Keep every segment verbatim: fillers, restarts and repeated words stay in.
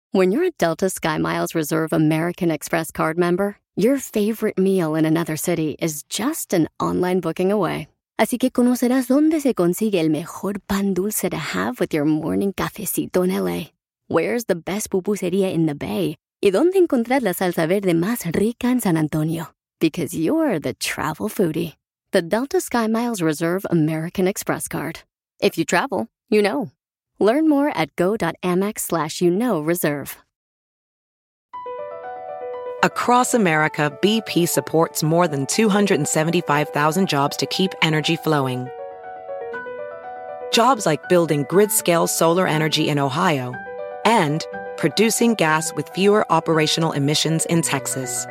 When you're a Delta SkyMiles Reserve American Express card member, your favorite meal in another city is just an online booking away. Así que conocerás dónde se consigue el mejor pan dulce to have with your morning cafecito en L A. Where's the best pupusería in the Bay? Y dónde encontrar la salsa verde más rica en San Antonio. Because you're the travel foodie. The Delta SkyMiles Reserve American Express card. If you travel, you know. Learn more at go.amex slash you know reserve. Across America, B P supports more than two hundred seventy-five thousand jobs to keep energy flowing. Jobs like building grid-scale solar energy in Ohio and producing gas with fewer operational emissions in Texas.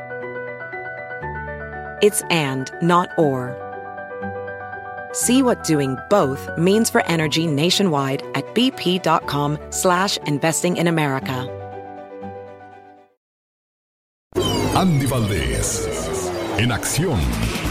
It's and, not or. See what doing both means for energy nationwide at bp.com slash investing in America. Andy Valdés, en acción.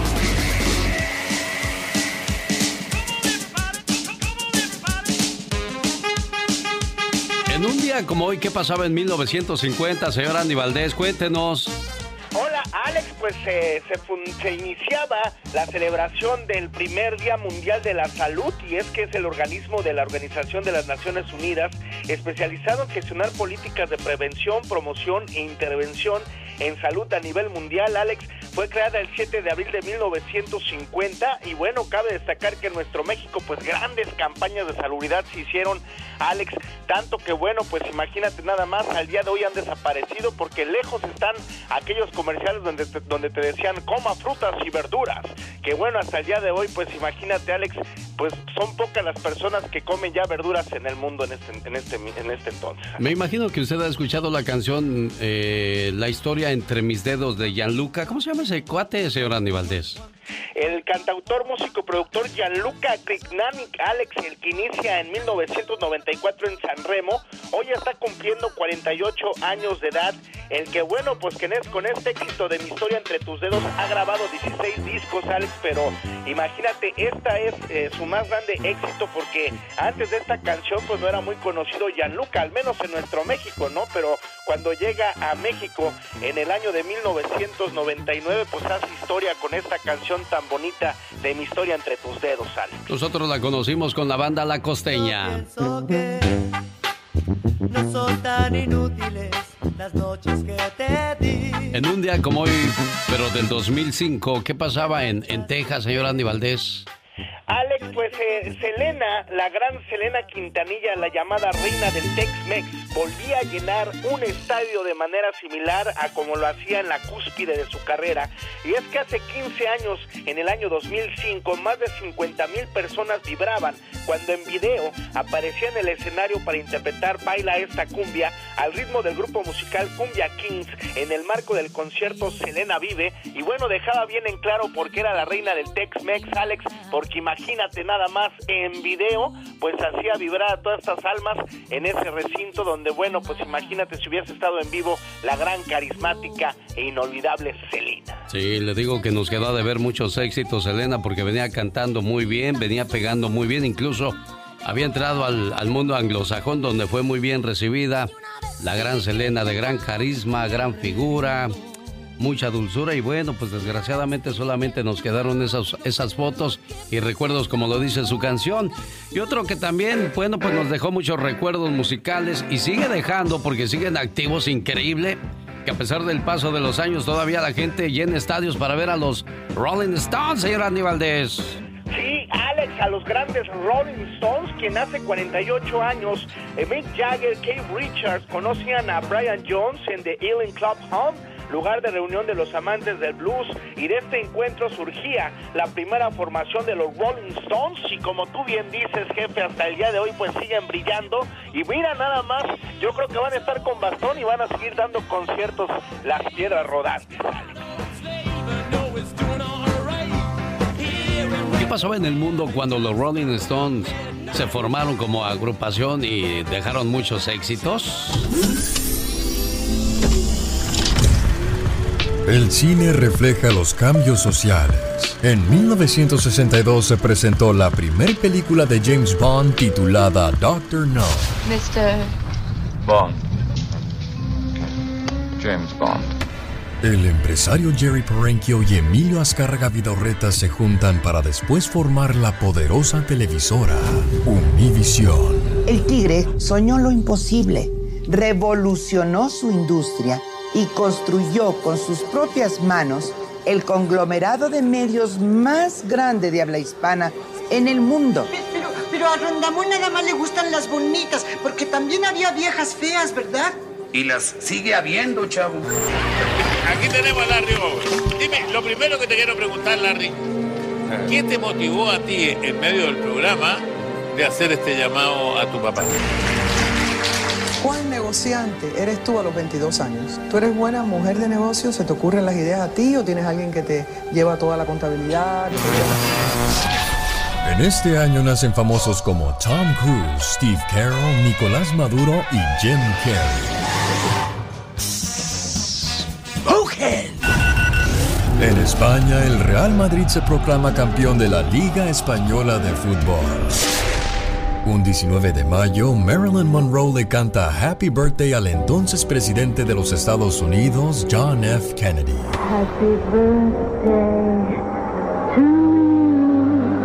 En un día como hoy, ¿qué pasaba en mil novecientos cincuenta, señor Andy Valdés? Cuéntenos. Hola, Alex, pues eh, se, fun- se iniciaba la celebración del primer Día Mundial de la Salud, y es que es el organismo de la Organización de las Naciones Unidas especializado en gestionar políticas de prevención, promoción e intervención en salud a nivel mundial. Alex, fue creada el siete de abril de mil novecientos cincuenta y bueno, cabe destacar que en nuestro México pues grandes campañas de salubridad se hicieron, Alex, tanto que bueno, pues imagínate nada más, al día de hoy han desaparecido porque lejos están aquellos comerciales donde te, donde te decían coma frutas y verduras, que bueno, hasta el día de hoy pues imagínate, Alex, pues son pocas las personas que comen ya verduras en el mundo en este, en este, en este entonces. Me imagino que usted ha escuchado la canción eh, La historia entre mis dedos de Gianluca. ¿Cómo se llama ese cuate, señor Andy Valdés? El cantautor, músico, productor Gianluca Kriknanik, Alex, el que inicia en mil novecientos noventa y cuatro en San Remo, hoy está cumpliendo cuarenta y ocho años de edad, el que bueno, pues que es, con este éxito de Mi historia entre tus dedos ha grabado dieciséis discos, Alex, pero imagínate, esta es eh, su más grande éxito porque antes de esta canción pues no era muy conocido Gianluca, al menos en nuestro México, ¿no? Pero cuando llega a México en el año de mil novecientos noventa y nueve pues hace historia con esta canción tan bonita de Mi historia entre tus dedos, Alex. Nosotros la conocimos con la banda La Costeña. No son tan inútiles las noches que te di. En un día como hoy, pero del dos mil cinco, ¿qué pasaba en, en Texas, señor Andy Valdés? Alex, pues eh, Selena, la gran Selena Quintanilla, la llamada reina del Tex-Mex, volvía a llenar un estadio de manera similar a como lo hacía en la cúspide de su carrera. Y es que hace quince años, en el año dos mil cinco, más de cincuenta mil personas vibraban cuando en video aparecía en el escenario para interpretar Baila esta cumbia al ritmo del grupo musical Cumbia Kings en el marco del concierto Selena Vive. Y bueno, dejaba bien en claro por qué era la reina del Tex-Mex, Alex, porque imagínate nada más, en video pues hacía vibrar a todas estas almas en ese recinto donde bueno, pues imagínate si hubiese estado en vivo la gran, carismática e inolvidable Selena. Sí, le digo que nos quedó de ver muchos éxitos Selena porque venía cantando muy bien, venía pegando muy bien, incluso había entrado al, al mundo anglosajón donde fue muy bien recibida. La gran Selena, de gran carisma, gran figura, mucha dulzura y bueno, pues desgraciadamente solamente nos quedaron esas, esas fotos y recuerdos como lo dice su canción. Y otro que también, bueno, pues nos dejó muchos recuerdos musicales y sigue dejando porque siguen activos, increíble, que a pesar del paso de los años todavía la gente llena estadios para ver a los Rolling Stones, señor Andy Valdés. Sí, Alex, a los grandes Rolling Stones, quien hace cuarenta y ocho años, eh, Mick Jagger, Keith Richards, conocían a Brian Jones en The Ealing Club Home, lugar de reunión de los amantes del blues, y de este encuentro surgía la primera formación de los Rolling Stones, y como tú bien dices, jefe, hasta el día de hoy pues siguen brillando, y mira nada más, yo creo que van a estar con bastón y van a seguir dando conciertos las piedras rodantes. ¿Qué pasó en el mundo cuando los Rolling Stones se formaron como agrupación y dejaron muchos éxitos? El cine refleja los cambios sociales. En mil novecientos sesenta y dos se presentó la primera película de James Bond titulada Doctor No. mister Bond. James Bond. El empresario Jerry Perenchio y Emilio Azcárraga Vidorreta se juntan para después formar la poderosa televisora Univisión. El tigre soñó lo imposible, revolucionó su industria y construyó con sus propias manos el conglomerado de medios más grande de habla hispana en el mundo. Pero, pero a Rondamón nada más le gustan las bonitas, porque también había viejas feas, ¿verdad? Y las sigue habiendo, chavo. Aquí tenemos a Larry Over. Dime, lo primero que te quiero preguntar, Larry, ¿qué te motivó a ti en medio del programa de hacer este llamado a tu papá? ¿Cuál negociante eres tú a los veintidós años? ¿Tú eres buena mujer de negocios? ¿Se te ocurren las ideas a ti o tienes alguien que te lleva toda la contabilidad? En este año nacen famosos como Tom Cruise, Steve Carell, Nicolás Maduro y Jim Carrey. En España, el Real Madrid se proclama campeón de la Liga Española de Fútbol. Un diecinueve de mayo, Marilyn Monroe le canta Happy Birthday al entonces presidente de los Estados Unidos, John F. Kennedy. Happy birthday to you.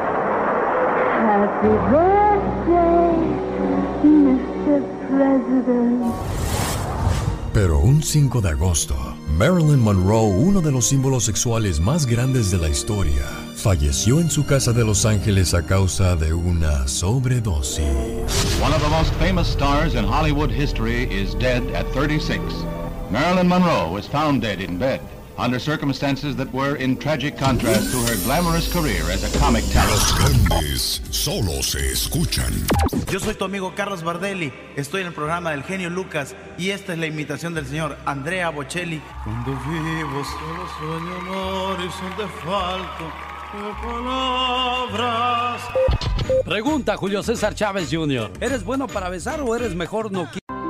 Happy birthday, mister President. Pero un cinco de agosto, Marilyn Monroe, uno de los símbolos sexuales más grandes de la historia, falleció en su casa de Los Ángeles a causa de una sobredosis. One of the most famous stars in Hollywood history is dead at thirty-six. Marilyn Monroe was found dead in bed, under circumstances that were in tragic contrast to her glamorous career as a comic talent. Los grandes solo se escuchan. Yo soy tu amigo Carlos Bardelli, estoy en el programa del genio Lucas y esta es la imitación del señor Andrea Bocelli. Cuando vivo solo sueño un horizonte falto de palabras. Pregunta Julio César Chávez junior ¿Eres bueno para besar o eres mejor no?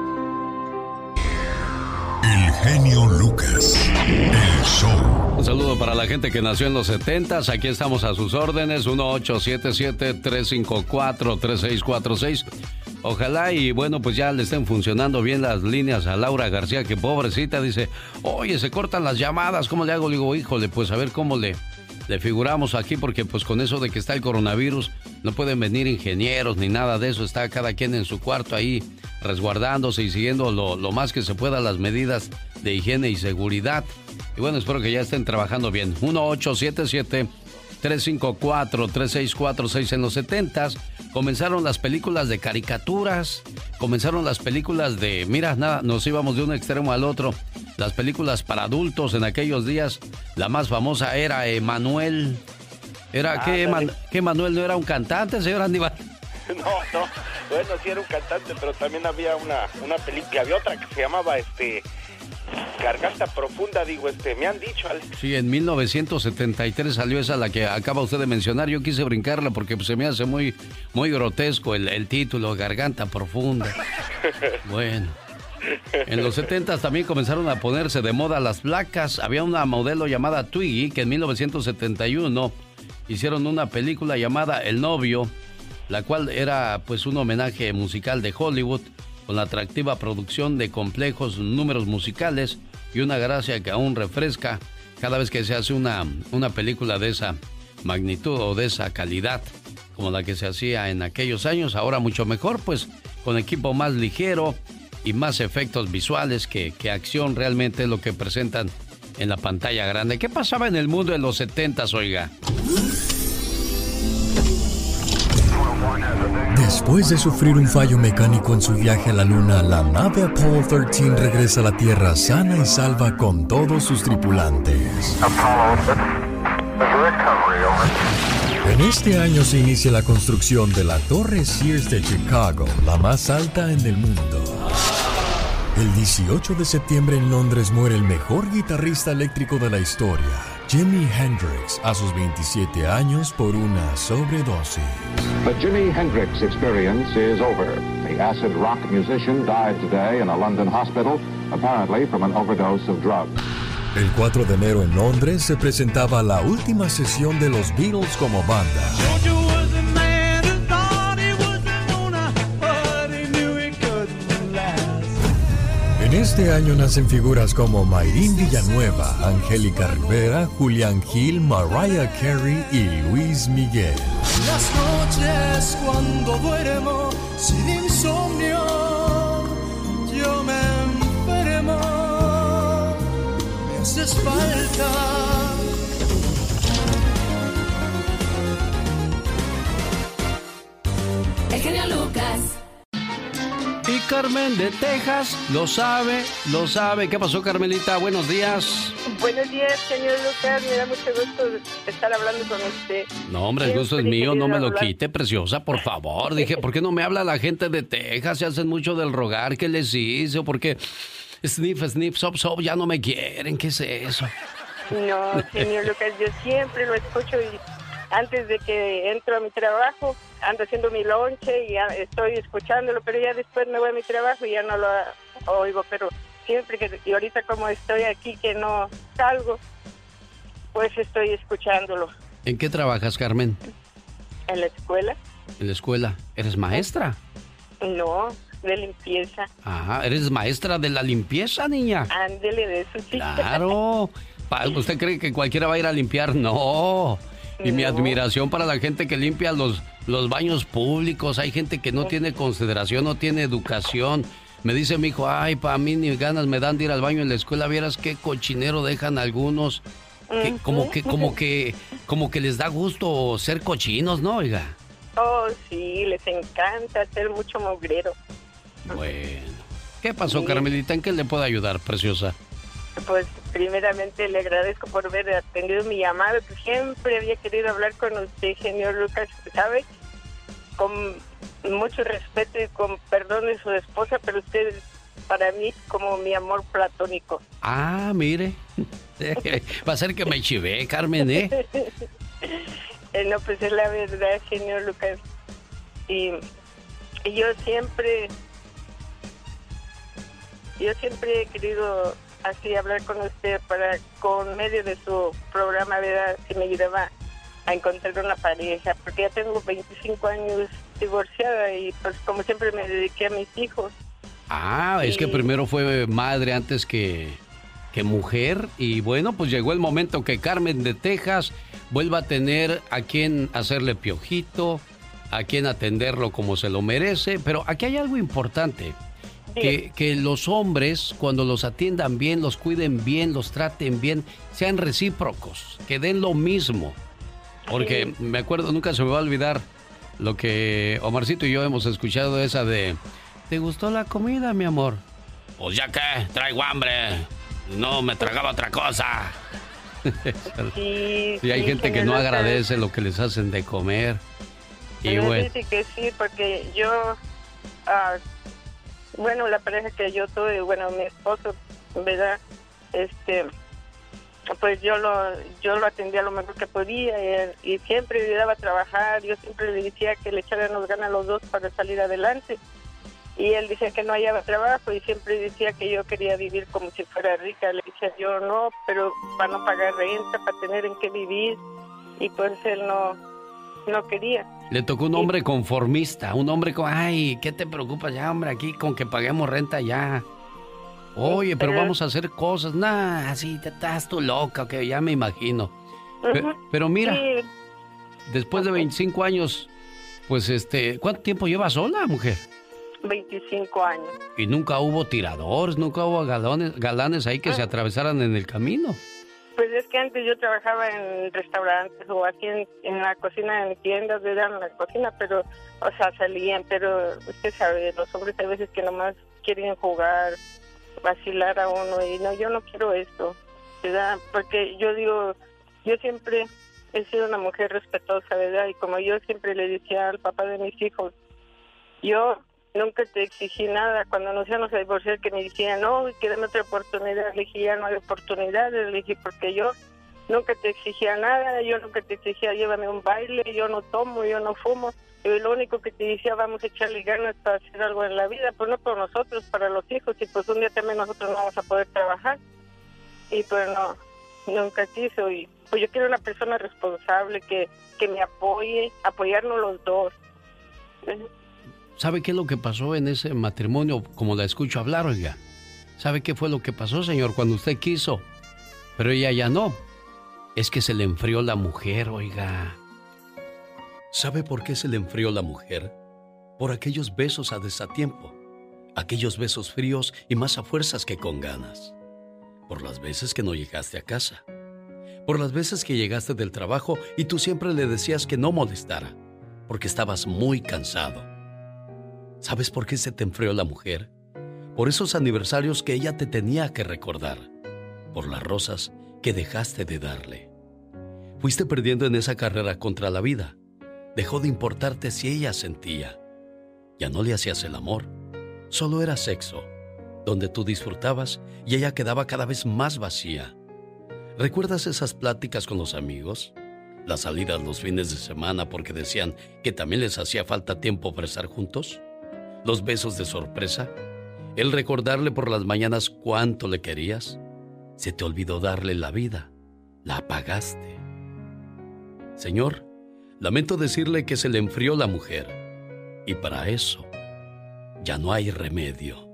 El genio Lucas, el show. Un saludo para la gente que nació en los setentas. Aquí estamos a sus órdenes. uno ocho siete siete, tres cinco cuatro, tres seis cuatro seis. Ojalá y bueno, pues ya le estén funcionando bien las líneas a Laura García, que pobrecita dice, oye, se cortan las llamadas, ¿cómo le hago? Le digo, híjole, pues a ver cómo le, le figuramos aquí, porque pues con eso de que está el coronavirus, no pueden venir ingenieros ni nada de eso, está cada quien en su cuarto ahí resguardándose y siguiendo lo, lo más que se pueda las medidas de higiene y seguridad. Y bueno, espero que ya estén trabajando bien. uno ocho siete siete, tres cinco cuatro, tres seis cuatro seis. En los setentas comenzaron las películas de caricaturas, comenzaron las películas de, mira, nada, nos íbamos de un extremo al otro, las películas para adultos. En aquellos días la más famosa era Emanuel. ¿Era ah, qué, Man, qué Manuel? ¿No era un cantante, señor Aníbal? No, no, bueno, sí era un cantante, pero también había una, una película, había otra que se llamaba, este... Garganta Profunda, digo, este, me han dicho, Alex. Sí, en mil novecientos setenta y tres salió esa, la que acaba usted de mencionar. Yo quise brincarla porque pues, se me hace muy, muy grotesco el, el título, Garganta Profunda. Bueno, en los setentas también comenzaron a ponerse de moda las placas. Había una modelo llamada Twiggy que en mil novecientos setenta y uno hicieron una película llamada El Novio, la cual era pues un homenaje musical de Hollywood, con la atractiva producción de complejos números musicales y una gracia que aún refresca cada vez que se hace una, una película de esa magnitud o de esa calidad como la que se hacía en aquellos años. Ahora mucho mejor, pues con equipo más ligero y más efectos visuales que, que acción. Realmente es lo que presentan en la pantalla grande. ¿Qué pasaba en el mundo en los setentas, oiga? Después de sufrir un fallo mecánico en su viaje a la Luna, la nave Apollo trece regresa a la Tierra sana y salva con todos sus tripulantes. En este año se inicia la construcción de la Torre Sears de Chicago, la más alta en el mundo. El dieciocho de septiembre en Londres muere el mejor guitarrista eléctrico de la historia, Jimi Hendrix, a sus veintisiete años por una sobredosis. The Jimi Hendrix experience is over. The acid rock musician died today in a London hospital, apparently from an overdose of drugs. El cuatro de enero en Londres se presentaba la última sesión de los Beatles como banda. En En este año nacen figuras como Mayrín Villanueva, Angélica Rivera, Julián Gil, Mariah Carey y Luis Miguel. Las noches cuando duermo sin insomnio, yo me enfermo, me haces falta. El genio Lucas. Y Carmen de Texas lo sabe, lo sabe. ¿Qué pasó, Carmelita? Buenos días. Buenos días, señor Lucas. Me da mucho gusto estar hablando con usted. No, hombre, el gusto es mío. No me lo quite, preciosa, por favor. Dije, ¿por qué no me habla la gente de Texas? Se hacen mucho del rogar. ¿Qué les hice? ¿Por qué sniff, sniff, sop, sop? Ya no me quieren. ¿Qué es eso? No, señor Lucas, yo siempre lo escucho y antes de que entro a mi trabajo, ando haciendo mi lonche y ya estoy escuchándolo, pero ya después me voy a mi trabajo y ya no lo oigo, pero siempre que, y ahorita como estoy aquí que no salgo, pues estoy escuchándolo. ¿En qué trabajas, Carmen? En la escuela. ¿En la escuela? ¿Eres maestra? No, de limpieza. Ajá, ¿eres maestra de la limpieza, niña? Ándele de eso, sí. Claro. ¿Usted cree que cualquiera va a ir a limpiar? No. Y no. Mi admiración para la gente que limpia los, los baños públicos. Hay gente que no tiene consideración, no tiene educación. Me dice mi hijo, ay, para mí ni ganas me dan de ir al baño en la escuela. Vieras qué cochinero dejan algunos. Que, como que, como que, como que les da gusto ser cochinos, ¿no, oiga? Oh, sí, les encanta ser mucho mugrero. Bueno. ¿Qué pasó, sí. Carmelita? ¿En qué le puedo ayudar, preciosa? Pues primeramente le agradezco por haber atendido mi llamado, que siempre había querido hablar con usted, señor Lucas, ¿sabe? Con mucho respeto y con perdón de su esposa, pero usted para mí como mi amor platónico. Ah, mire, va a ser que me chivé, Carmen, ¿eh? eh no, pues es la verdad, señor Lucas. Y, y yo siempre, yo siempre he querido así hablar con usted para, con medio de su programa, ¿verdad? Si me ayudaba a encontrar una pareja, porque ya tengo veinticinco años divorciada y pues como siempre me dediqué a mis hijos. Ah, y... es que primero fue madre antes que, que mujer y bueno, pues llegó el momento que Carmen de Texas vuelva a tener a quien hacerle piojito, a quien atenderlo como se lo merece, pero aquí hay algo importante. Que, que los hombres, cuando los atiendan bien, los cuiden bien, los traten bien, sean recíprocos, que den lo mismo. Porque sí. Me acuerdo, nunca se me va a olvidar lo que Omarcito y yo hemos escuchado, esa de, ¿te gustó la comida, mi amor? Pues ya que, traigo hambre, no me tragaba otra cosa. Sí, y hay sí, gente que no agradece lo que les hacen de comer. Y pero bueno. Dice que sí, porque yo... Uh, Bueno, la pareja que yo tuve, bueno, mi esposo, ¿verdad? Este, pues yo lo yo lo atendía lo mejor que podía y, y siempre le daba a trabajar. Yo siempre le decía que le echaran las ganas a los dos para salir adelante. Y él decía que no hallaba trabajo y siempre decía que yo quería vivir como si fuera rica. Le decía yo, no, pero para no pagar renta, para tener en qué vivir. Y pues él no, no quería. Le tocó un hombre conformista, un hombre con, ay, ¿qué te preocupas ya, hombre, aquí con que paguemos renta ya? Oye, pero vamos a hacer cosas, nah, así te estás tú loca, que ya me imagino. Uh-huh. Pero, pero mira, sí. Después de veinticinco años, pues este, ¿cuánto tiempo llevas sola, mujer? veinticinco años. Y nunca hubo tiradores, nunca hubo galanes, galanes ahí que uh-huh. se atravesaran en el camino. Pues es que antes yo trabajaba en restaurantes o aquí en, en la cocina, en tiendas, ¿verdad? En la cocina, pero, o sea, salían, pero usted sabe, los hombres a veces que nomás quieren jugar, vacilar a uno y no, yo no quiero esto, ¿verdad? Porque yo digo, yo siempre he sido una mujer respetuosa, ¿verdad? Y como yo siempre le decía al papá de mis hijos, yo nunca te exigí nada. Cuando nos íbamos a divorciar, que me decían, no, que dame otra oportunidad. Le dije, ya no hay oportunidades. Le dije, porque yo nunca te exigía nada. Yo nunca te exigía, llévame a un baile. Yo no tomo, yo no fumo. Y lo único que te decía, vamos a echarle ganas para hacer algo en la vida. Pues no por nosotros, para los hijos. Y pues un día también nosotros no vamos a poder trabajar. Y pues no, nunca quiso. Y pues yo quiero una persona responsable que, que me apoye, apoyarnos los dos. ¿Sabe qué es lo que pasó en ese matrimonio? Como la escucho hablar, oiga. ¿Sabe qué fue lo que pasó, señor, cuando usted quiso? Pero ella ya no. Es que se le enfrió la mujer, oiga. ¿Sabe por qué se le enfrió la mujer? Por aquellos besos a desatiempo. Aquellos besos fríos y más a fuerzas que con ganas. Por las veces que no llegaste a casa. Por las veces que llegaste del trabajo y tú siempre le decías que no molestara, porque estabas muy cansado. ¿Sabes por qué se te enfrió la mujer? Por esos aniversarios que ella te tenía que recordar. Por las rosas que dejaste de darle. Fuiste perdiendo en esa carrera contra la vida. Dejó de importarte si ella sentía. Ya no le hacías el amor. Solo era sexo, donde tú disfrutabas y ella quedaba cada vez más vacía. ¿Recuerdas esas pláticas con los amigos? Las salidas los fines de semana porque decían que también les hacía falta tiempo para estar juntos. Los besos de sorpresa. El recordarle por las mañanas cuánto le querías. Se te olvidó darle la vida. La apagaste. Señor, lamento decirle que se le enfrió la mujer. Y para eso ya no hay remedio.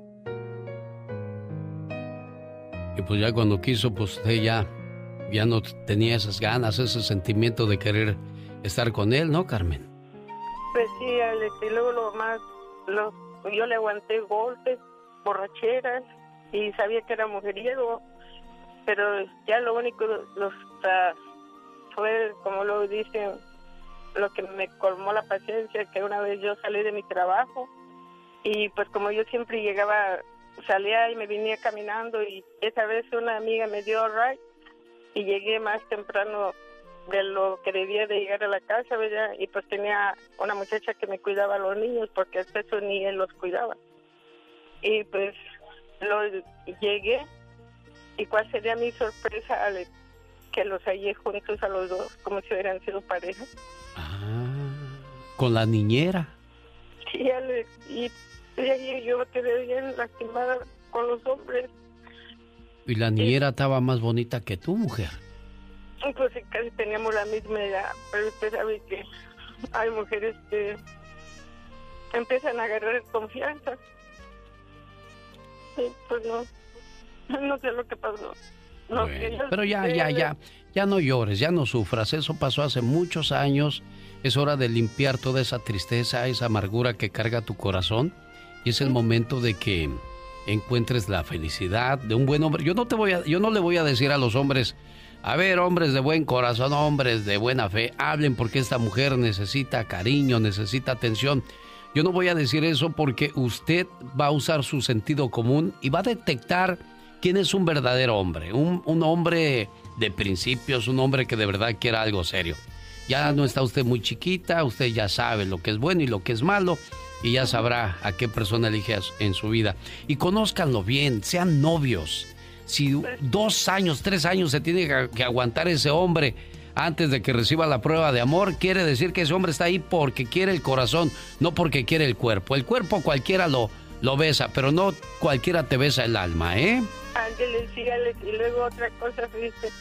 Y pues ya cuando quiso, pues usted ya, ya no tenía esas ganas, ese sentimiento de querer estar con él, ¿no, Carmen? Pues sí, Alex, y luego lo más, lo, yo le aguanté golpes, borracheras, y sabía que era mujeriego, pero ya lo único, los, uh, fue, como lo dicen, lo que me colmó la paciencia, que una vez yo salí de mi trabajo, y pues como yo siempre llegaba, salía y me venía caminando, y esa vez una amiga me dio ride y llegué más temprano de lo que debía de llegar a la casa, ¿verdad? Y pues tenía una muchacha que me cuidaba a los niños, porque hasta eso ni él los cuidaba. Y pues lo llegué, y cuál sería mi sorpresa, Alex, que los hallé juntos a los dos, como si hubieran sido pareja. Ah, con la niñera. Sí, Alex, y de ahí yo quedé bien lastimada con los hombres. Y la niñera y, estaba más bonita que tú, mujer. Pues casi teníamos la misma edad, pero usted sabe que hay mujeres que empiezan a agarrar confianza. Sí, pues no, no sé lo que pasó. No, bueno, yo, pero ya, ya, ya, ya no llores, ya no sufras. Eso pasó hace muchos años. Es hora de limpiar toda esa tristeza, esa amargura que carga tu corazón. Y es el momento de que encuentres la felicidad de un buen hombre. Yo no te voy a, yo no le voy a decir a los hombres, a ver, hombres de buen corazón, hombres de buena fe, hablen porque esta mujer necesita cariño, necesita atención. Yo no voy a decir eso porque usted va a usar su sentido común y va a detectar quién es un verdadero hombre, un, un hombre de principios, un hombre que de verdad quiera algo serio. Ya no está usted muy chiquita, usted ya sabe lo que es bueno y lo que es malo y ya sabrá a qué persona elige en su vida. Y conózcanlo bien, sean novios. Si dos años, tres años se tiene que, que aguantar ese hombre antes de que reciba la prueba de amor, quiere decir que ese hombre está ahí porque quiere el corazón, no porque quiere el cuerpo. El cuerpo cualquiera lo, lo besa, pero no cualquiera te besa el alma, ¿eh? Ángeles, sí, Alex. Y luego otra cosa, fíjate,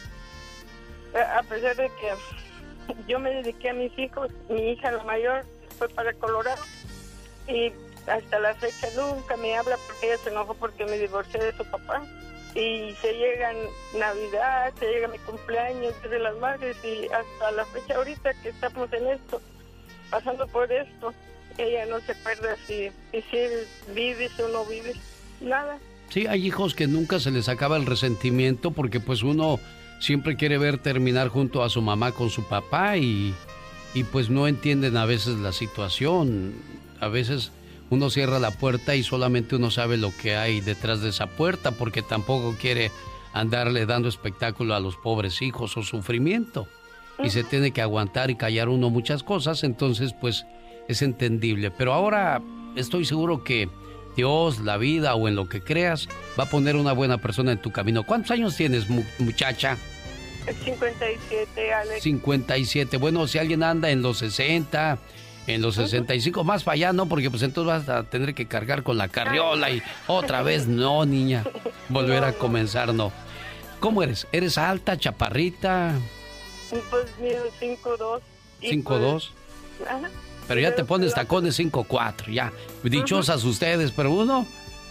a pesar de que yo me dediqué a mis hijos, mi hija la mayor fue para Colorado y hasta la fecha nunca me habla porque ella se enojó porque me divorcié de su papá. Y se llega Navidad, se llega mi cumpleaños de las madres y hasta la fecha ahorita que estamos en esto, pasando por esto, ella no se acuerda si, si vives o no vives, nada. Sí, hay hijos que nunca se les acaba el resentimiento porque pues uno siempre quiere ver terminar junto a su mamá con su papá y, y pues no entienden a veces la situación. A veces uno cierra la puerta y solamente uno sabe lo que hay detrás de esa puerta porque tampoco quiere andarle dando espectáculo a los pobres hijos o sufrimiento. Y se tiene que aguantar y callar uno muchas cosas, entonces pues es entendible. Pero ahora estoy seguro que Dios, la vida o en lo que creas va a poner una buena persona en tu camino. ¿Cuántos años tienes, mu- muchacha? cincuenta y siete, Alex. cincuenta y siete. Bueno, si alguien anda en los sesenta, en los sesenta y cinco, más para allá, ¿no? Porque pues entonces vas a tener que cargar con la carriola y otra vez, no, niña. Volver a comenzar, no. ¿Cómo eres? ¿Eres alta, chaparrita? Pues mido cinco dos. ¿cinco dos? Ajá. Pero ya te pones tacones cinco cuatro, ya. Dichosas ustedes, pero uno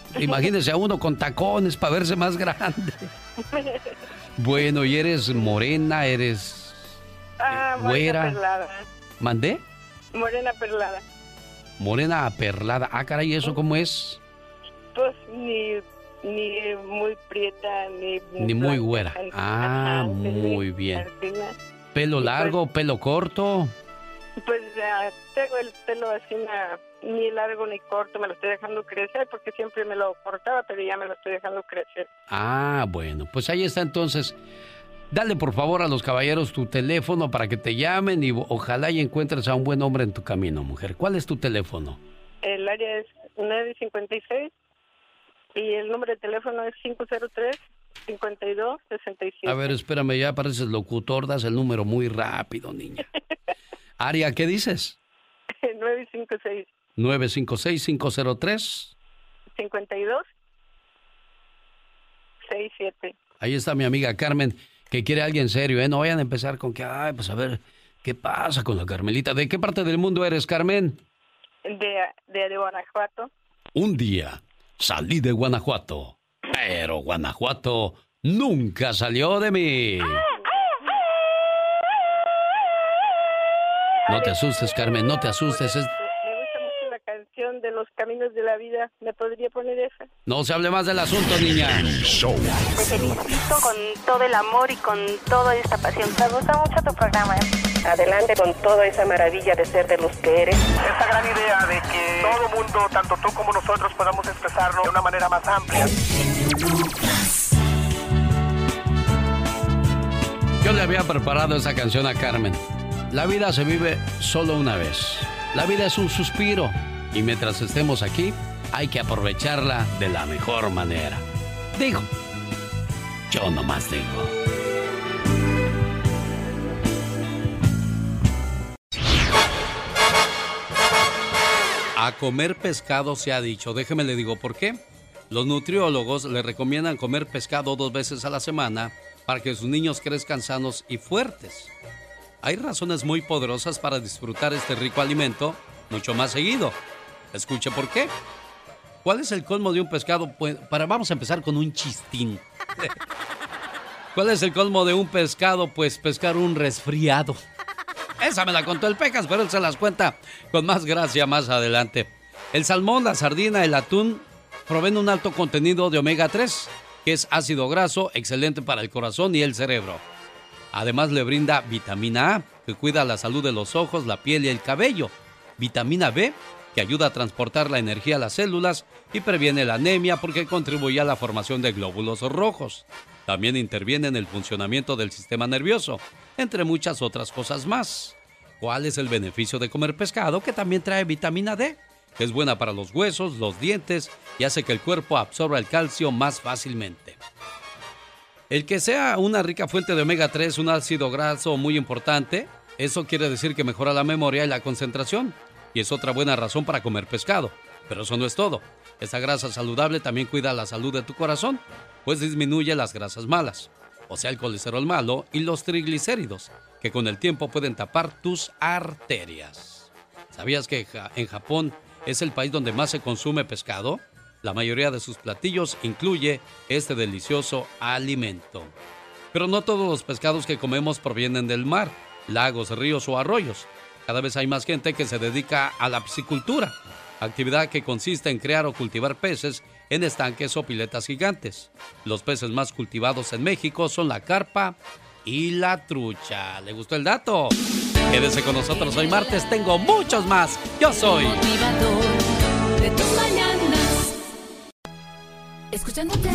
Imagínese a uno con tacones para verse más grande. Bueno, ¿y eres morena? ¿Eres Ah, morena güera? perlada. ¿Mandé? Morena perlada. Morena aperlada. Ah, caray, ¿eso cómo es? Pues ni, ni muy prieta, ni... Ni muy blanca. güera. Ah, Ajá, sí, muy bien. Argentina. ¿Pelo largo, pelo corto? Pues ya tengo el pelo así, na- ni largo ni corto, me lo estoy dejando crecer porque siempre me lo cortaba, pero ya me lo estoy dejando crecer. Ah, bueno, pues ahí está entonces. Dale por favor a los caballeros tu teléfono para que te llamen y ojalá y encuentres a un buen hombre en tu camino, mujer. ¿Cuál es tu teléfono? El área es nueve cincuenta y seis y el número de teléfono es cinco cero tres, cincuenta y dos, sesenta y siete. A ver, espérame, ya pareces locutor, das el número muy rápido, niña. Aria, ¿qué dices? nueve cinco seis, nueve cinco seis, cinco cero tres. cincuenta y dos, sesenta y siete. Ahí está mi amiga Carmen, que quiere a alguien serio, ¿eh? No vayan a empezar con que, ay, pues a ver, ¿qué pasa con la Carmelita? ¿De qué parte del mundo eres, Carmen? De, de, de Guanajuato. Un día salí de Guanajuato, pero Guanajuato nunca salió de mí. No te asustes, Carmen, no te asustes. Es... Me gusta mucho la canción de Los Caminos de la Vida. ¿Me podría poner esa? No se hable más del asunto, niña. Te felicito con todo el amor y con toda esta pasión. Me gusta mucho tu programa. ¿eh? Adelante con toda esa maravilla de ser de los que eres. Esta gran idea de que todo mundo, tanto tú como nosotros, podamos expresarlo de una manera más amplia. Yo le había preparado esa canción a Carmen. La vida se vive solo una vez. La vida es un suspiro. Y mientras estemos aquí, hay que aprovecharla de la mejor manera. Digo, yo nomás digo. A comer pescado se ha dicho. Déjeme le digo por qué. Los nutriólogos le recomiendan comer pescado dos veces a la semana para que sus niños crezcan sanos y fuertes. Hay razones muy poderosas para disfrutar este rico alimento mucho más seguido. Escuche por qué. ¿Cuál es el colmo de un pescado? Pues, para, vamos a empezar con un chistín. ¿Cuál es el colmo de un pescado? Pues pescar un resfriado. Esa me la contó el Pecas, pero él se las cuenta con más gracia más adelante. El salmón, la sardina, el atún proveen un alto contenido de omega tres, que es ácido graso, excelente para el corazón y el cerebro. Además le brinda vitamina A, que cuida la salud de los ojos, la piel y el cabello. Vitamina B, que ayuda a transportar la energía a las células y previene la anemia porque contribuye a la formación de glóbulos rojos. También interviene en el funcionamiento del sistema nervioso, entre muchas otras cosas más. ¿Cuál es el beneficio de comer pescado? Que también trae vitamina D, que es buena para los huesos, los dientes y hace que el cuerpo absorba el calcio más fácilmente. El que sea una rica fuente de omega tres, un ácido graso muy importante, eso quiere decir que mejora la memoria y la concentración. Y es otra buena razón para comer pescado. Pero eso no es todo. Esta grasa saludable también cuida la salud de tu corazón, pues disminuye las grasas malas, o sea, el colesterol malo y los triglicéridos, que con el tiempo pueden tapar tus arterias. ¿Sabías que en Japón es el país donde más se consume pescado? La mayoría de sus platillos incluye este delicioso alimento. Pero no todos los pescados que comemos provienen del mar, lagos, ríos o arroyos. Cada vez hay más gente que se dedica a la piscicultura, actividad que consiste en crear o cultivar peces en estanques o piletas gigantes. Los peces más cultivados en México son la carpa y la trucha. ¿Le gustó el dato? Quédese con nosotros hoy martes, tengo muchos más. Yo soy... Motivador de tus mañanas. Escuchándote.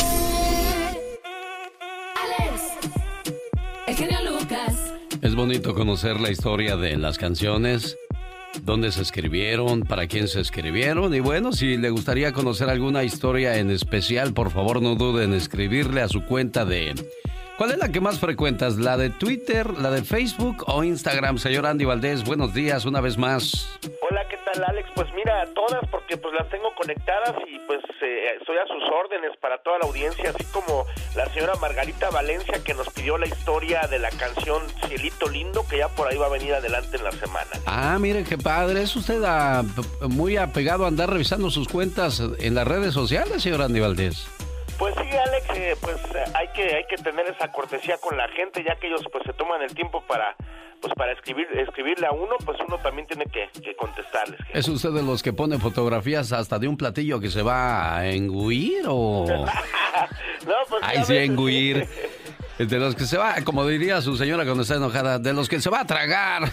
Alex, el genio Lucas. Es bonito conocer la historia de las canciones, dónde se escribieron, para quién se escribieron. Y bueno, si le gustaría conocer alguna historia en especial, por favor no duden en escribirle a su cuenta de... ¿Cuál es la que más frecuentas? ¿La de Twitter, la de Facebook o Instagram? Señor Andy Valdés, buenos días una vez más. Hola, ¿qué tal? tal, Alex? Pues mira, todas, porque pues las tengo conectadas y pues eh, estoy a sus órdenes para toda la audiencia, así como la señora Margarita Valencia, que nos pidió la historia de la canción Cielito Lindo, que ya por ahí va a venir adelante en la semana. Ah, mire qué padre, es usted a, muy apegado a andar revisando sus cuentas en las redes sociales, señor Andy Valdés. Pues sí, Alex, eh, pues eh, hay que hay que tener esa cortesía con la gente, ya que ellos pues se toman el tiempo para pues para escribir escribirle a uno, pues uno también tiene que, que contestarles. Gente. ¿Es usted de los que pone fotografías hasta de un platillo que se va a engullir o...? No, pues... Ay, sí, engullir. De los que se va, como diría su señora cuando está enojada, de los que se va a tragar.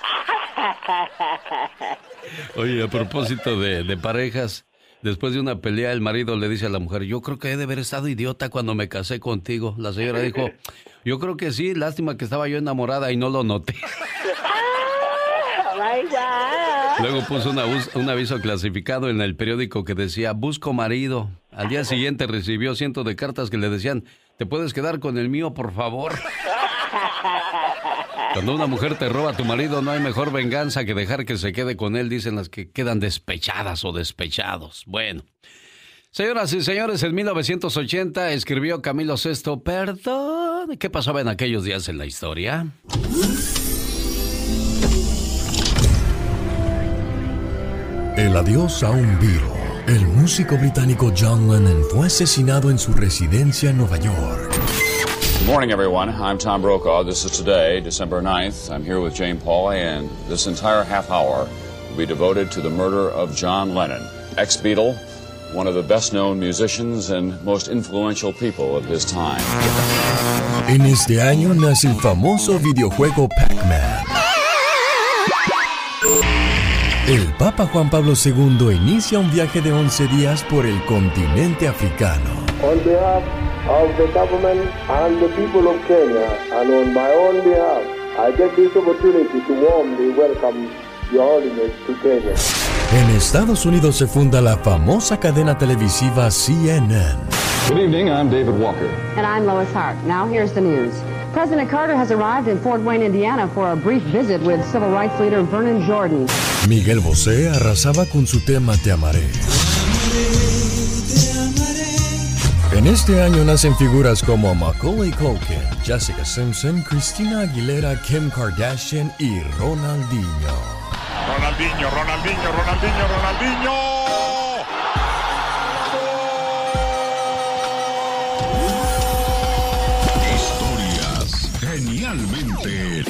Oye, a propósito de, de parejas... Después de una pelea, el marido le dice a la mujer, yo creo que he de haber estado idiota cuando me casé contigo. La señora dijo, yo creo que sí, lástima que estaba yo enamorada y no lo noté. Oh my God. Luego puso una, un aviso clasificado en el periódico que decía, busco marido. Al día siguiente recibió cientos de cartas que le decían, ¿te puedes quedar con el mío, por favor? Cuando una mujer te roba a tu marido, no hay mejor venganza que dejar que se quede con él, dicen las que quedan despechadas o despechados. Bueno, señoras y señores, en mil novecientos ochenta escribió Camilo Sesto, perdón. ¿Qué pasaba en aquellos días en la historia? El adiós a un virus. El músico británico John Lennon fue asesinado en su residencia en Nueva York. Good morning, everyone. I'm Tom Brokaw. This is today, December ninth. I'm here with Jane Pauley, and this entire half hour will be devoted to the murder of John Lennon, ex-Beatle, one of the best-known musicians and most influential people of his time. En este año nace el famoso videojuego Pac-Man. El Papa Juan Pablo segundo inicia un viaje de once días por el continente africano. On behalf of the government and the people of Kenya, and on my own behalf, I get this opportunity to warmly welcome Your Holiness to Kenya. En Estados Unidos se funda la famosa cadena televisiva C N N. Good evening, I'm David Walker. And I'm Lois Hart. Now here's the news. President Carter has arrived in Fort Wayne, Indiana for a brief visit with civil rights leader Vernon Jordan. Miguel Bosé arrasaba con su tema Te amaré. En este año nacen figuras como Macaulay Culkin, Jessica Simpson, Christina Aguilera, Kim Kardashian y Ronaldinho. Ronaldinho, Ronaldinho, Ronaldinho, Ronaldinho. Historias genialmente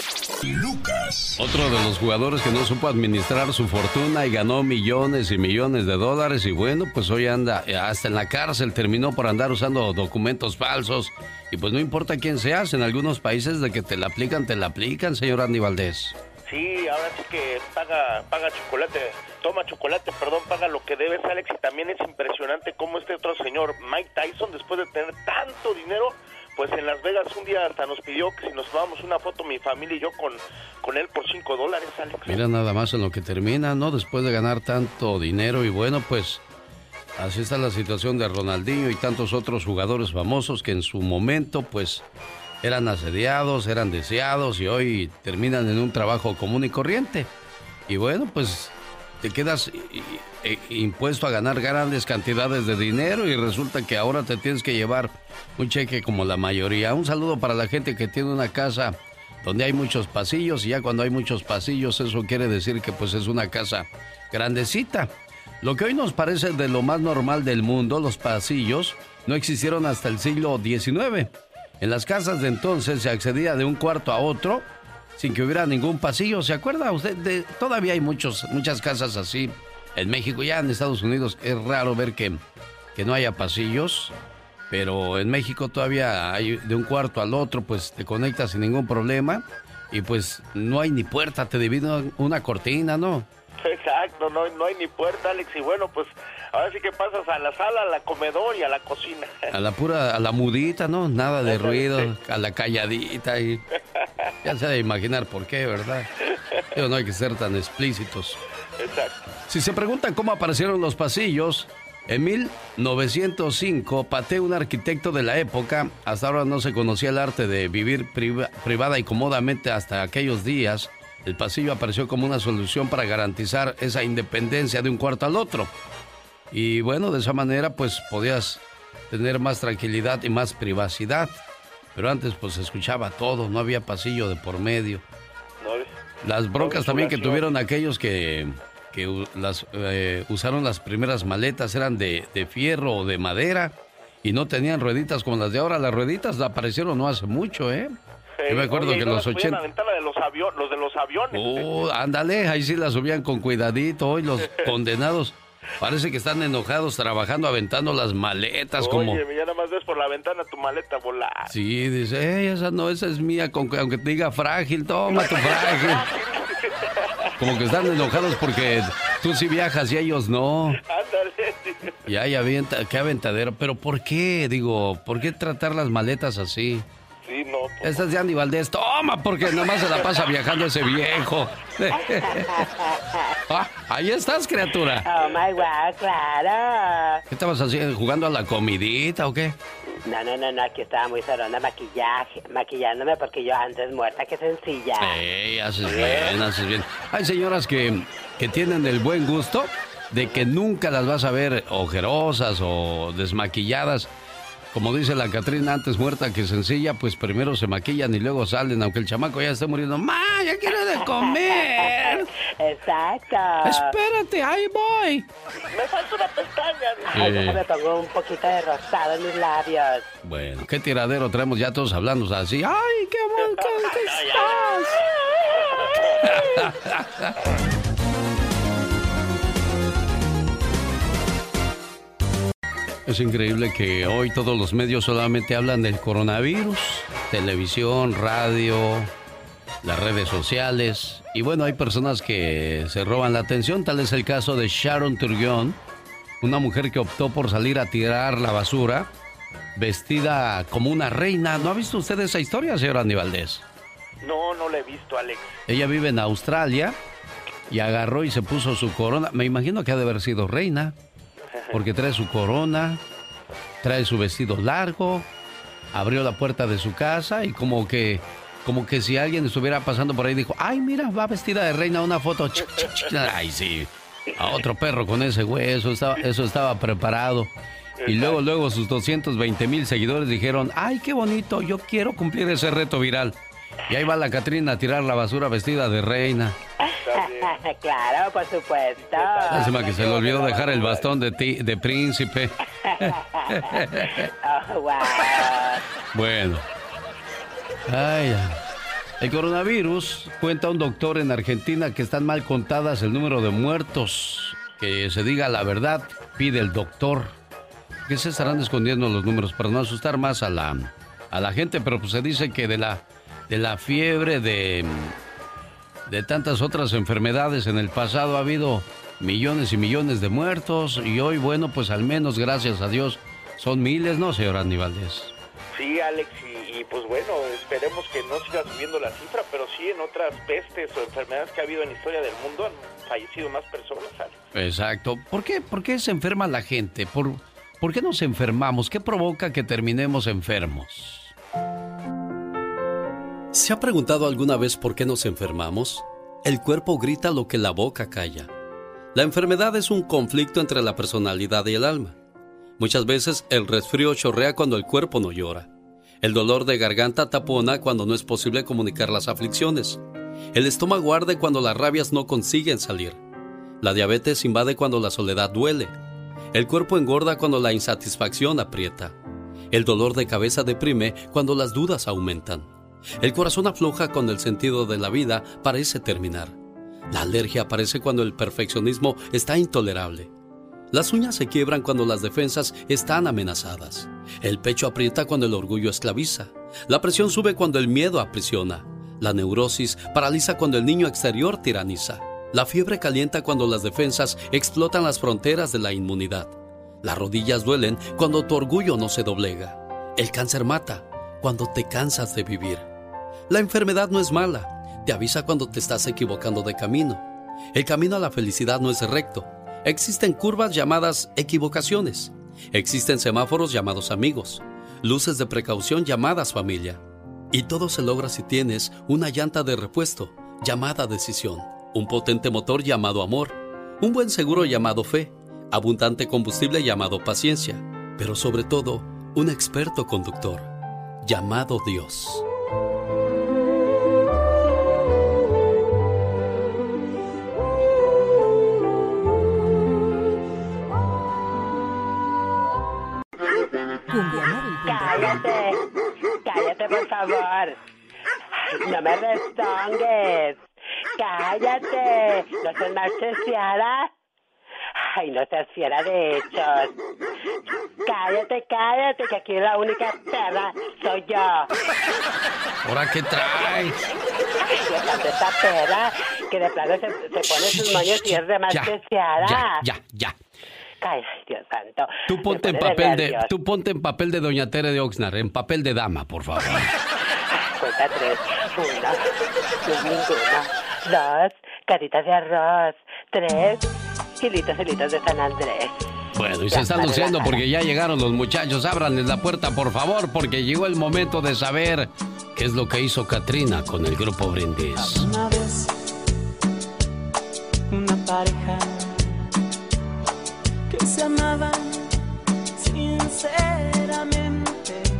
Lucas. Otro de los jugadores que no supo administrar su fortuna y ganó millones y millones de dólares y bueno, pues hoy anda hasta en la cárcel, terminó por andar usando documentos falsos y pues no importa quién seas, en algunos países de que te la aplican, te la aplican, señor Andy Valdés. Sí, ahora sí que paga paga chocolate, toma chocolate, perdón, paga lo que debes, Alex, y también es impresionante cómo este otro señor, Mike Tyson, después de tener tanto dinero, pues en Las Vegas un día hasta nos pidió que si nos tomamos una foto, mi familia y yo, con, con él por cinco dólares, Alex. Mira nada más en lo que termina, ¿no? Después de ganar tanto dinero y bueno, pues así está la situación de Ronaldinho y tantos otros jugadores famosos que en su momento, pues, eran asediados, eran deseados y hoy terminan en un trabajo común y corriente. Y bueno, pues te quedas impuesto a ganar grandes cantidades de dinero y resulta que ahora te tienes que llevar un cheque como la mayoría. Un saludo para la gente que tiene una casa donde hay muchos pasillos y ya cuando hay muchos pasillos eso quiere decir que pues es una casa grandecita. Lo que hoy nos parece de lo más normal del mundo, los pasillos, no existieron hasta el siglo diecinueve. En las casas de entonces se accedía de un cuarto a otro sin que hubiera ningún pasillo. ¿Se acuerda usted? De, todavía hay muchos, muchas casas así en México. Ya en Estados Unidos es raro ver que, que no haya pasillos. Pero en México todavía hay de un cuarto al otro, pues te conectas sin ningún problema. Y pues no hay ni puerta, te dividen una cortina, ¿no? Exacto, no, no hay ni puerta, Alex. Y bueno, pues ahora sí que pasas a la sala, a la comedor y a la cocina. A la pura, a la mudita, ¿no? Nada de ruido, a la calladita y... Ya se ha de imaginar por qué, ¿verdad? Pero no hay que ser tan explícitos. Exacto. Si se preguntan cómo aparecieron los pasillos, en mil novecientos cinco, Paté, un arquitecto de la época, hasta ahora no se conocía el arte de vivir priva, privada y cómodamente hasta aquellos días, el pasillo apareció como una solución para garantizar esa independencia de un cuarto al otro. Y bueno, de esa manera pues podías tener más tranquilidad y más privacidad. Pero antes pues se escuchaba todo, no había pasillo de por medio. Las broncas también que tuvieron aquellos que, que las, eh, usaron las primeras maletas eran de, de fierro o de madera y no tenían rueditas como las de ahora. Las rueditas aparecieron no hace mucho, ¿eh? Sí, yo me acuerdo oye, que no los ochenta... La ventana de los, avión, los de los aviones. Oh, ándale, ahí sí la subían con cuidadito. Hoy los condenados parece que están enojados trabajando, aventando las maletas. Oye, como... ya nada más ves por la ventana tu maleta volar. Sí, dice, hey, esa no, esa es mía, con, aunque te diga frágil, toma tu frágil. Como que están enojados porque tú sí viajas y ellos no. Ándale. Y hay aventa, qué aventadero. Pero ¿por qué? Digo, ¿por qué tratar las maletas así? Sí, no. Pues... Esta es de Andy Valdés. Toma, porque nomás se la pasa viajando ese viejo. Ah, ahí estás, criatura. Oh, my God, claro. ¿Qué estabas haciendo? ¿Jugando a la comidita o qué? No, no, no, no, aquí estaba muy cerrona maquillaje, maquillándome porque yo antes muerta que sencilla. Ey, haces bien, haces bien. Hay señoras que, que tienen el buen gusto de que nunca las vas a ver ojerosas o desmaquilladas. Como dice la Catrina, antes muerta que sencilla, pues primero se maquillan y luego salen, aunque el chamaco ya esté muriendo. ¡Ma, ya quiero de comer! Exacto. Espérate, ahí voy. Me falta una pestaña. Ay, eh. Me pongo un poquito de rosado en mis labios. Bueno, qué tiradero traemos ya todos hablando así. ¡Ay, qué mal que estás! Es increíble que hoy todos los medios solamente hablan del coronavirus, televisión, radio, las redes sociales. Y bueno, hay personas que se roban la atención. Tal es el caso de Sharon Turgeon, una mujer que optó por salir a tirar la basura vestida como una reina. ¿No ha visto usted esa historia, señor Andy Valdés? No, no la he visto, Alex. Ella vive en Australia y agarró y se puso su corona. Me imagino que ha de haber sido reina, porque trae su corona, trae su vestido largo, abrió la puerta de su casa y como que, como que si alguien estuviera pasando por ahí dijo, ay, mira, va vestida de reina, una foto. Ch, ch, ch. Ay, sí, a otro perro con ese güey, eso estaba, eso estaba preparado. Y luego, luego sus doscientos veinte mil seguidores dijeron, ay, qué bonito, yo quiero cumplir ese reto viral. Y ahí va la Catrina a tirar la basura vestida de reina. Claro, por supuesto. Lástima que se le olvidó dejar el bastón de, ti, de príncipe. Oh, wow. Bueno. Ay, el coronavirus, cuenta un doctor en Argentina que están mal contadas el número de muertos. Que se diga la verdad, pide el doctor. Que se estarán escondiendo los números para no asustar más a la, a la gente, pero pues se dice que de la, de la fiebre, de... de tantas otras enfermedades en el pasado ha habido millones y millones de muertos y hoy, bueno, pues al menos, gracias a Dios, son miles, ¿no, señor Andy Valdés? Sí, Alex, y, y pues bueno, esperemos que no siga subiendo la cifra, pero sí en otras pestes o enfermedades que ha habido en la historia del mundo han fallecido más personas, Alex. Exacto. ¿Por qué, por qué se enferma la gente? ¿Por, ¿Por qué nos enfermamos? ¿Qué provoca que terminemos enfermos? ¿Se ha preguntado alguna vez por qué nos enfermamos? El cuerpo grita lo que la boca calla. La enfermedad es un conflicto entre la personalidad y el alma. Muchas veces el resfrío chorrea cuando el cuerpo no llora. El dolor de garganta tapona cuando no es posible comunicar las aflicciones. El estómago arde cuando las rabias no consiguen salir. La diabetes invade cuando la soledad duele. El cuerpo engorda cuando la insatisfacción aprieta. El dolor de cabeza deprime cuando las dudas aumentan. El corazón afloja cuando el sentido de la vida parece terminar. La alergia aparece cuando el perfeccionismo está intolerable. Las uñas se quiebran cuando las defensas están amenazadas. El pecho aprieta cuando el orgullo esclaviza. La presión sube cuando el miedo aprisiona. La neurosis paraliza cuando el niño exterior tiraniza. La fiebre calienta cuando las defensas explotan las fronteras de la inmunidad. Las rodillas duelen cuando tu orgullo no se doblega. El cáncer mata cuando te cansas de vivir. La enfermedad no es mala, te avisa cuando te estás equivocando de camino. El camino a la felicidad no es recto. Existen curvas llamadas equivocaciones. Existen semáforos llamados amigos. Luces de precaución llamadas familia. Y todo se logra si tienes una llanta de repuesto llamada decisión, un potente motor llamado amor, un buen seguro llamado fe, abundante combustible llamado paciencia, pero sobre todo, un experto conductor llamado Dios. Cállate, cállate por favor. No me respongues. Cállate. No seas marchesiada. Ay, no seas fiera de hechos. Cállate, cállate, que aquí la única perra soy yo. ¿Ahora qué traes? Ay, tanto esta perra que de plano se, se pone sus moños y es de marchesiada. Ya, ya, ya. Ay, Dios santo. Tú ponte en papel de, tú ponte en papel de Doña Tere de Oxnard, en papel de dama, por favor. Cuenta tres. Una, ninguna. Dos, caritas de arroz. Tres, hilitos, hilitos de San Andrés. Bueno, y se están luciendo porque ya llegaron los muchachos. Ábranles la puerta, por favor, porque llegó el momento de saber qué es lo que hizo Katrina con el grupo Brindis. Una vez, una pareja que se amaban sinceramente.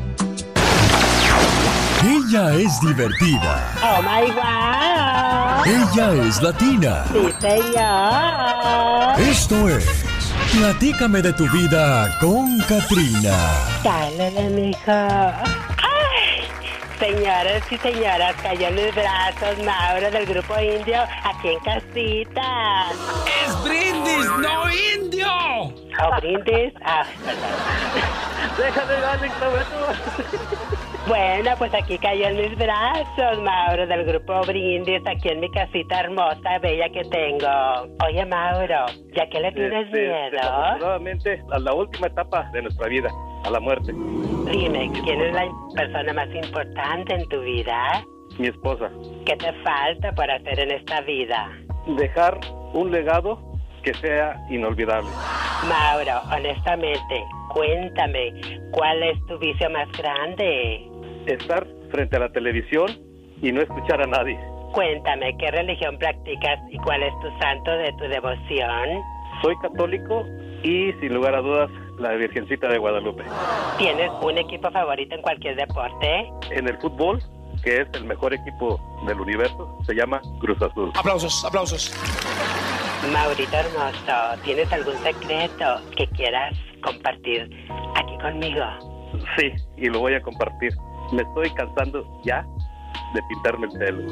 Ella es divertida. Oh my God. Ella es latina. Sí, señor. Esto es Platícame de tu vida con Katrina. Dale, mijo. Ay, señores y señoras, cayó en mis brazos Mauro del grupo Indio aquí en casita. ¡Es Brindis, no Indio! ¿Oh, Brindis? Ah, perdón. Déjame, Alex, no me Bueno, pues aquí cayó en mis brazos, Mauro, del grupo Brindis, aquí en mi casita hermosa, bella que tengo. Oye, Mauro, ¿ya qué le tienes Este, miedo? Desafortunadamente, a la última etapa de nuestra vida, a la muerte. Dime, ¿quién es la persona más importante en tu vida? Mi esposa. ¿Qué te falta por hacer en esta vida? Dejar un legado que sea inolvidable. Mauro, honestamente, cuéntame, ¿cuál es tu vicio más grande? Estar frente a la televisión y no escuchar a nadie. Cuéntame, ¿qué religión practicas y cuál es tu santo de tu devoción? Soy católico y, sin lugar a dudas, la Virgencita de Guadalupe. ¿Tienes un equipo favorito en cualquier deporte? En el fútbol, que es el mejor equipo del universo, se llama Cruz Azul. Aplausos, aplausos. Maurito hermoso, ¿tienes algún secreto que quieras compartir aquí conmigo? Sí, y lo voy a compartir. Me estoy cansando ya de pintarme el pelo.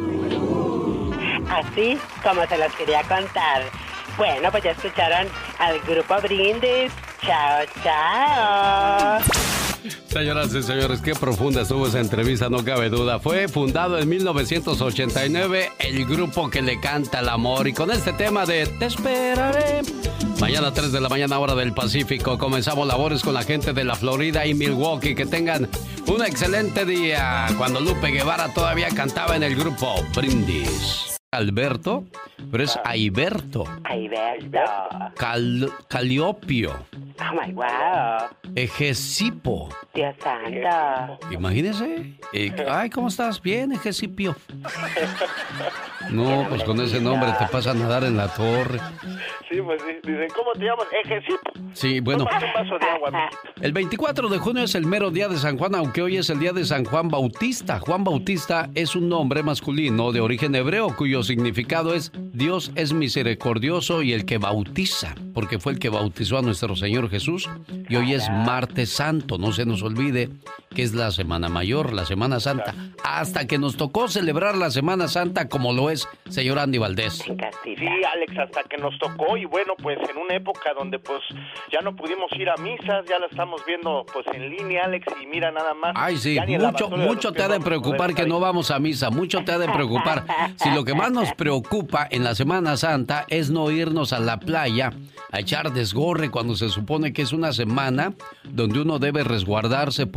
Así como se los quería contar. Bueno, pues ya escucharon al grupo Brindis. Chao, chao. Señoras y señores, qué profunda estuvo esa entrevista, no cabe duda. Fue fundado en mil novecientos ochenta y nueve el grupo que le canta el amor. Y con este tema de Te esperaré. Mañana tres de la mañana, hora del Pacífico. Comenzamos labores con la gente de la Florida y Milwaukee. Que tengan un excelente día. Cuando Lupe Guevara todavía cantaba en el grupo Brindis. Alberto, pero es Aiberto. Aiberto. Cal, Caliopio. Oh my wow. Egesipo. Dios santo. Imagínese. Eh, ay, ¿cómo estás? Bien, Egesipio. No, pues con ese nombre te pasan a nadar en la torre. Sí, pues sí. Dicen, ¿cómo te llamas? Ejecipo. Sí, bueno. Un vaso de agua. El veinticuatro de junio es el mero día de San Juan, aunque hoy es el día de San Juan Bautista. Juan Bautista es un nombre masculino de origen hebreo cuyo significado es Dios es misericordioso y el que bautiza, porque fue el que bautizó a nuestro Señor Jesús. Y hoy es Martes Santo, no se nos olvide que es la Semana Mayor, la Semana Santa. Hasta que nos tocó celebrar la Semana Santa como lo es, señor Andy Valdés. Sí, Alex, hasta que nos tocó. Y bueno, pues en una época donde pues ya no pudimos ir a misas, ya la estamos viendo pues en línea, Alex, y mira nada más. Ay, sí, mucho, mucho te ha de preocupar que no vamos a misa, mucho te ha de preocupar. Si lo que más nos preocupa en la Semana Santa es no irnos a la playa a echar desgorre cuando se supone que es una semana donde uno debe resguardarse por respeto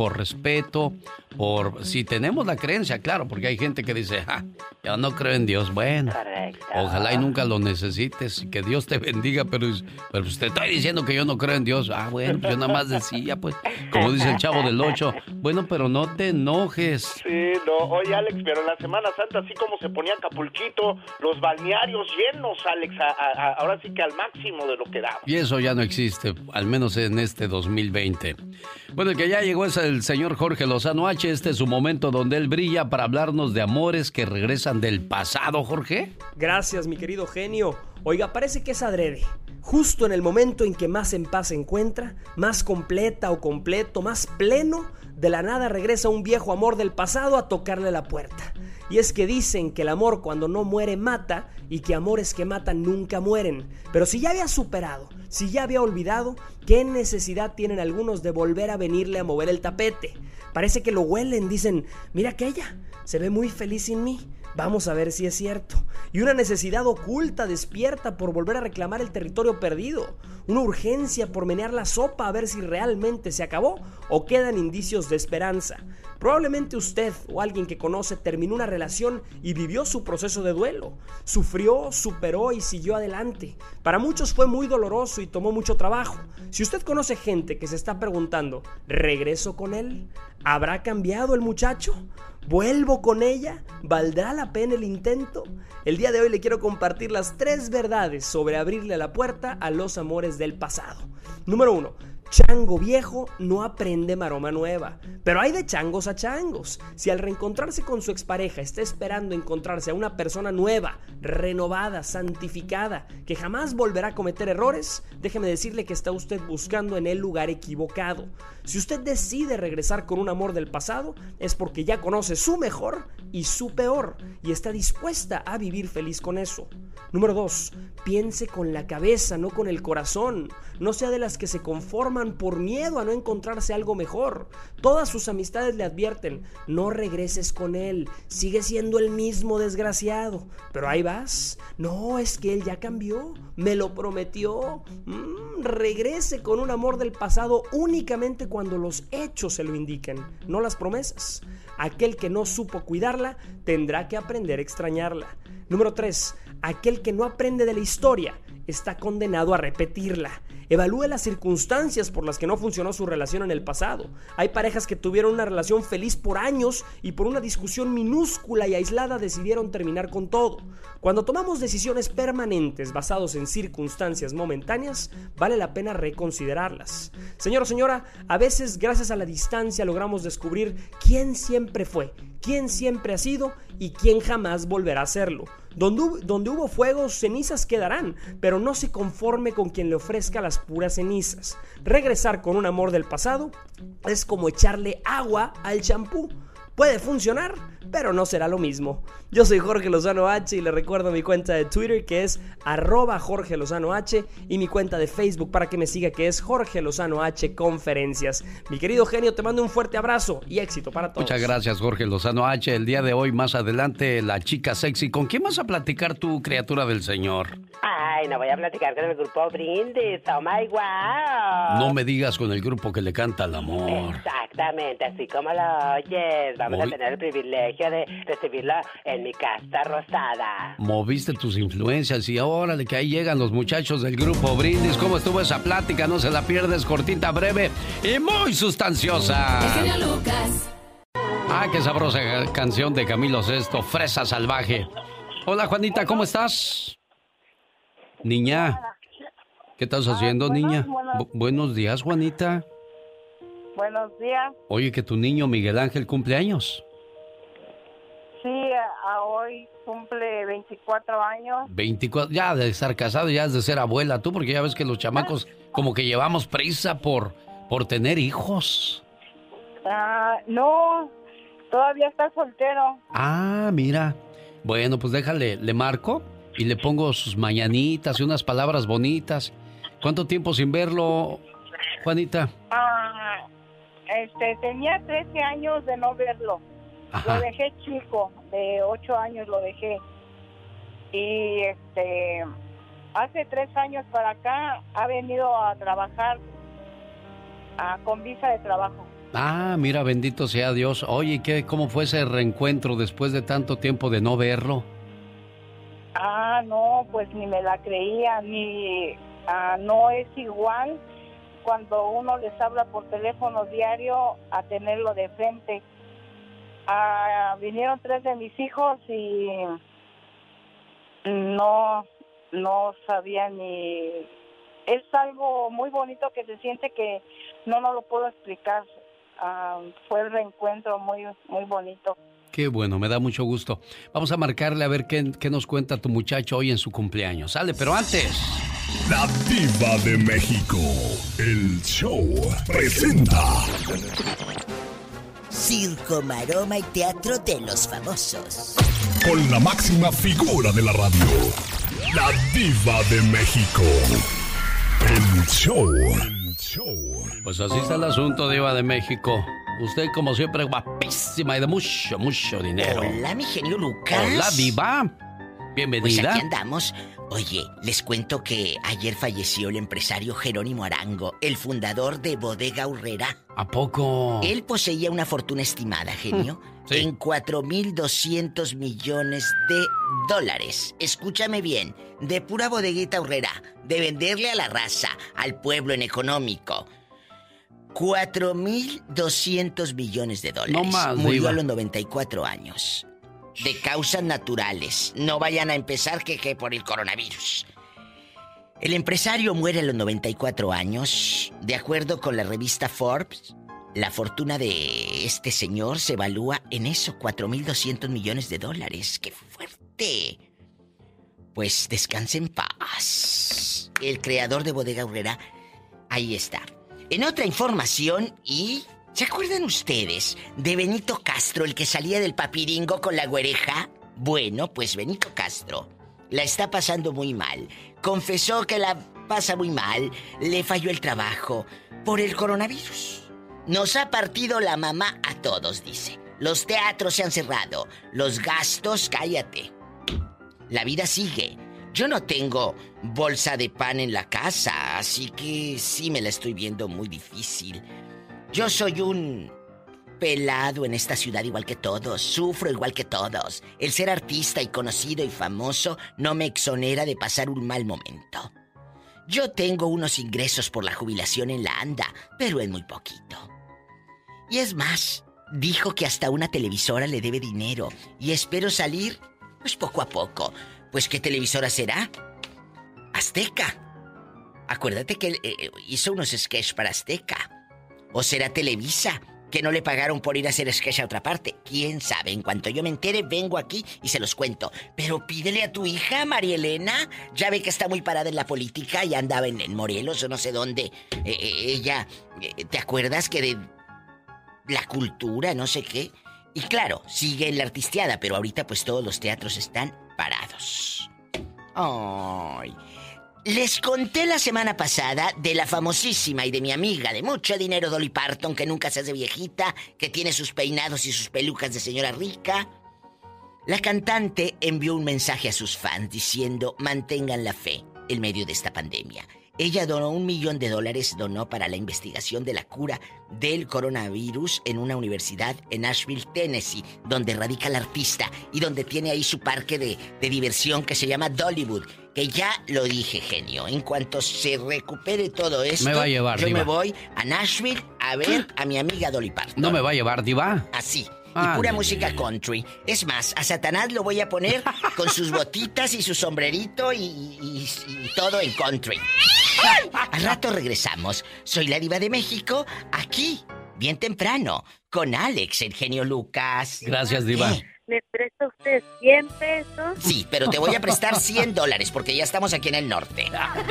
respeto, por si tenemos la creencia, claro, porque hay gente que dice, ah, yo no creo en Dios. Bueno, correcto. Ojalá y nunca lo necesites, que Dios te bendiga, pero, pero pues te estoy diciendo que yo no creo en Dios. Ah, bueno, pues yo nada más decía, pues, como dice el Chavo del Ocho, bueno, pero no te enojes. Sí, no, oye Alex, pero en la Semana Santa, así como se ponía Acapulquito, los balnearios llenos, Alex, a, a, a, ahora sí que al máximo de lo que daba. Y eso ya no existe, al menos en este dos mil veinte. Bueno, el que ya llegó es el señor Jorge Lozano H. Este es su momento donde él brilla para hablarnos de amores que regresan del pasado, Jorge. Gracias, mi querido genio. Oiga, parece que es adrede. Justo en el momento en que más en paz se encuentra, más completa o completo, más pleno, de la nada regresa un viejo amor del pasado a tocarle la puerta. Y es que dicen que el amor cuando no muere mata y que amores que matan nunca mueren. Pero si ya había superado, si ya había olvidado, ¿qué necesidad tienen algunos de volver a venirle a mover el tapete? Parece que lo huelen, dicen, mira aquella, se ve muy feliz sin mí. Vamos a ver si es cierto. Y una necesidad oculta despierta por volver a reclamar el territorio perdido. Una urgencia por menear la sopa a ver si realmente se acabó o quedan indicios de esperanza. Probablemente usted o alguien que conoce terminó una relación y vivió su proceso de duelo. Sufrió, superó y siguió adelante. Para muchos fue muy doloroso y tomó mucho trabajo. Si usted conoce gente que se está preguntando, ¿regreso con él? ¿Habrá cambiado el muchacho? ¿Vuelvo con ella? ¿Valdrá la pena el intento? El día de hoy le quiero compartir las tres verdades sobre abrirle la puerta a los amores del pasado. Número uno. Chango viejo no aprende maroma nueva. Pero hay de changos a changos. Si al reencontrarse con su expareja está esperando encontrarse a una persona nueva, renovada, santificada, que jamás volverá a cometer errores, déjeme decirle que está usted buscando en el lugar equivocado. Si usted decide regresar con un amor del pasado, es porque ya conoce su mejor y su peor, y está dispuesta a vivir feliz con eso. Número dos. Piense con la cabeza, no con el corazón. No sea de las que se conforman por miedo a no encontrarse algo mejor. Todas sus amistades le advierten, no regreses con él, sigue siendo el mismo desgraciado. Pero ahí vas, no, es que él ya cambió, me lo prometió. Mm, regrese con un amor del pasado únicamente cuando los hechos se lo indiquen, no las promesas. Aquel que no supo cuidarla tendrá que aprender a extrañarla. Número tres. Aquel que no aprende de la historia está condenado a repetirla. Evalúe las circunstancias por las que no funcionó su relación en el pasado. Hay parejas que tuvieron una relación feliz por años y por una discusión minúscula y aislada decidieron terminar con todo. Cuando tomamos decisiones permanentes basadas en circunstancias momentáneas, vale la pena reconsiderarlas. Señor o señora, a veces gracias a la distancia logramos descubrir quién siempre fue, quién siempre ha sido y quién jamás volverá a serlo. Donde, donde hubo fuego, cenizas quedarán, pero no se conforme con quien le ofrezca las puras cenizas. Regresar con un amor del pasado es como echarle agua al champú. Puede funcionar, pero no será lo mismo. Yo soy Jorge Lozano H y le recuerdo mi cuenta de Twitter que es arroba Jorge Lozano H y mi cuenta de Facebook para que me siga que es Jorge Lozano H Conferencias. Mi querido genio, te mando un fuerte abrazo y éxito para todos. Muchas gracias, Jorge Lozano H. El día de hoy, más adelante, la chica sexy. ¿Con quién vas a platicar tú, criatura del Señor? Ay, no voy a platicar con el grupo Brindis. Oh my wow. No me digas con el grupo que le canta el amor. Exactamente, así como lo oyes. Vamos Movi- a tener el privilegio de recibirlo en mi casa rosada. Moviste tus influencias y órale que ahí llegan los muchachos del grupo Brindis. ¿Cómo estuvo esa plática? No se la pierdes, cortita, breve y muy sustanciosa. El genio Lucas. Ah, qué sabrosa canción de Camilo Sesto, Fresa Salvaje. Hola, Juanita, ¿cómo estás? Niña, ¿qué estás haciendo, buenos, niña? buenos. Bu- buenos días, Juanita. Buenos días. Oye, que tu niño Miguel Ángel cumple años. Sí, a, a hoy cumple veinticuatro años. veinticuatro, ya de estar casado, ya has de ser abuela tú, porque ya ves que los chamacos como que llevamos prisa por, por tener hijos. Ah, no, todavía está soltero. Ah, mira. Bueno, pues déjale, le marco y le pongo sus mañanitas y unas palabras bonitas. ¿Cuánto tiempo sin verlo, Juanita? Ah, este, tenía trece años de no verlo. Ajá. Lo dejé chico, de ocho años lo dejé. Y este, hace tres años para acá ha venido a trabajar ah, con visa de trabajo. Ah, mira, bendito sea Dios. Oye, ¿qué, ¿cómo fue ese reencuentro después de tanto tiempo de no verlo? Ah, no, pues ni me la creía, ni ah, no es igual cuando uno les habla por teléfono diario a tenerlo de frente. Ah, vinieron tres de mis hijos y no, no sabía ni... Es algo muy bonito que se siente que no, no lo puedo explicar. Ah, fue el reencuentro muy, muy bonito. Qué bueno, me da mucho gusto. Vamos a marcarle a ver qué, qué nos cuenta tu muchacho hoy en su cumpleaños. Sale, pero antes... La Diva de México, el show presenta... Circo, maroma y teatro de los famosos. Con la máxima figura de la radio, la Diva de México, el show. El show. Pues así está el asunto, Diva de México. Usted, como siempre, guapísima y de mucho, mucho dinero. Hola, mi genio Lucas. Hola, Diva. Bienvenida. Pues aquí andamos. Oye, les cuento que ayer falleció el empresario Jerónimo Arango, el fundador de Bodega Aurrera. ¿A poco? Él poseía una fortuna estimada, genio, sí, en cuatro mil doscientos millones de dólares. Escúchame bien, de pura bodeguita Aurrera, de venderle a la raza, al pueblo en económico. cuatro mil doscientos millones de dólares. No más, Murió Diva. a los noventa y cuatro años. De causas naturales. No vayan a empezar que, que por el coronavirus. El empresario muere a los noventa y cuatro años. De acuerdo con la revista Forbes, la fortuna de este señor se evalúa en eso, cuatro mil doscientos millones de dólares. ¡Qué fuerte! Pues descanse en paz. El creador de Bodega Aurrera, ahí está. En otra información y... ¿Se acuerdan ustedes de Benito Castro, el que salía del papiringo con la güereja? Bueno, pues Benito Castro la está pasando muy mal. Confesó que la pasa muy mal, le falló el trabajo por el coronavirus. Nos ha partido la mamá a todos, dice. Los teatros se han cerrado, los gastos, cállate. La vida sigue. Yo no tengo bolsa de pan en la casa, así que sí me la estoy viendo muy difícil. Yo soy un pelado en esta ciudad igual que todos, sufro igual que todos. El ser artista y conocido y famoso no me exonera de pasar un mal momento. Yo tengo unos ingresos por la jubilación en la ANDA, pero es muy poquito. Y es más, dijo que hasta una televisora le debe dinero y espero salir, pues poco a poco. Pues ¿qué televisora será? Azteca. Acuérdate que eh, hizo unos sketches para Azteca. ¿O será Televisa, que no le pagaron por ir a hacer sketch a otra parte? ¿Quién sabe? En cuanto yo me entere, vengo aquí y se los cuento. Pero pídele a tu hija, María Elena. Ya ve que está muy parada en la política y andaba en, en Morelos o no sé dónde. Eh, eh, ella, eh, ¿te acuerdas que de la cultura, no sé qué? Y claro, sigue en la artisteada, pero ahorita pues todos los teatros están parados. ¡Ay! Les conté la semana pasada de la famosísima y de mi amiga de mucho dinero Dolly Parton, que nunca se hace viejita, que tiene sus peinados y sus pelucas de señora rica. La cantante envió un mensaje a sus fans diciendo: mantengan la fe en medio de esta pandemia. Ella donó un millón de dólares, donó para la investigación de la cura del coronavirus en una universidad en Nashville, Tennessee, donde radica la artista y donde tiene ahí su parque de, de diversión que se llama Dollywood. Que ya lo dije, genio. En cuanto se recupere todo esto, me va a llevar, yo Diva. me voy a Nashville a ver a mi amiga Dolly Parton. ¿No me va a llevar, Diva? Así. Ah, y pura de música Dios. country. Es más, a Satanás lo voy a poner con sus botitas y su sombrerito y, y, y todo en country. Al rato regresamos. Soy la Diva de México, aquí, bien temprano, con Alex, el genio Lucas. Gracias, Diva. ¿Eh? ¿Me presta usted cien pesos? Sí, pero te voy a prestar cien dólares porque ya estamos aquí en el norte.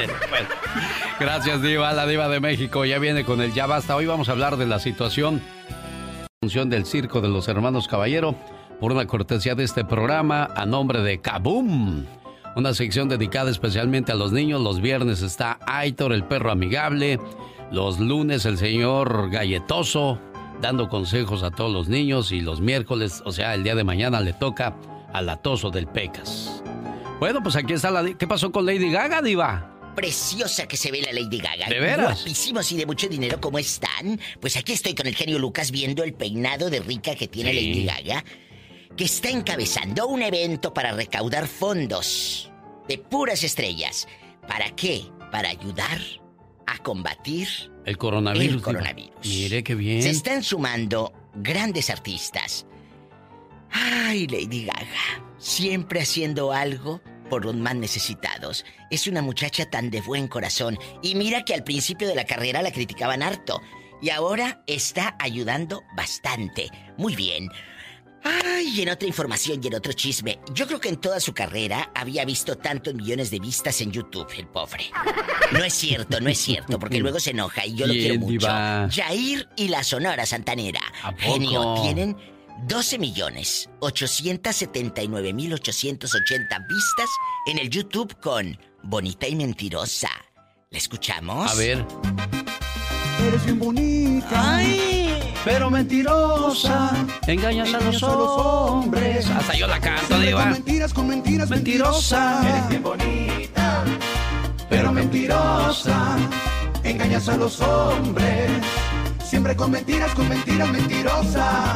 Gracias, Diva. La Diva de México ya viene con el Ya Basta. Hoy vamos a hablar de la situación función del Circo de los Hermanos Caballero por una cortesía de este programa a nombre de Kaboom. Una sección dedicada especialmente a los niños. Los viernes está Aitor, el perro amigable. Los lunes el señor Galletoso, dando consejos a todos los niños. Y los miércoles, o sea, el día de mañana, le toca al Atoso del Pecas. Bueno, pues aquí está la... ¿Qué pasó con Lady Gaga, Diva? preciosa que se ve la Lady Gaga. ¿De veras? Guapísimos y de mucho dinero, ¿cómo están? Pues aquí estoy con el genio Lucas viendo el peinado de rica que tiene Sí. Lady Gaga, que está encabezando un evento para recaudar fondos de puras estrellas. ¿Para qué? Para ayudar a combatir El coronavirus. el coronavirus. Mire qué bien. Se están sumando grandes artistas. Ay, Lady Gaga, siempre haciendo algo por los más necesitados. Es una muchacha tan de buen corazón. Y mira que al principio de la carrera la criticaban harto. Y ahora está ayudando bastante. Muy bien. Ay, y en otra información y en otro chisme, yo creo que en toda su carrera había visto tantos millones de vistas en YouTube, el pobre. No es cierto, no es cierto, porque luego se enoja y yo lo Bien, quiero mucho. diva. Jair y la Sonora Santanera. ¿A poco? Genio, tienen doce millones ochocientos setenta y nueve mil ochocientos ochenta vistas en el YouTube con Bonita y Mentirosa. ¿La escuchamos? A ver. Eres bien bonita. Ay, pero mentirosa. Engañas a los hombres. Hasta yo la canto, diva. Con mentiras, con mentiras, mentirosa. Eres bien bonita, pero mentirosa. Engañas a los hombres. Siempre con mentiras, con mentiras, mentirosa.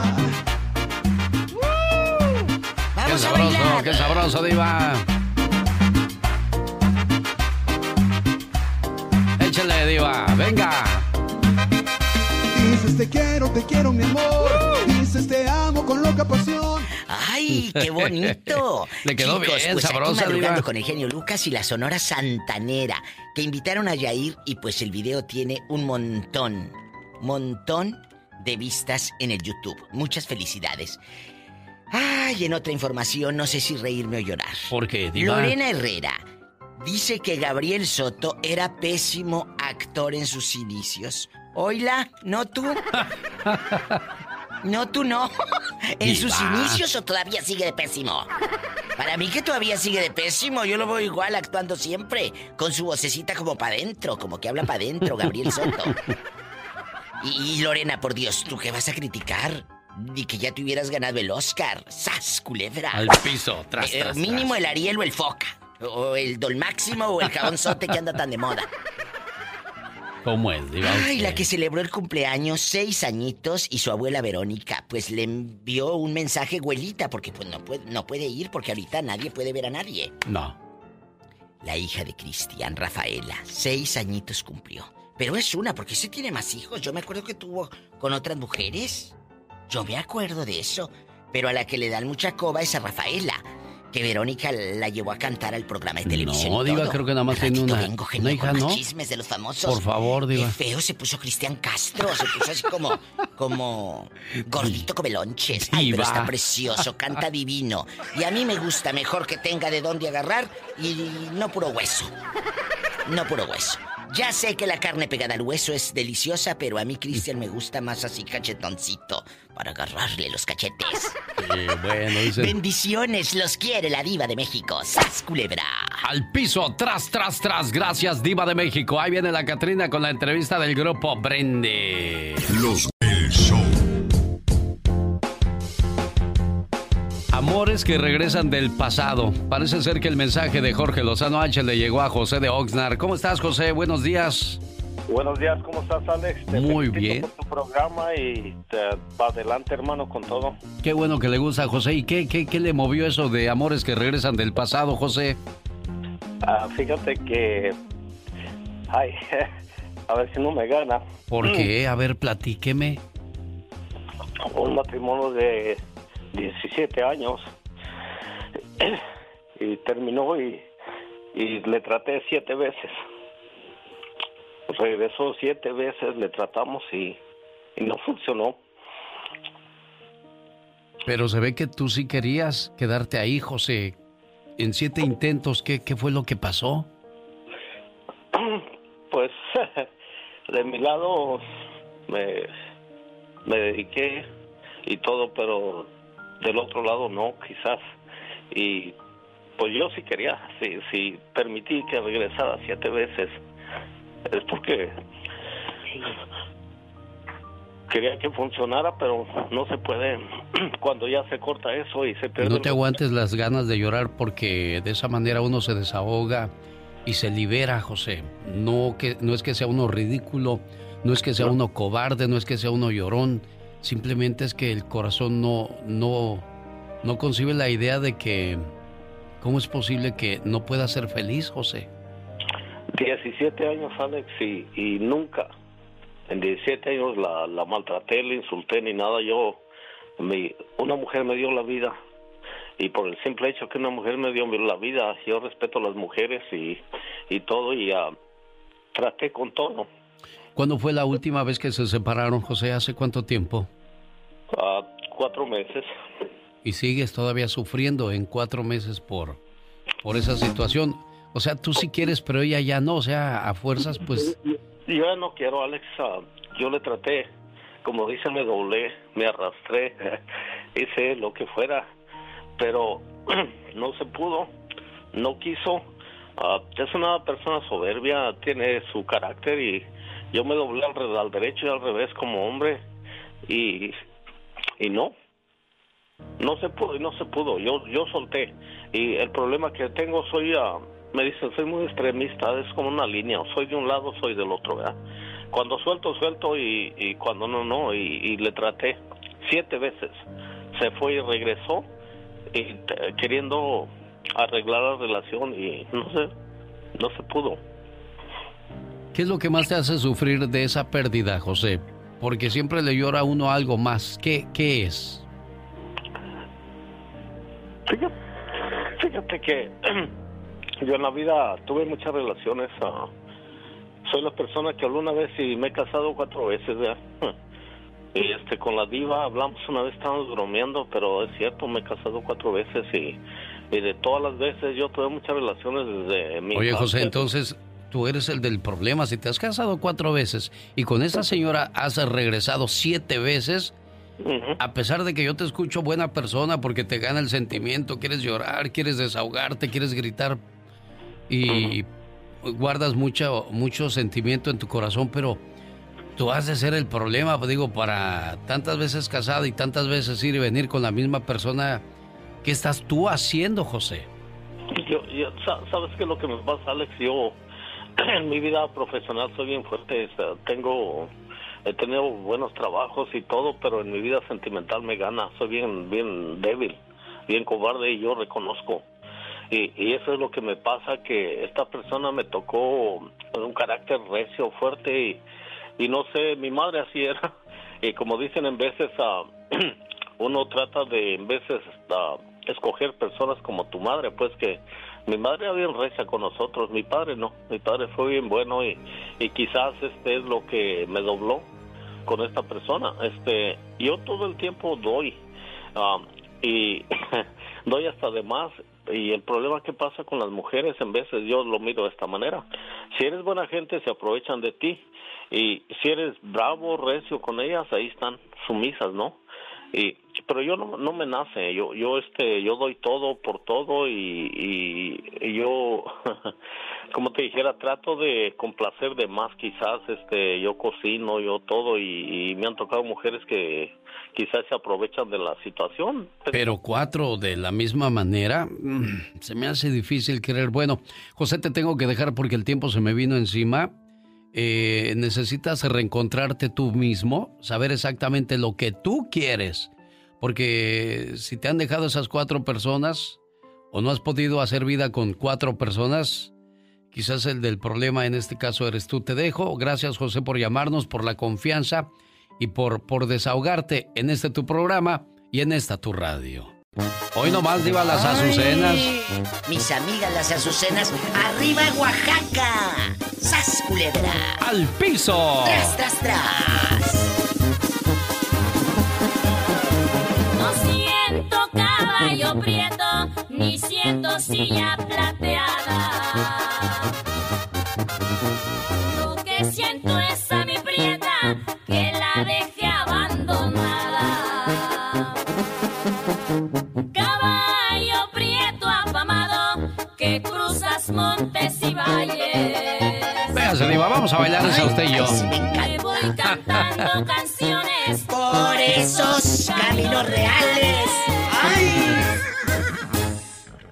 Qué sabroso, qué sabroso, diva. Échale, diva, venga. Dices te quiero, te quiero mi amor. Dices te amo con loca pasión. ¡Ay, qué bonito! Le quedó Chicos, bien, pues sabrosa, aquí madrugando diva. con el genio Lucas y la Sonora Santanera, que invitaron a Yair y pues el video tiene un montón, montón de vistas en el YouTube. Muchas felicidades. Ay, en otra información, no sé si reírme o llorar. ¿Por qué, diva? Lorena Herrera dice que Gabriel Soto era pésimo actor en sus inicios. Oila, ¿no tú? No, tú no. ¿En Diva. sus inicios o todavía sigue de pésimo? Para mí que todavía sigue de pésimo. Yo lo veo igual actuando siempre, con su vocecita como para adentro, como que habla para adentro, Gabriel Soto. Y, y Lorena, por Dios, ¿tú qué vas a criticar? Ni que ya te hubieras ganado el Oscar. ¡Sas, culebra! Al piso, tras, Eh, tras, mínimo tras. el Ariel o el Foca. O el Dol Máximo o el Jabonzote que anda tan de moda. ¿Cómo es, diva? Ay, usted? la que celebró el cumpleaños, seis añitos, y su abuela Verónica, pues le envió un mensaje, güelita, porque pues no puede, no puede ir, porque ahorita nadie puede ver a nadie. No. La hija de Cristian, Rafaela, seis añitos cumplió. Pero es una, porque sí tiene más hijos. Yo me acuerdo que tuvo con otras mujeres. Yo me acuerdo de eso. Pero a la que le dan mucha coba es a Rafaela, que Verónica la llevó a cantar al programa de televisión. No, y diva, todo. creo que nada más Al tiene ratito una, vengo, genio, una hija, con ¿no? más chismes de los famosos. Por favor, diva. Qué feo se puso Cristian Castro. Se puso así como, como gordito come lonches. Ay, pero Diva. está precioso, canta divino. Y a mí me gusta mejor que tenga de dónde agarrar y no puro hueso. No puro hueso. Ya sé que la carne pegada al hueso es deliciosa, pero a mí, Cristian, me gusta más así cachetoncito para agarrarle los cachetes. Eh, bueno, dice. Bendiciones, los quiere la diva de México. ¡Sas, culebra! Al piso, tras, tras, tras. Gracias, diva de México. Ahí viene la Catrina con la entrevista del grupo Brende. Los El Show. Amores que regresan del pasado. Parece ser que el mensaje de Jorge Lozano H le llegó a José de Oxnard. ¿Cómo estás, José? Buenos días. Buenos días, ¿cómo estás, Alex? Te Muy felicito bien. por tu programa y te va adelante, hermano, con todo. Qué bueno que le gusta a José. ¿Y qué, qué, qué le movió eso de amores que regresan del pasado, José? Ah, fíjate que... Ay, a ver si no me gana. ¿Por qué? A ver, platíqueme. Un matrimonio de diecisiete años y terminó y, y le traté siete veces. Regresó siete veces, le tratamos y, y no funcionó. Pero se ve que tú sí querías quedarte ahí, José. En siete intentos, ¿qué, qué fue lo que pasó? Pues de mi lado me, me dediqué y todo, pero del otro lado no, quizás. Y pues yo sí quería, sí, sí permití que regresara siete veces. Es porque quería que funcionara, pero no se puede cuando ya se corta eso y se pierde. No te el- aguantes las ganas de llorar porque de esa manera uno se desahoga y se libera, José. No, que, no es que sea uno ridículo, no es que sea uno cobarde, no es que sea uno llorón, simplemente es que el corazón no, no, no concibe la idea de que, ¿cómo es posible que no pueda ser feliz, José? diecisiete años, Alex, y, y nunca, en diecisiete años la, la maltraté, la insulté ni nada. Yo, mi, una mujer me dio la vida, y por el simple hecho que una mujer me dio la vida, yo respeto a las mujeres y, y todo, y uh, traté con todo. ¿Cuándo fue la última vez que se separaron, José? ¿Hace cuánto tiempo? Uh, cuatro meses. ¿Y sigues todavía sufriendo en cuatro meses por, por esa situación? O sea, tú sí quieres, pero ella ya no, o sea, a fuerzas, pues... Yo ya no quiero, Alex. Uh, yo le traté, como dicen, me doblé, me arrastré, hice lo que fuera, pero no se pudo, no quiso. Uh, es una persona soberbia, tiene su carácter, y yo me doblé al, al derecho y al revés como hombre, y, y no, no se pudo, y no se pudo, yo yo solté. Y el problema que tengo, soy, uh, me dicen, soy muy extremista, es como una línea, soy de un lado, soy del otro, ¿verdad? Cuando suelto, suelto, y, y cuando no, no, y, y le traté siete veces, se fue y regresó, y eh, queriendo arreglar la relación, y no sé, no se pudo. ¿Qué es lo que más te hace sufrir de esa pérdida, José? Porque siempre le llora a uno algo más. ¿Qué, qué es? Fíjate, fíjate que yo en la vida tuve muchas relaciones. Uh, soy la persona que habló una vez y me he casado cuatro veces, ¿verdad? Y este, con la diva hablamos una vez, estábamos bromeando, pero es cierto, me he casado cuatro veces, y, y de todas las veces yo tuve muchas relaciones desde mi... Oye, José, infancia. entonces tú eres el del problema. Si te has casado cuatro veces y con esa señora has regresado siete veces, uh-huh. A pesar de que yo te escucho buena persona porque te gana el sentimiento, quieres llorar, quieres desahogarte, quieres gritar y uh-huh. guardas mucho, mucho sentimiento en tu corazón, pero... Tú has de ser el problema, digo, para tantas veces casado y tantas veces ir y venir con la misma persona. ¿Qué estás tú haciendo, José? Yo, yo, ¿Sabes qué es lo que me pasa, Alex? Yo, en mi vida profesional soy bien fuerte. O sea, tengo, he tenido buenos trabajos y todo, pero en mi vida sentimental me gana. Soy bien, bien débil, bien cobarde, y yo reconozco. Y, y eso es lo que me pasa, que esta persona me tocó con un carácter recio, fuerte, y... Y no sé, mi madre así era. Y como dicen, en veces uh, uno trata de, en veces, uh, escoger personas como tu madre, pues que mi madre era bien recia con nosotros, mi padre no. Mi padre fue bien bueno, y, y quizás este es lo que me dobló con esta persona. Este, yo todo el tiempo doy, uh, y doy hasta de más. Y el problema que pasa con las mujeres, en veces yo lo miro de esta manera: si eres buena gente, se aprovechan de ti, y si eres bravo, recio con ellas, ahí están sumisas, ¿no? Y pero yo no, no me nace, yo yo este yo doy todo por todo, y, y, y yo como te dijera, trato de complacer de más. Quizás este yo cocino, yo todo, y, y me han tocado mujeres que quizás se aprovechan de la situación. Pero cuatro de la misma manera, se me hace difícil creer. Bueno, José, te tengo que dejar porque el tiempo se me vino encima. Eh, necesitas reencontrarte tú mismo, saber exactamente lo que tú quieres. Porque si te han dejado esas cuatro personas, o no has podido hacer vida con cuatro personas, quizás el del problema en este caso eres tú. Te dejo. Gracias, José, por llamarnos, por la confianza y por, por desahogarte en este tu programa y en esta tu radio. Hoy nomás, Diva, las Azucenas. Mis amigas las Azucenas, arriba Oaxaca. ¡Sas, culebra! ¡Al piso! ¡Tras, tras, tras! No siento caballo prieto, ni siento silla plateada. Lo que siento es a mi prieta, que la dejé abandonada. Caballo prieto afamado, que cruzas montes y valles. Véase, Diva, vamos a bailar esa usted y yo. Me voy cantando canciones por esos caminos reales. ¡Ay!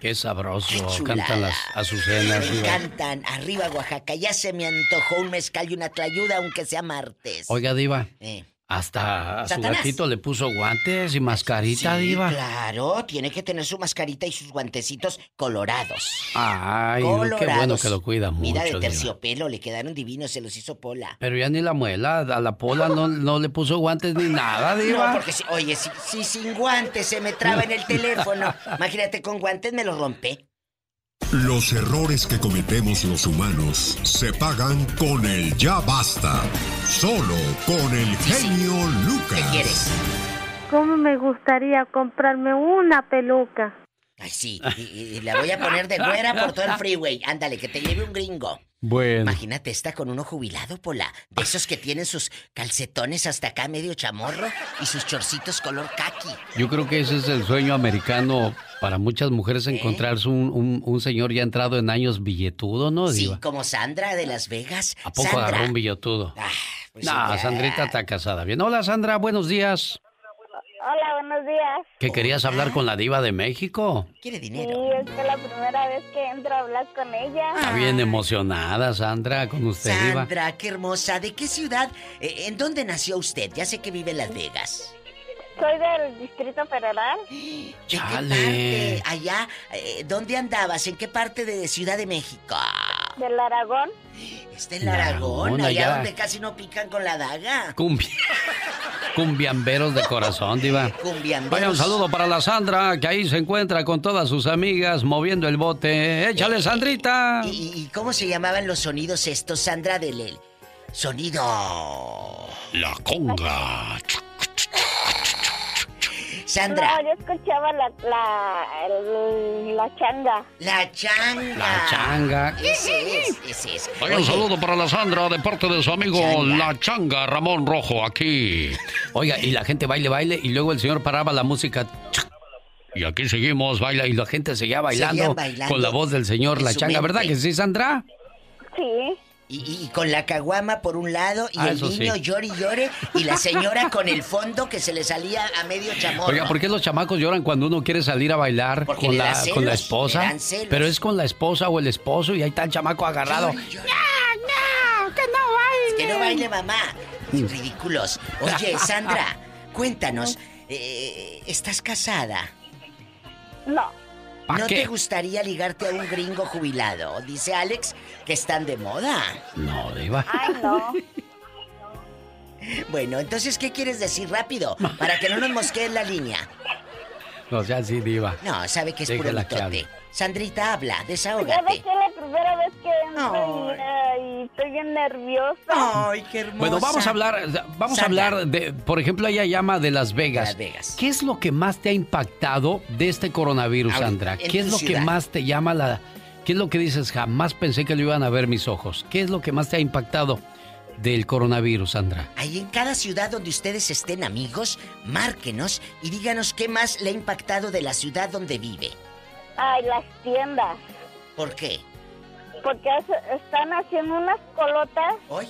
Qué sabroso. Qué chulada. Cantan las azucenas. Me Diva. encantan. Arriba, Oaxaca. Ya se me antojó un mezcal y una tlayuda, aunque sea martes. Oiga, Diva. Eh. Hasta a su Satanás. gatito le puso guantes y mascarita, Sí, Diva. claro. Tiene que tener su mascarita y sus guantecitos colorados. Ay, Colorados. qué bueno que lo cuida mucho, Mira, de Diva. terciopelo. Le quedaron divinos. Se los hizo Pola. Pero ya ni la muela, a la Pola no, no le puso guantes ni nada, Diva. No, porque si, oye, si, si sin guantes se me traba en el teléfono, imagínate con guantes me lo rompe. Los errores que cometemos los humanos se pagan con el ya basta. Solo con el genio Lucas. ¿Qué quieres? ¿Cómo me gustaría comprarme una peluca? Ay, sí, y, y la voy a poner de güera por todo el freeway. Ándale, que te lleve un gringo. Bueno. Imagínate esta con uno jubilado, Pola. De esos que tienen sus calcetones hasta acá medio chamorro y sus chorcitos color caqui. Yo creo que ese es el sueño americano para muchas mujeres, encontrarse un, un, un señor ya entrado en años billetudo, ¿no, Diva? Sí, como Sandra de Las Vegas. ¿A poco Sandra. agarró un billetudo? pues no, sí, ya. Sandrita está casada bien. Hola, Sandra, buenos días. Hola, buenos días. ¿Que querías hablar con la Diva de México? Quiere Sí, es que la primera vez que entro a hablar con ella. Está bien emocionada, Sandra, con usted, Diva. Sandra, qué hermosa. ¿De qué ciudad? Eh, ¿En dónde nació usted? Ya sé que vive en Las Vegas. Soy del Distrito Federal. ¿De Chale. qué parte? Allá, eh, ¿dónde andabas? ¿En qué parte de Ciudad de México? Del Aragón. Está en Aragón, Aragón, allá, allá. donde casi no pican con la daga. Cumbia. Cumbiamberos de corazón, Diva. Cumbiamberos. Vaya, un saludo para la Sandra, que ahí se encuentra con todas sus amigas moviendo el bote. ¡Échale, Sandrita! ¿Y, y cómo se llamaban los sonidos estos, Sandra, del el sonido? La conga. Sandra. No, yo escuchaba la, la, el- la changa. La changa. La changa. Ese es, ese es. Vaya, un Oye, saludo para la Sandra de parte de su amigo Changa. La Changa Ramón Rojo aquí. Oiga, y la gente baile, baile, y luego el señor paraba la música. Y aquí seguimos, baila, y la gente seguía bailando, Seguían bailando con la voz del señor en La su Changa, mente. ¿verdad que sí, Sandra? Sí. Y, y- y con la caguama por un lado y Ah, el eso niño sí. llore y llore y la señora con el fondo que se le salía a medio chamorro. Oiga, ¿por qué los chamacos lloran cuando uno quiere salir a bailar Porque con le da la, celos, con la le esposa? dan celos. Pero es con la esposa o el esposo y ahí está el chamaco agarrado. Llore, llore. Que no baile, mamá. Ridículos. Oye, Sandra, cuéntanos, eh, ¿estás casada? No. ¿Pa ¿No qué? te gustaría ligarte a un gringo jubilado? Dice Alex que están de moda. No, Diva. Ay, no. Bueno, entonces, ¿qué quieres decir rápido? Para que no nos mosqueen la línea. No sea así, Diva. No, sabe que es puro Déjala que mitote. hable. Sandrita, habla, Ya ves desahógate. que es la primera vez que entro y, eh, y estoy bien nerviosa. Ay, qué hermosa. Bueno, vamos a hablar, vamos a Sandra. hablar de, por ejemplo, ella llama de Las Vegas. Las Vegas. ¿Qué es lo que más te ha impactado de este coronavirus, Ahorita, Sandra? en ¿Qué es tu lo ciudad. que más te llama la... ¿Qué es lo que dices? Jamás pensé que lo iban a ver mis ojos. ¿Qué es lo que más te ha impactado del coronavirus, Sandra? Ahí en cada ciudad donde ustedes estén, amigos, márquenos y díganos qué más le ha impactado de la ciudad donde vive. Ay, las tiendas. ¿Por qué? Porque hace- están haciendo unas colotas. ¿Hoy?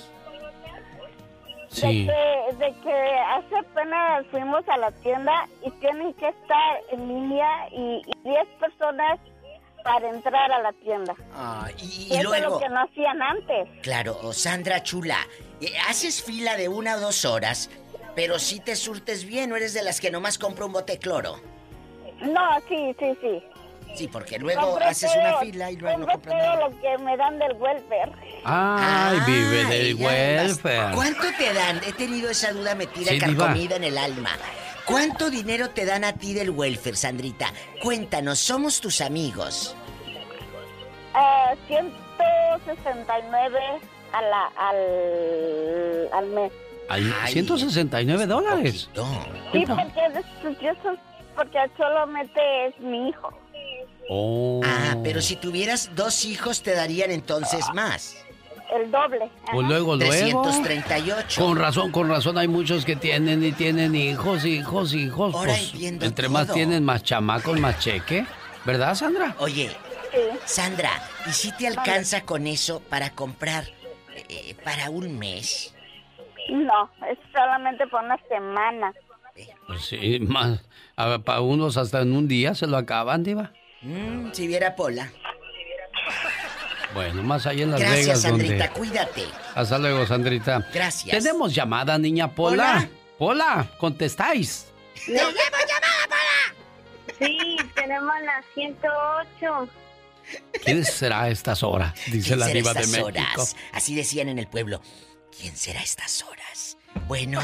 Sí. De que, de que hace apenas fuimos a la tienda y tienen que estar en línea y y diez personas para entrar a la tienda. Ah, y, y Eso es luego... lo que no hacían antes. Claro, oh, Sandra chula, eh, haces fila de una o dos horas, pero sí te surtes bien, no eres de las que nomás compra un bote de cloro. No, sí, sí, sí. Sí, porque luego Compré haces todo- una fila y luego no compré compras nada. todo lo que me dan del welfare. Ay, vive Ah, del ella welfare. ¿Cuánto te dan? He tenido esa duda metida, Sí, diva. carcomida en el alma. ¿Cuánto dinero te dan a ti del welfare, Sandrita? Cuéntanos, somos tus amigos. Eh, ciento sesenta y nueve a la, al, al mes. Al ciento sesenta y nueve dólares. Sí, porque, es- yo so- porque solamente es mi hijo. Oh. Ah, pero si tuvieras dos hijos te darían entonces más. El doble. Pues luego, luego. trescientos treinta y ocho. Con razón, con razón hay muchos que tienen y tienen hijos, hijos, hijos. Ahora Pues, entiendo entre todo. más tienen, más chamacos, más cheque. ¿Verdad, Sandra? Oye, Sandra, ¿y si te alcanza con eso para comprar eh, para un mes? No, es solamente por una semana. Pues sí, más. A ver, para unos hasta en un día se lo acaban, Diva. Mm, si viera Pola. Bueno, más allá en Las Gracias, Vegas, Sandrita, donde... cuídate. Hasta luego, Sandrita. Gracias. ¿Tenemos llamada, niña Pola? Pola, contestáis. ¿Tenemos llamada, Pola? Sí, tenemos la ciento ocho. ¿Quién será a estas horas? Dice ¿Quién la será diva de estas México. horas? Así decían en el pueblo. ¿Quién será a estas horas? Bueno.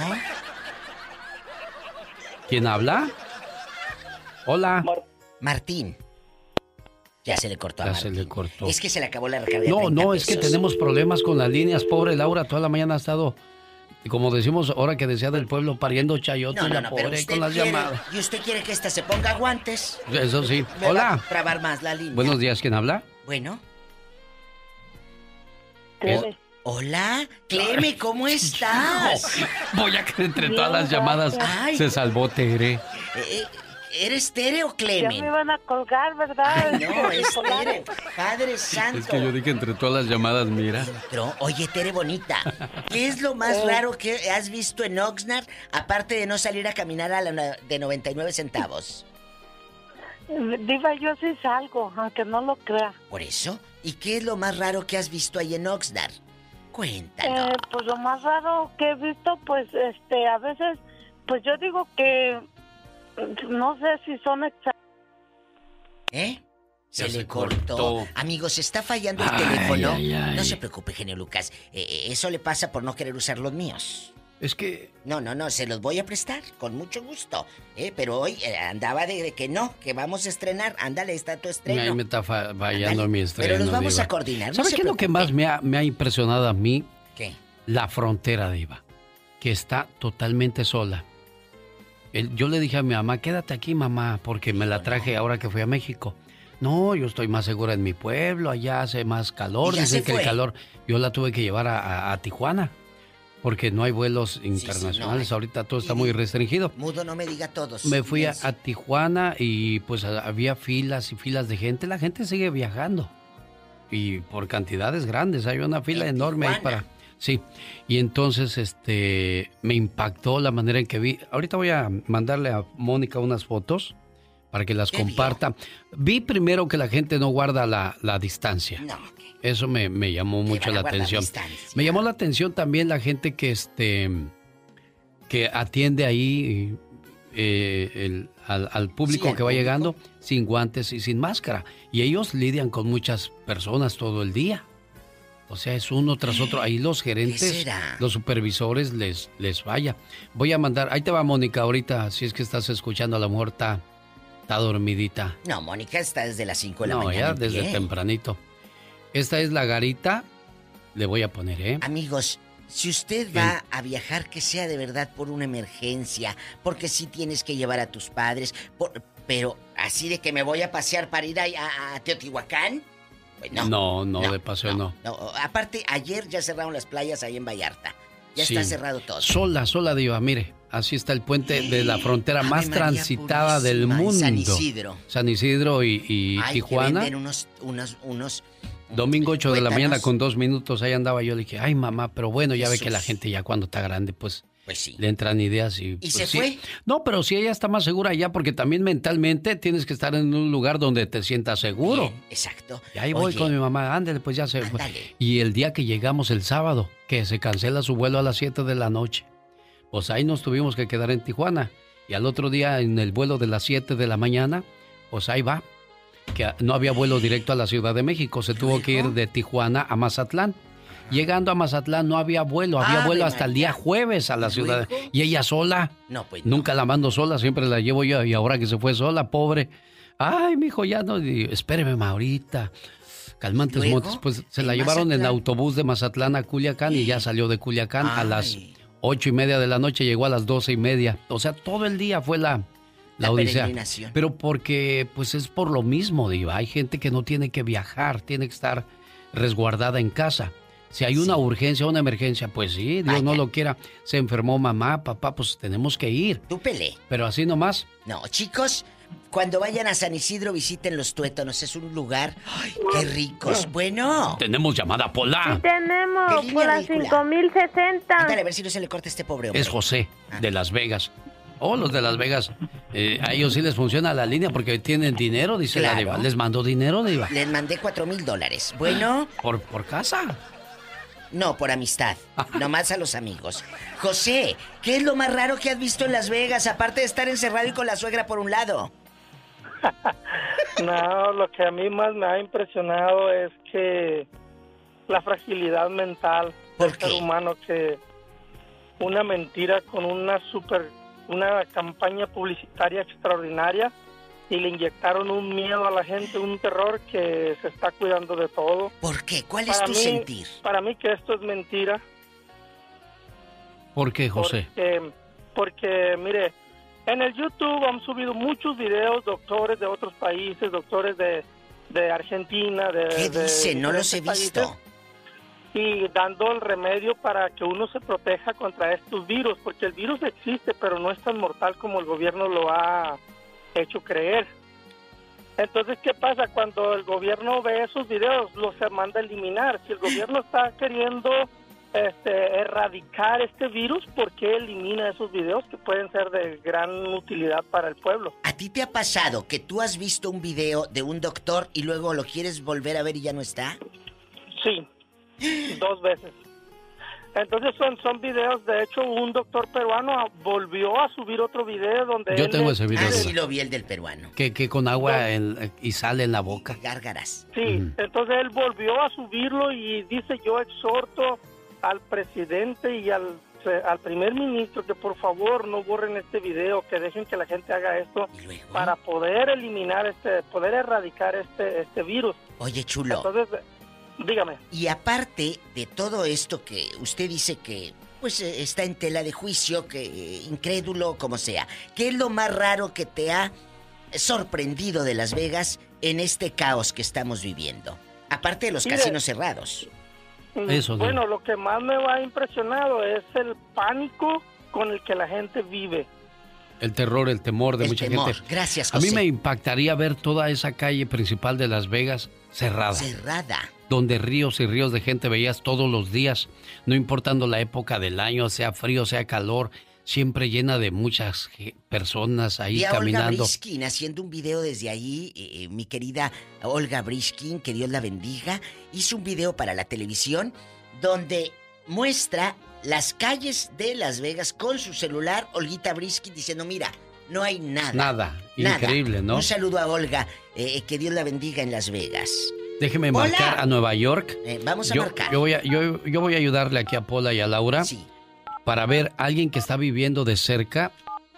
¿Quién habla? Hola. Martín. Ya se le cortó a Ya Martín. se le cortó. Es que se le acabó la recarga de No, treinta no, es que pesos. tenemos problemas con las líneas. Pobre Laura, toda la mañana ha estado, como decimos ahora que decía del pueblo, pariendo chayotes. No, no, la no, pobre pero usted con las quiere, llamadas. y usted quiere que esta se ponga guantes. Eso sí. Me va Hola. a trabar más la línea. Buenos días, ¿quién habla? Bueno. Cleme. Hola, Cleme, ¿cómo estás? Voy a que entre Bien, todas las llamadas Ay. se salvó Tere. Eh, eh, ¿Eres Tere o Clemen? Ya me van a colgar, ¿verdad? Ay, no, es Tere. Padre Santo. Es que yo dije entre todas las llamadas, mira. Entró. Oye, Tere bonita, ¿qué es lo más Eh. raro que has visto en Oxnard, aparte de no salir a caminar a la no- de noventa y nueve centavos? Diva, yo sí salgo, aunque no lo crea. ¿Por eso? ¿Y qué es lo más raro que has visto ahí en Oxnard? Cuéntanos. Eh, pues lo más raro que he visto, pues, este, a veces, pues yo digo que, no sé si son exactos. ¿Eh? Se Ya le se cortó. cortó. Amigos, está fallando el Ay, teléfono. ay, ay. No se preocupe, genio Lucas. Eh, eh, eso le pasa por no querer usar los míos. Es que... No, no, no, se los voy a prestar, con mucho gusto. Eh, pero hoy eh, andaba de, de que no, que vamos a estrenar. Ándale, está tu estreno. Ahí me está fa- fallando Ándale, mi estreno. pero los vamos Diva. a coordinar, no ¿Sabe se qué es lo que más me ha, me ha impresionado a mí? ¿Qué? La frontera, Diva. Que está totalmente sola. El- yo le dije a mi mamá, quédate aquí, mamá, porque me la traje ahora que fui a México. No, yo estoy más segura en mi pueblo, allá hace más calor. ¿Y ya Dicen se que el fue? calor. Yo la tuve que llevar a, a- a Tijuana. Porque no hay vuelos sí, internacionales. no. Ahorita todo está muy restringido. Mudo, no me diga todos. Me fui a, Yes. a Tijuana y pues a- había filas y filas de gente. La gente sigue viajando. Y por cantidades grandes. Hay una fila ¿En enorme ahí Tijuana? para... Sí. Y entonces este me impactó la manera en que vi. Ahorita voy a mandarle a Mónica unas fotos para que las ¿Qué comparta. Vi primero que la gente no guarda la, la distancia. No. Eso me, me llamó mucho van a la guardar atención. distancia? Me llamó la atención también la gente que este que atiende ahí eh, el- al, al público Sí, al que va público. llegando sin guantes y sin máscara. Y ellos lidian con muchas personas todo el día. O sea, es uno tras otro. Ahí los gerentes, será? los supervisores les, les falla. Voy a mandar, ahí te va Mónica ahorita, si es que estás escuchando, a lo mejor está, está dormidita. No, Mónica está desde las cinco de la No, mañana. ya en desde pie. tempranito. Esta es la garita, le voy a poner, ¿eh? Amigos, si usted va a viajar, que sea de verdad por una emergencia, porque sí tienes que llevar a tus padres, por- pero así de que me voy a pasear para ir a, a- a Teotihuacán, pues no. No, no, de paseo no. No, aparte, ayer ya cerraron las playas ahí en Vallarta. Ya Sí. está cerrado todo. Sola, sola, Diva, mire, así está el puente de la frontera Ave más María transitada del Purísima, en mundo. San Isidro. San Isidro y, y Ay, Tijuana. que venden unos, unos, unos... Domingo ocho de la tuétanos. mañana con dos minutos, ahí andaba yo, le dije, ay mamá, pero bueno, ya ve Jesús. que la gente ya cuando está grande, pues, Pues sí. le entran ideas y... ¿Y pues, se sí. fue? No, pero si ella está más segura allá, porque también mentalmente tienes que estar en un lugar donde te sientas seguro. Bien, exacto. Y ahí voy Oye, con mi mamá, ándale, pues ya se fue. Ándale. Y el día que llegamos el sábado, que se cancela su vuelo a las siete de la noche, pues ahí nos tuvimos que quedar en Tijuana. Y al otro día, en el vuelo de las siete de la mañana, pues ahí va. Que no había vuelo directo a la Ciudad de México, se tuvo que ir de Tijuana a Mazatlán. Llegando a Mazatlán no había vuelo, había Ave vuelo hasta el día María. jueves a la ¿Y ciudad. luego? Y ella sola. No, pues Nunca la mando sola, siempre la llevo yo. Y ahora que se fue sola, pobre. Ay, mijo, ya no. Y, espéreme, ma, ahorita. Calmantes ¿Luego? montes. Pues se ¿En la llevaron en Mazatlán? autobús de Mazatlán a Culiacán y ya salió de Culiacán a las Ay. ocho y media de la noche, llegó a las doce y media. O sea, todo el día fue la, la, La odisea. peregrinación. Pero porque, pues es por lo mismo, Diva. Hay gente que no tiene que viajar, tiene que estar resguardada en casa. Si hay una urgencia, una emergencia, pues sí, Dios no lo quiera. Se enfermó mamá, papá, pues tenemos que ir. Tú pelé. Pero así nomás. No, chicos, cuando vayan a San Isidro visiten los tuétanos, es un lugar, ¡ay, qué ricos! Bueno. Tenemos llamada Pola. Tenemos ¿Qué por línea las ridícula? cinco mil sesenta. Ándale, a ver si no se le corta este pobre hombre. Es José, de Las Vegas. Oh, los de Las Vegas, eh, a ellos sí les funciona la línea porque tienen dinero, dice Claro. la Diva. ¿Les mandó dinero, Diva? Les mandé cuatro mil dólares. Bueno. ¿Por, por casa? No, por amistad. Nomás a los amigos. José, ¿qué es lo más raro que has visto en Las Vegas, aparte de estar encerrado y con la suegra por un lado? No, lo que a mí más me ha impresionado es que la fragilidad mental del ser humano, que una mentira con una super, una campaña publicitaria extraordinaria y le inyectaron un miedo a la gente, un terror que se está cuidando de todo. ¿Por qué? ¿Cuál es Para tu mí- sentir? Para mí que esto es mentira. ¿Por qué, José? Porque, porque, mire, en el YouTube han subido muchos videos, doctores de otros países, doctores de, de Argentina, de... ¿Qué de dicen? No los he diferentes visto. países, y dando el remedio para que uno se proteja contra estos virus, porque el virus existe, pero no es tan mortal como el gobierno lo ha hecho creer. Entonces, ¿qué pasa? Cuando el gobierno ve esos videos, los se manda a eliminar. Si el gobierno está queriendo este, erradicar este virus, ¿por qué elimina esos videos que pueden ser de gran utilidad para el pueblo? ¿A ti te ha pasado que tú has visto un video de un doctor y luego lo quieres volver a ver y ya no está? Sí, dos veces. Entonces son, son videos, de hecho un doctor peruano volvió a subir otro video donde Yo él tengo le- ese video. Ah, Diva. sí lo vi, el del peruano. Que, que con agua en- y sale en la boca. Gárgaras. Sí, Ujú. entonces él volvió a subirlo y dice: yo exhorto al presidente y al, al primer ministro que por favor no borren este video, que dejen que la gente haga esto para poder eliminar este, poder erradicar este, este virus. Oye, chulo. Entonces, dígame. Y aparte de todo esto que usted dice que pues eh, está en tela de juicio, que eh, incrédulo, como sea, ¿qué es lo más raro que te ha sorprendido de Las Vegas en este caos que estamos viviendo? Aparte de los Mire, casinos cerrados. Eso, Bueno, lo que más me ha impresionado es el pánico con el que la gente vive. El terror, el temor de El mucha temor. gente. Gracias, A mí José. me impactaría ver toda esa calle principal de Las Vegas cerrada. Cerrada. Donde ríos y ríos de gente veías todos los días, no importando la época del año, sea frío, sea calor, siempre llena de muchas ge- personas ahí Vi a Olga caminando. Briskin haciendo un video desde ahí, eh, eh, mi querida Olga Briskin, que Dios la bendiga, hizo un video para la televisión donde muestra las calles de Las Vegas con su celular, Olguita Briskin diciendo, mira, no hay nada. Nada, Nada. increíble, ¿no? Un saludo a Olga, eh, que Dios la bendiga en Las Vegas. Déjeme Hola. marcar a Nueva York. Eh, vamos a yo, marcar. Yo voy a, yo, yo voy a ayudarle aquí a Pola y a Laura para ver a alguien que está viviendo de cerca.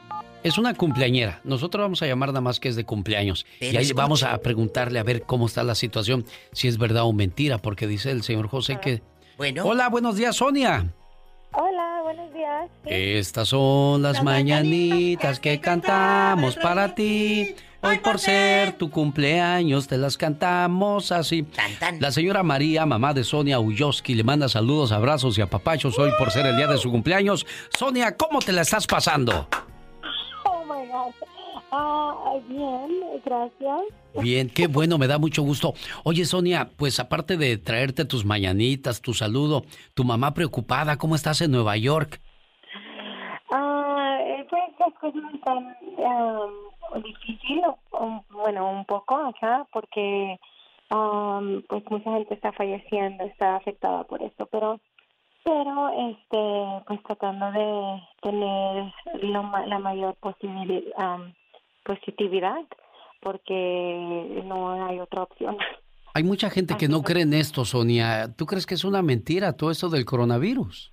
Es una cumpleañera. Nosotros vamos a llamar nada más que es de cumpleaños. Pero y ahí escuche. vamos a preguntarle a ver cómo está la situación, si es verdad o mentira, porque dice el señor José que... Bueno. Hola, buenos días, Sonia. Hola, buenos días. Estas son las mañanitas que cantamos para ti. Hoy por ser tu cumpleaños te las cantamos así. La señora María, mamá de Sonia Uyoski, le manda saludos, abrazos y apapachos hoy por ser el día de su cumpleaños. Sonia, ¿cómo te la estás pasando? Oh my God. Ah, bien, gracias. Bien, qué bueno, me da mucho gusto. Oye, Sonia, pues aparte de traerte tus mañanitas, tu saludo, tu mamá preocupada, ¿cómo estás en Nueva York? Ah, eh, pues las cosas están um, difícil, um, bueno, un poco acá, porque um, pues mucha gente está falleciendo, está afectada por esto, pero pero este pues tratando de tener lo, ma- la mayor posibilidad, um, positividad, porque no hay otra opción. Hay mucha gente que no cree en esto, Sonia. ¿Tú crees que es una mentira todo esto del coronavirus?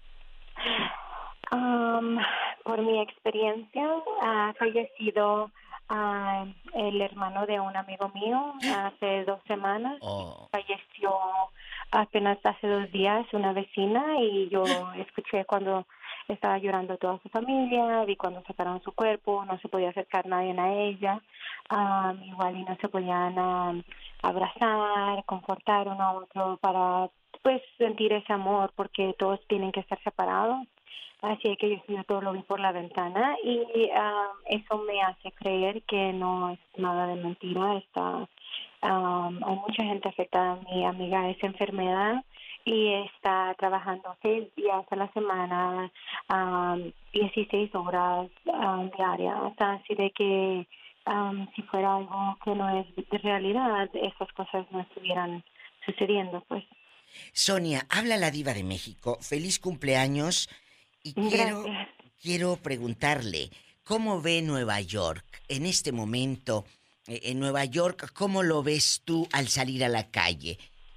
Um, por mi experiencia, ha fallecido ah, el hermano de un amigo mío hace dos semanas. Falleció apenas hace dos días una vecina y yo escuché cuando estaba llorando toda su familia, vi cuando sacaron su cuerpo, no se podía acercar nadie a ella, um, igual y no se podían um, abrazar, confortar uno a otro para pues sentir ese amor, porque todos tienen que estar separados. Así que yo, yo todo lo vi por la ventana y um, eso me hace creer que no es nada de mentira. Está, um, hay mucha gente afectada. Mi amiga, esa enfermedad y está trabajando seis días a la semana, um, dieciséis horas um, diarias. Así de que um, si fuera algo que no es de realidad, esas cosas no estuvieran sucediendo, pues. Sonia, habla la diva de México. Feliz cumpleaños. Y quiero, quiero preguntarle, ¿cómo ve Nueva York en este momento? En Nueva York, ¿cómo lo ves tú al salir a la calle?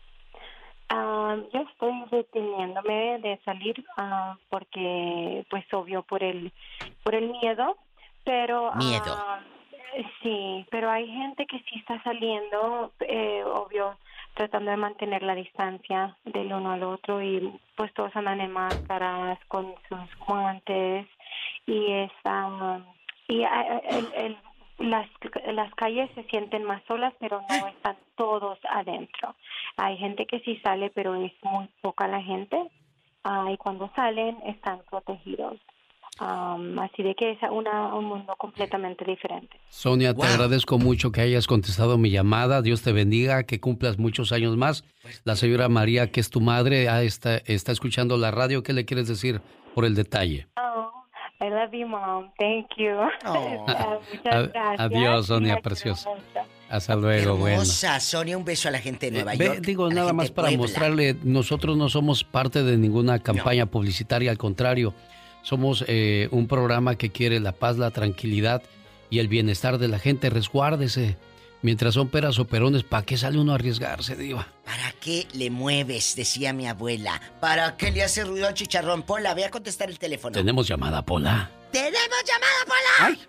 Uh, yo estoy deteniéndome de salir uh, porque, pues, obvio, por el, por el miedo, pero... Miedo. Uh, sí, pero hay gente que sí está saliendo, eh, obvio, tratando de mantener la distancia del uno al otro y pues todos andan en máscaras con sus guantes y está y el, el, las las calles se sienten más solas, pero no están todos adentro. Hay gente que sí sale, pero es muy poca la gente, uh, y cuando salen están protegidos. Um, así de que es una, un mundo completamente diferente. Sonia, wow. Te agradezco mucho que hayas contestado mi llamada. Dios te bendiga, que cumplas muchos años más. La señora María, que es tu madre, ah, está, está escuchando la radio. ¿Qué le quieres decir por el detalle? Oh, I love you, Mom. Thank you. Oh. uh, muchas gracias. Adiós, Sonia, preciosa. Hasta luego, bueno. Hermosa, Sonia, un beso a la gente de Nueva eh, York. Ve, digo, nada más para Puebla. Mostrarle, nosotros no somos parte de ninguna campaña no. publicitaria, al contrario. Somos eh, un programa que quiere la paz, la tranquilidad y el bienestar de la gente. Resguárdese. Mientras son peras o perones, ¿para qué sale uno a arriesgarse, diva? ¿Para qué le mueves? Decía mi abuela. ¿Para qué le hace ruido al chicharrón? Pola, ve a contestar el teléfono. Tenemos llamada, Pola. ¡Tenemos llamada, Pola! ¡Ay!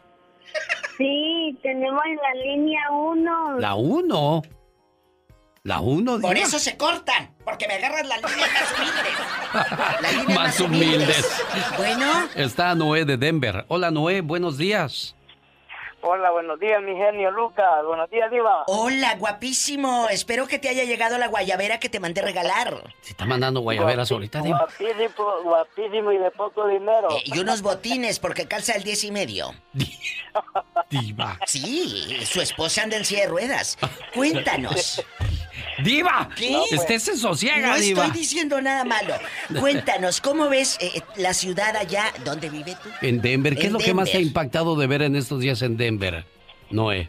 Sí, tenemos la línea uno. ¿La uno? ¿La uno, diva? Por eso se cortan, porque me agarras la línea más humildes. La línea más, más humildes. humildes. Bueno. Está Noé de Denver. Hola, Noé, buenos días. Hola, buenos días, mi genio Lucas. Buenos días, diva. Hola, guapísimo. Espero que te haya llegado la guayabera que te mandé regalar. Se está mandando guayaberas Guapi, ahorita, diva. Guapísimo, guapísimo y de poco dinero. Eh, y unos botines, porque calza el diez y medio. Diva. Sí, su esposa anda en silla de ruedas. Cuéntanos. ¡Diva! ¿Qué? No, pues, Usted se sosiega, no diva. No estoy diciendo nada malo. Cuéntanos, ¿cómo ves eh, la ciudad allá? ¿Dónde vive tú? En Denver. ¿Qué en es lo Denver. que más te ha impactado de ver en estos días en Denver, Noé?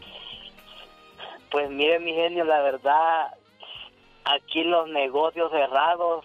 Pues mire, mi genio, la verdad, aquí los negocios cerrados,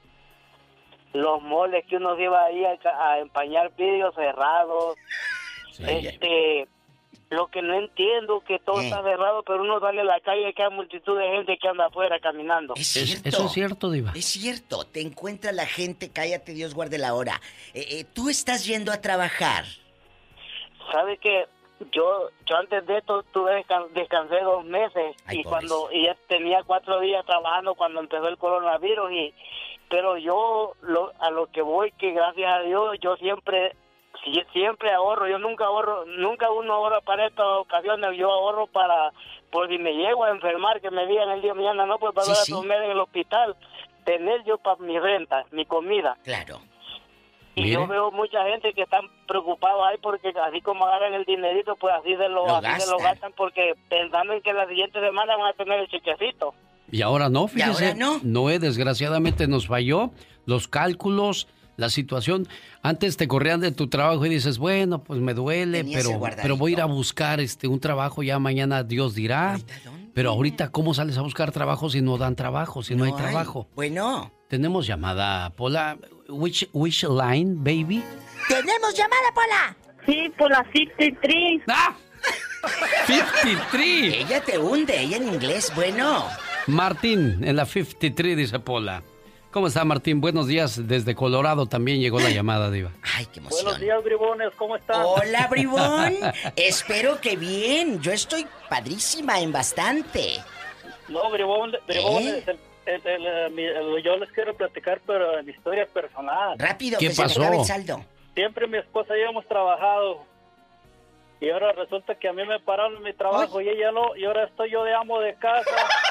los moles que uno lleva ahí a, a empañar vidrios cerrados, sí, este... Lo que no entiendo que todo eh. está cerrado, pero uno sale a la calle y que hay multitud de gente que anda afuera caminando. Es cierto. Eso es cierto, diva. Es cierto. Te encuentra la gente, cállate, Dios guarde la hora. Eh, eh, tú estás yendo a trabajar. ¿Sabe que yo yo antes de esto tuve descan- descansé dos meses? Ay, y pobres. cuando y ya tenía cuatro días trabajando cuando empezó el coronavirus y pero yo lo, a lo que voy, que gracias a Dios yo siempre siempre ahorro, yo nunca ahorro, nunca uno ahorra para estas ocasiones, yo ahorro para, por si me llego a enfermar, que me digan el día de mañana, no, pues para sí, sí. comer en el hospital, tener yo para mi renta, mi comida. Claro. Y Mire. yo veo mucha gente que están preocupados ahí porque así como agarran el dinerito, pues así se lo, lo, así gastan. se lo gastan porque pensando en que la siguiente semana van a tener el chequecito. Y ahora no, fíjese. ¿Y ahora no? Noé, desgraciadamente nos falló los cálculos, la situación. Antes te corrían de tu trabajo y dices, bueno, pues me duele, pero, pero voy a ir a buscar este un trabajo, ya mañana Dios dirá. Pero ahorita, ¿cómo sales a buscar trabajo si no dan trabajo, si no, no hay trabajo? Hay. Bueno. Tenemos llamada, Pola. Which, which line, baby? ¡Tenemos llamada, Pola! Sí, por la cincuenta y tres. ¡Ah! cincuenta y tres. Ella te hunde, ella en inglés, bueno. Martín, en la cincuenta y tres, dice Pola. ¿Cómo está, Martín? Buenos días. Desde Colorado también llegó la llamada, diva. Ay, qué emoción. Buenos días, bribones. ¿Cómo están? Hola, bribón. Espero que bien. Yo estoy padrísima en bastante. No, bribón, bribón ¿Eh? el, el, el, el, el, yo les quiero platicar, pero en mi historia personal. Rápido, ¿Qué que pasó? se me acabe el saldo. Siempre mi esposa y yo hemos trabajado. Y ahora resulta que a mí me pararon mi trabajo. Ay. Y ella no. Y ahora estoy yo de amo de casa.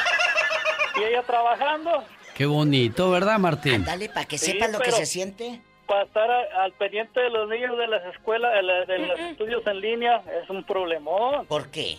Y ella trabajando. Qué bonito, ¿verdad, Martín? Dale, para que Sí, sepan lo que pero- se siente. Para estar a- al pendiente de los niños de las escuelas, de, la- de los estudios en línea, es un problemón. ¿Por qué?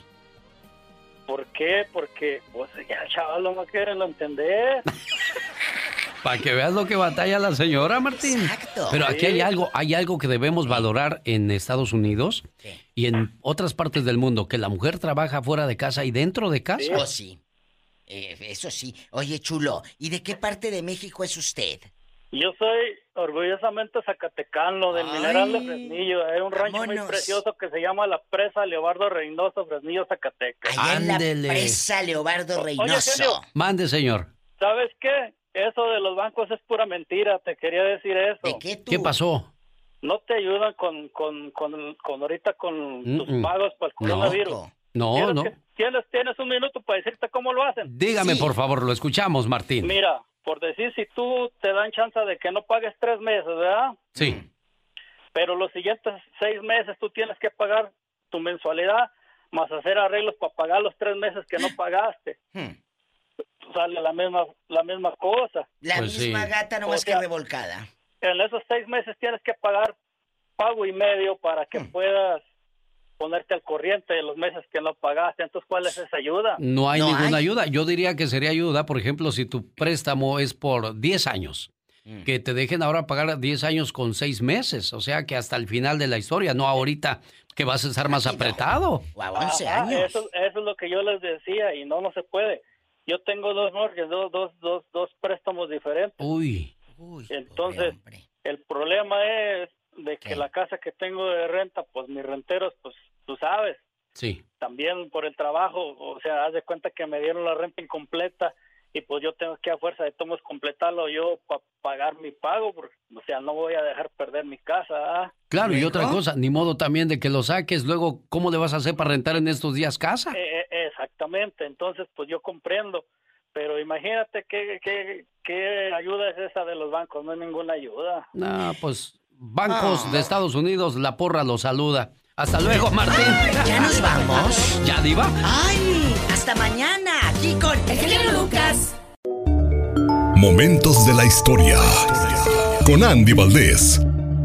¿Por qué? Porque pues ya el chaval no quieren entender. Para que veas lo que batalla la señora, Martín. Exacto. Pero aquí hay algo, hay algo que debemos valorar en Estados Unidos y en otras partes del mundo, que la mujer trabaja fuera de casa y dentro de casa. Oh, sí. Eh, eso sí. Oye, chulo, ¿y de qué parte de México es usted? Yo soy orgullosamente zacatecano, del Ay, Mineral de Fresnillo. Hay un rancho vámonos. muy precioso que se llama La Presa Leobardo Reynoso, Fresnillo, Zacatecas. Allá en la Ándele. Presa Leobardo Oye, Reynoso. genio. Mande, señor. ¿Sabes qué? Eso de los bancos es pura mentira, te quería decir eso. ¿De qué tú? ¿Qué pasó? No te ayudan con, con, con, con ahorita con tus Mm-mm. pagos para el coronavirus. No, ¿Tienes no. que- ¿Tienes, tienes un minuto para decirte cómo lo hacen? Dígame, por favor, lo escuchamos, Martín. Mira, por decir, si tú te dan chance de que no pagues tres meses, ¿verdad? Sí. Pero los siguientes seis meses tú tienes que pagar tu mensualidad más hacer arreglos para pagar los tres meses que no pagaste. Sale la misma la misma cosa. La Pues misma sí. gata, nomás O sea, que revolcada. En esos seis meses tienes que pagar pago y medio para que puedas ponerte al corriente de los meses que no pagaste. Entonces, ¿cuál es esa ayuda? No hay ninguna ayuda. Yo diría que sería ayuda, por ejemplo, si tu préstamo es por diez años. Que te dejen ahora pagar diez años con seis meses. O sea, que hasta el final de la historia, no ahorita que vas a estar más apretado. Ajá, Eso, eso es lo que yo les decía y no, no se puede. Yo tengo dos mortgages, dos, dos, dos, dos préstamos diferentes. Uy. Entonces, el problema es de que la casa que tengo de renta, pues mis renteros, pues tú sabes, Sí. también por el trabajo, o sea, haz de cuenta que me dieron la renta incompleta y pues yo tengo que a fuerza de tomos completarlo yo para pagar mi pago, porque, o sea, no voy a dejar perder mi casa. ¿ah? Claro, y otra cosa, ni modo también de que lo saques. Luego, ¿cómo le vas a hacer para rentar en estos días casa? Eh, eh, exactamente, entonces pues yo comprendo, pero imagínate qué, qué, qué ayuda es esa de los bancos, no hay ninguna ayuda. No, pues bancos de Estados Unidos, la porra los saluda. Hasta luego, Martín. ¿Ya nos vamos? ¿Ya, diva? ¡Ay! ¡Hasta mañana! Aquí con el genio Lucas. Momentos de la historia. Con Andy Valdés.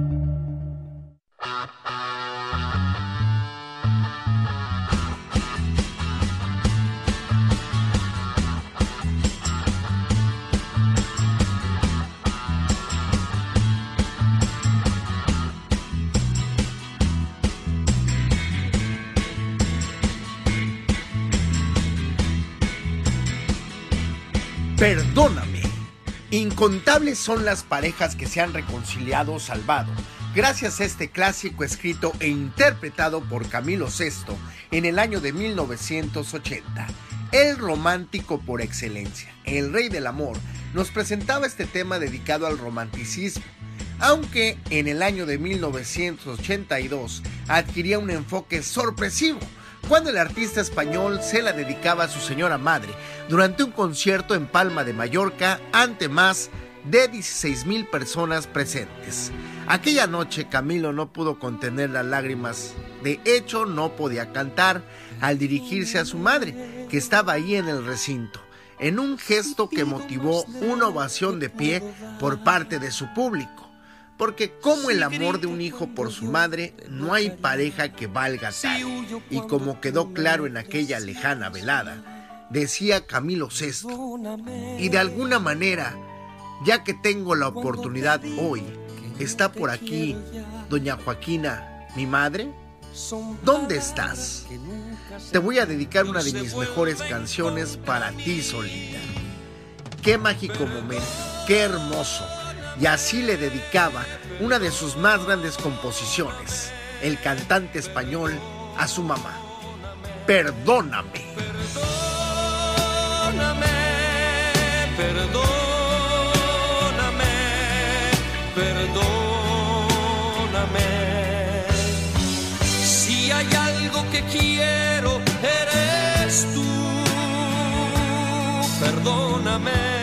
Perdóname. Incontables son las parejas que se han reconciliado o salvado gracias a este clásico escrito e interpretado por Camilo Sesto en el año de mil novecientos ochenta. El romántico por excelencia, el rey del amor, nos presentaba este tema dedicado al romanticismo, aunque en el año de mil novecientos ochenta y dos adquiría un enfoque sorpresivo, cuando el artista español se la dedicaba a su señora madre durante un concierto en Palma de Mallorca ante más de dieciséis mil personas presentes. Aquella noche Camilo no pudo contener las lágrimas, de hecho no podía cantar al dirigirse a su madre, que estaba ahí en el recinto, en un gesto que motivó una ovación de pie por parte de su público. Porque como el amor de un hijo por su madre, no hay pareja que valga tal. Y como quedó claro en aquella lejana velada, decía Camilo Sesto, y de alguna manera, ya que tengo la oportunidad hoy, ¿está por aquí doña Joaquina, mi madre? ¿Dónde estás? Te voy a dedicar una de mis mejores canciones para ti solita. Qué mágico momento, qué hermoso. Y así le dedicaba una de sus más grandes composiciones, el cantante español a su mamá. Perdóname. Perdóname, perdóname, perdóname. Si hay algo que quiero, eres tú. Perdóname.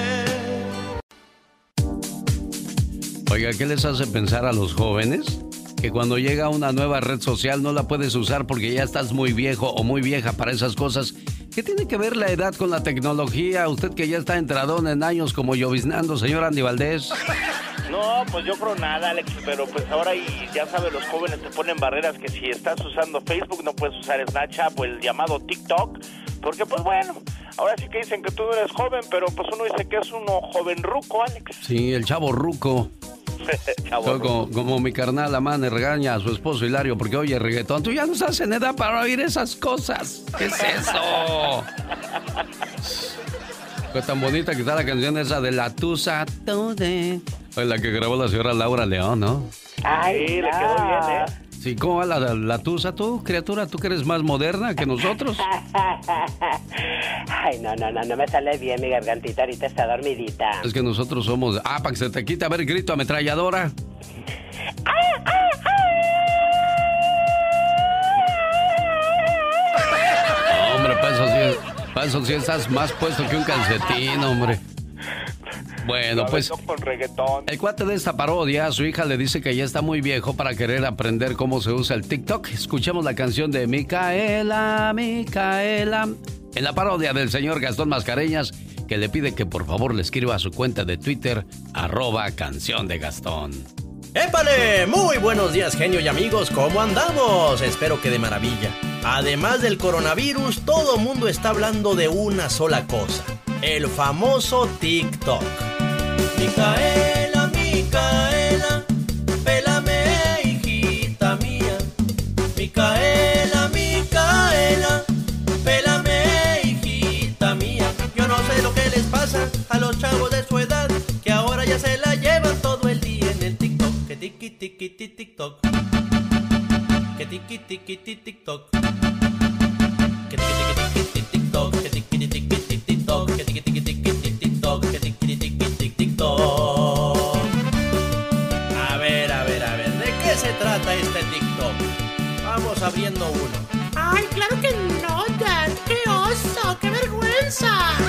Oiga, ¿qué les hace pensar a los jóvenes? Que cuando llega una nueva red social no la puedes usar porque ya estás muy viejo o muy vieja para esas cosas. ¿Qué tiene que ver la edad con la tecnología? Usted que ya está entradón en años como lloviznando, señor Andy Valdés. No, pues yo creo nada, Alex, pero pues ahora y ya sabes, los jóvenes te ponen barreras que si estás usando Facebook no puedes usar Snapchat o el llamado TikTok, porque pues bueno, ahora sí que dicen que tú no eres joven, pero pues uno dice que es uno joven ruco, Alex. Sí, el chavo ruco. Chavo como, como mi carnal Amane regaña a su esposo Hilario porque oye reggaetón. Tú ya no estás en edad para oír esas cosas. ¿Qué es eso? Fue tan bonita que está la canción esa de La Tusa. Tude. Fue la que grabó la señora Laura León, ¿no? Ay, sí, le quedó bien, ¿eh? Sí, ¿cómo va la, la, la tusa tú, criatura? ¿Tú que eres más moderna que nosotros? Ay, no, no, no, no me sale bien mi gargantita, ahorita está dormidita. Es que nosotros somos... Ah, para que se te quite, a ver, grito ametralladora. No, hombre, para eso, sí, para eso sí estás más puesto que un calcetín, hombre. Bueno, pues con reggaetón. El cuate de esta parodia, a su hija le dice que ya está muy viejo para querer aprender cómo se usa el TikTok. Escuchemos la canción de Micaela, Micaela, en la parodia del señor Gastón Mascareñas, que le pide que por favor le escriba a su cuenta de Twitter, arroba canción de Gastón. ¡Épale! Muy buenos días, genio y amigos, ¿cómo andamos? Espero que de maravilla. Además del coronavirus, todo mundo está hablando de una sola cosa: el famoso TikTok. Micaela, Micaela, pélame, hijita mía. Micaela, Micaela, pélame, hijita mía. Yo no sé lo que les pasa a los chavos de su edad, que ahora ya se la llevan todo el día en el TikTok. Que tiki tiki tiki TikTok. Que tiki tiki tiki TikTok. Que tiki tiki tiki TikTok. Que tiki tiki tiki TikTok. Que tiki tiki tiki TikTok. Que tiki tiki tiki TikTok. A ver, a ver, a ver, ¿de qué se trata este TikTok? Vamos abriendo uno. Ay, claro que no, Dad. ¡Qué oso! ¡Qué vergüenza!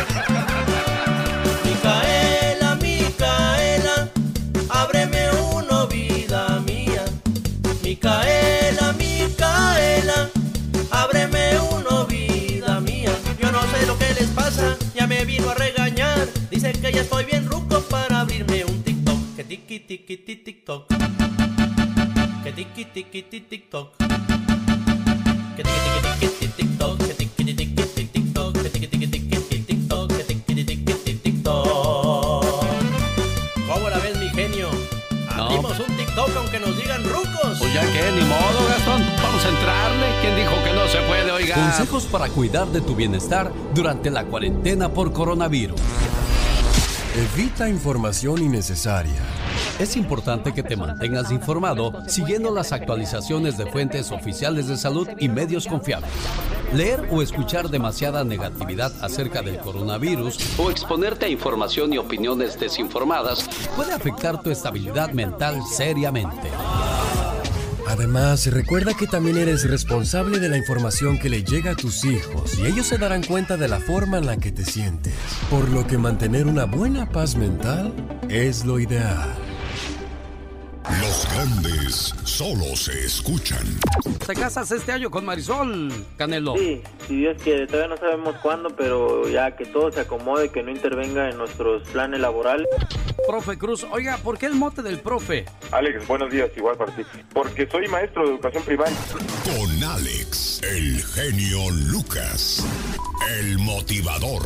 Micaela, Micaela, ábreme uno, vida mía. Micaela, Micaela, ábreme uno, vida mía. Yo no sé lo que les pasa, ya me vino a regañar. Dice que ya estoy bien ruco para abrirme un TikTok. Que tiki tiki tiki TikTok. Que tiki tiki tiki TikTok. Que tiki tiki tiki TikTok. Que tiki tiki tiki TikTok. Que tiki tiki tiki TikTok. Que tiki tiki tiki TikTok. ¿Cómo la ves, mi genio? Abrimos un TikTok aunque nos digan rucos. Pues ya que, ni modo, Gastón. Vamos a entrarle. ¿Quién dijo que no se puede, oiga? Consejos para cuidar de tu bienestar durante la cuarentena por coronavirus. Evita información innecesaria. Es importante que te mantengas informado siguiendo las actualizaciones de fuentes oficiales de salud y medios confiables. Leer o escuchar demasiada negatividad acerca del coronavirus o exponerte a información y opiniones desinformadas puede afectar tu estabilidad mental seriamente. Además, recuerda que también eres responsable de la información que le llega a tus hijos y ellos se darán cuenta de la forma en la que te sientes. Por lo que mantener una buena paz mental es lo ideal. Los grandes solo se escuchan. ¿Te casas este año con Marisol, Canelo? Sí, si Dios quiere, todavía no sabemos cuándo, pero ya que todo se acomode, que no intervenga en nuestros planes laborales. Profe Cruz, oiga, ¿por qué el mote del profe? Alex, buenos días, igual para ti. Porque soy maestro de educación primaria. Con Alex, el genio Lucas, el motivador.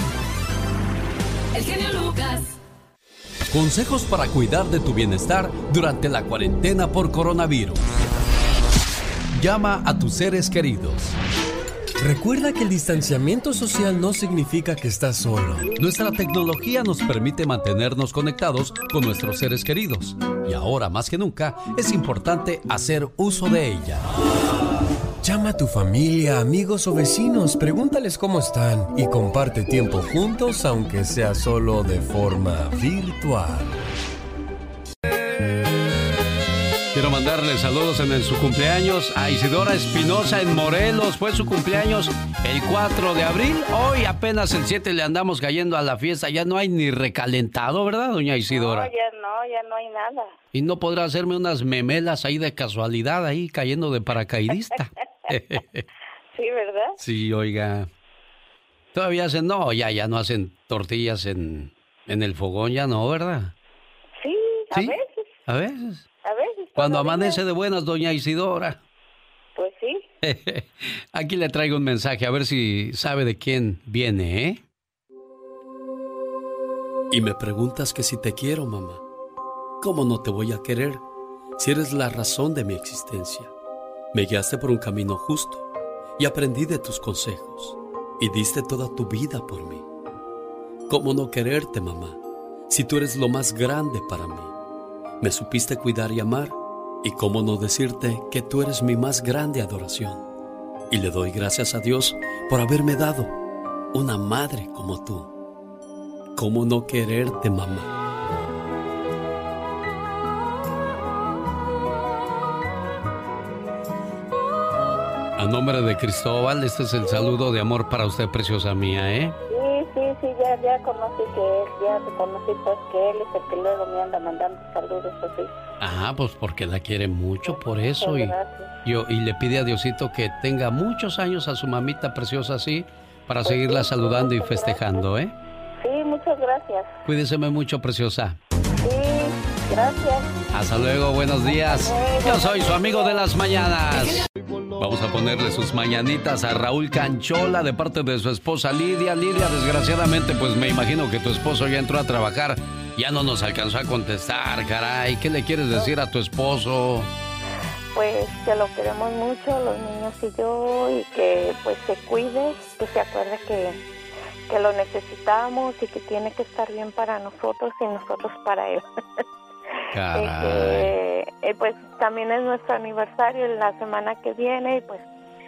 El genio Lucas. Consejos para cuidar de tu bienestar durante la cuarentena por coronavirus. Llama a tus seres queridos. Recuerda que el distanciamiento social no significa que estás solo. Nuestra tecnología nos permite mantenernos conectados con nuestros seres queridos. Y ahora más que nunca es importante hacer uso de ella. Llama a tu familia, amigos o vecinos, pregúntales cómo están y comparte tiempo juntos, aunque sea solo de forma virtual. Quiero mandarle saludos en el, su cumpleaños a Isidora Espinosa en Morelos. Fue su cumpleaños el cuatro de abril. Hoy apenas el siete le andamos cayendo a la fiesta. Ya no hay ni recalentado, ¿verdad, doña Isidora? No, ya no, ya no hay nada. Y no podrá hacerme unas memelas ahí de casualidad, ahí cayendo de paracaidista. Sí, ¿verdad? Sí, oiga. Todavía hacen, no, ya, ya no hacen tortillas en, en el fogón, ya no, ¿verdad? Sí, a ¿Sí? veces. A veces. A veces. Cuando todavía. amanece de buenas, doña Isidora. Pues sí, sí. Aquí le traigo un mensaje, a ver si sabe de quién viene, ¿eh? Y me preguntas que si te quiero, mamá. ¿Cómo no te voy a querer si eres la razón de mi existencia? Me guiaste por un camino justo y aprendí de tus consejos y diste toda tu vida por mí. ¿Cómo no quererte, mamá, si tú eres lo más grande para mí? Me supiste cuidar y amar, y cómo no decirte que tú eres mi más grande adoración. Y le doy gracias a Dios por haberme dado una madre como tú. ¿Cómo no quererte, mamá? A nombre de Cristóbal, este es el saludo de amor para usted, preciosa mía, ¿eh? Sí, sí, sí, ya, ya conocí que él, ya reconocí pues que él es el que luego me anda mandando saludos así. Ah, pues porque la quiere mucho, por eso. Muchas Y, gracias. yo, y le pide a Diosito que tenga muchos años a su mamita preciosa así, para seguirla saludando y festejando, ¿eh? Sí, muchas gracias. Cuídese mucho, preciosa. Sí, gracias. Hasta luego, buenos días. Yo soy su amigo de las mañanas. Vamos a ponerle sus mañanitas a Raúl Canchola de parte de su esposa Lidia. Lidia, desgraciadamente, pues me imagino que tu esposo ya entró a trabajar. Ya no nos alcanzó a contestar, caray. ¿Qué le quieres decir a tu esposo? Pues que lo queremos mucho, los niños y yo, y que pues se cuide, que se acuerde que, que lo necesitamos y que tiene que estar bien para nosotros y nosotros para él. Caray. Y que, eh, pues también es nuestro aniversario la semana que viene y pues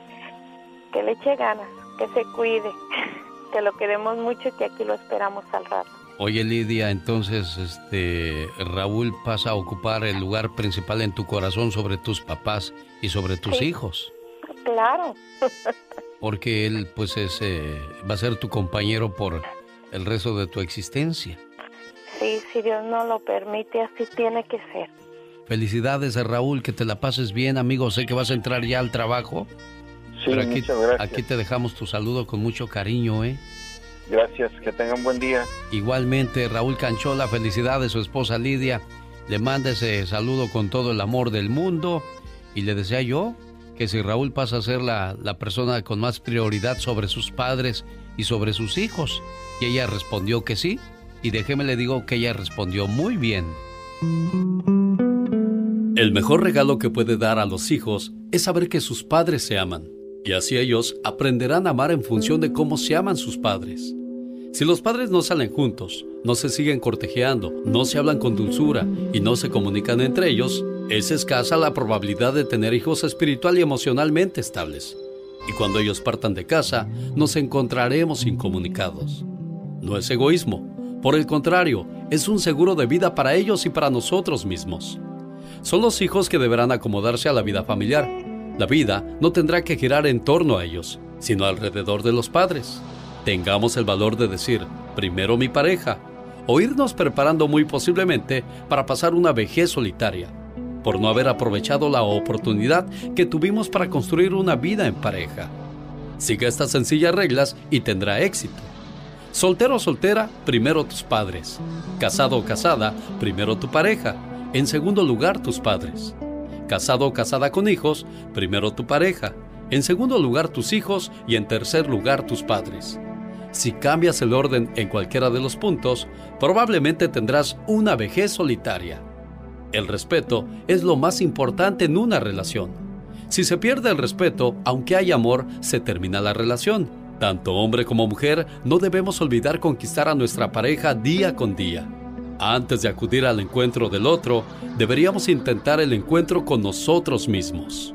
que le eche ganas, que se cuide, que lo queremos mucho y que aquí lo esperamos al rato. Oye, Lidia, entonces este Raúl pasa a ocupar el lugar principal en tu corazón sobre tus papás y sobre tus Sí. hijos. Claro. Porque él pues es, eh, va a ser tu compañero por el resto de tu existencia. Sí, si Dios no lo permite, así tiene que ser. Felicidades, Raúl, que te la pases bien, amigo. Sé que vas a entrar ya al trabajo. Sí, pero aquí, muchas gracias. aquí te dejamos tu saludo con mucho cariño, ¿eh? Gracias, que tengan buen día. Igualmente, Raúl Canchola, felicidades, su esposa Lidia. Le manda ese saludo con todo el amor del mundo. Y le desea yo que si Raúl pasa a ser la, la persona con más prioridad sobre sus padres y sobre sus hijos. Y ella respondió que sí. Y déjeme le digo que ella respondió muy bien. El mejor regalo que puede dar a los hijos es saber que sus padres se aman. Y así ellos aprenderán a amar en función de cómo se aman sus padres. Si los padres no salen juntos, no se siguen cortejeando, no se hablan con dulzura y no se comunican entre ellos, es escasa la probabilidad de tener hijos espiritual y emocionalmente estables. Y cuando ellos partan de casa, nos encontraremos incomunicados. No es egoísmo, por el contrario, es un seguro de vida para ellos y para nosotros mismos. Son los hijos que deberán acomodarse a la vida familiar. La vida no tendrá que girar en torno a ellos, sino alrededor de los padres. Tengamos el valor de decir, primero mi pareja, o irnos preparando muy posiblemente para pasar una vejez solitaria, por no haber aprovechado la oportunidad que tuvimos para construir una vida en pareja. Siga estas sencillas reglas y tendrá éxito. Soltero o soltera, primero tus padres. Casado o casada, primero tu pareja. En segundo lugar, tus padres. Casado o casada con hijos, primero tu pareja. En segundo lugar, tus hijos. Y en tercer lugar, tus padres. Si cambias el orden en cualquiera de los puntos, probablemente tendrás una vejez solitaria. El respeto es lo más importante en una relación. Si se pierde el respeto, aunque haya amor, se termina la relación. Tanto hombre como mujer, no debemos olvidar conquistar a nuestra pareja día con día. Antes de acudir al encuentro del otro, deberíamos intentar el encuentro con nosotros mismos.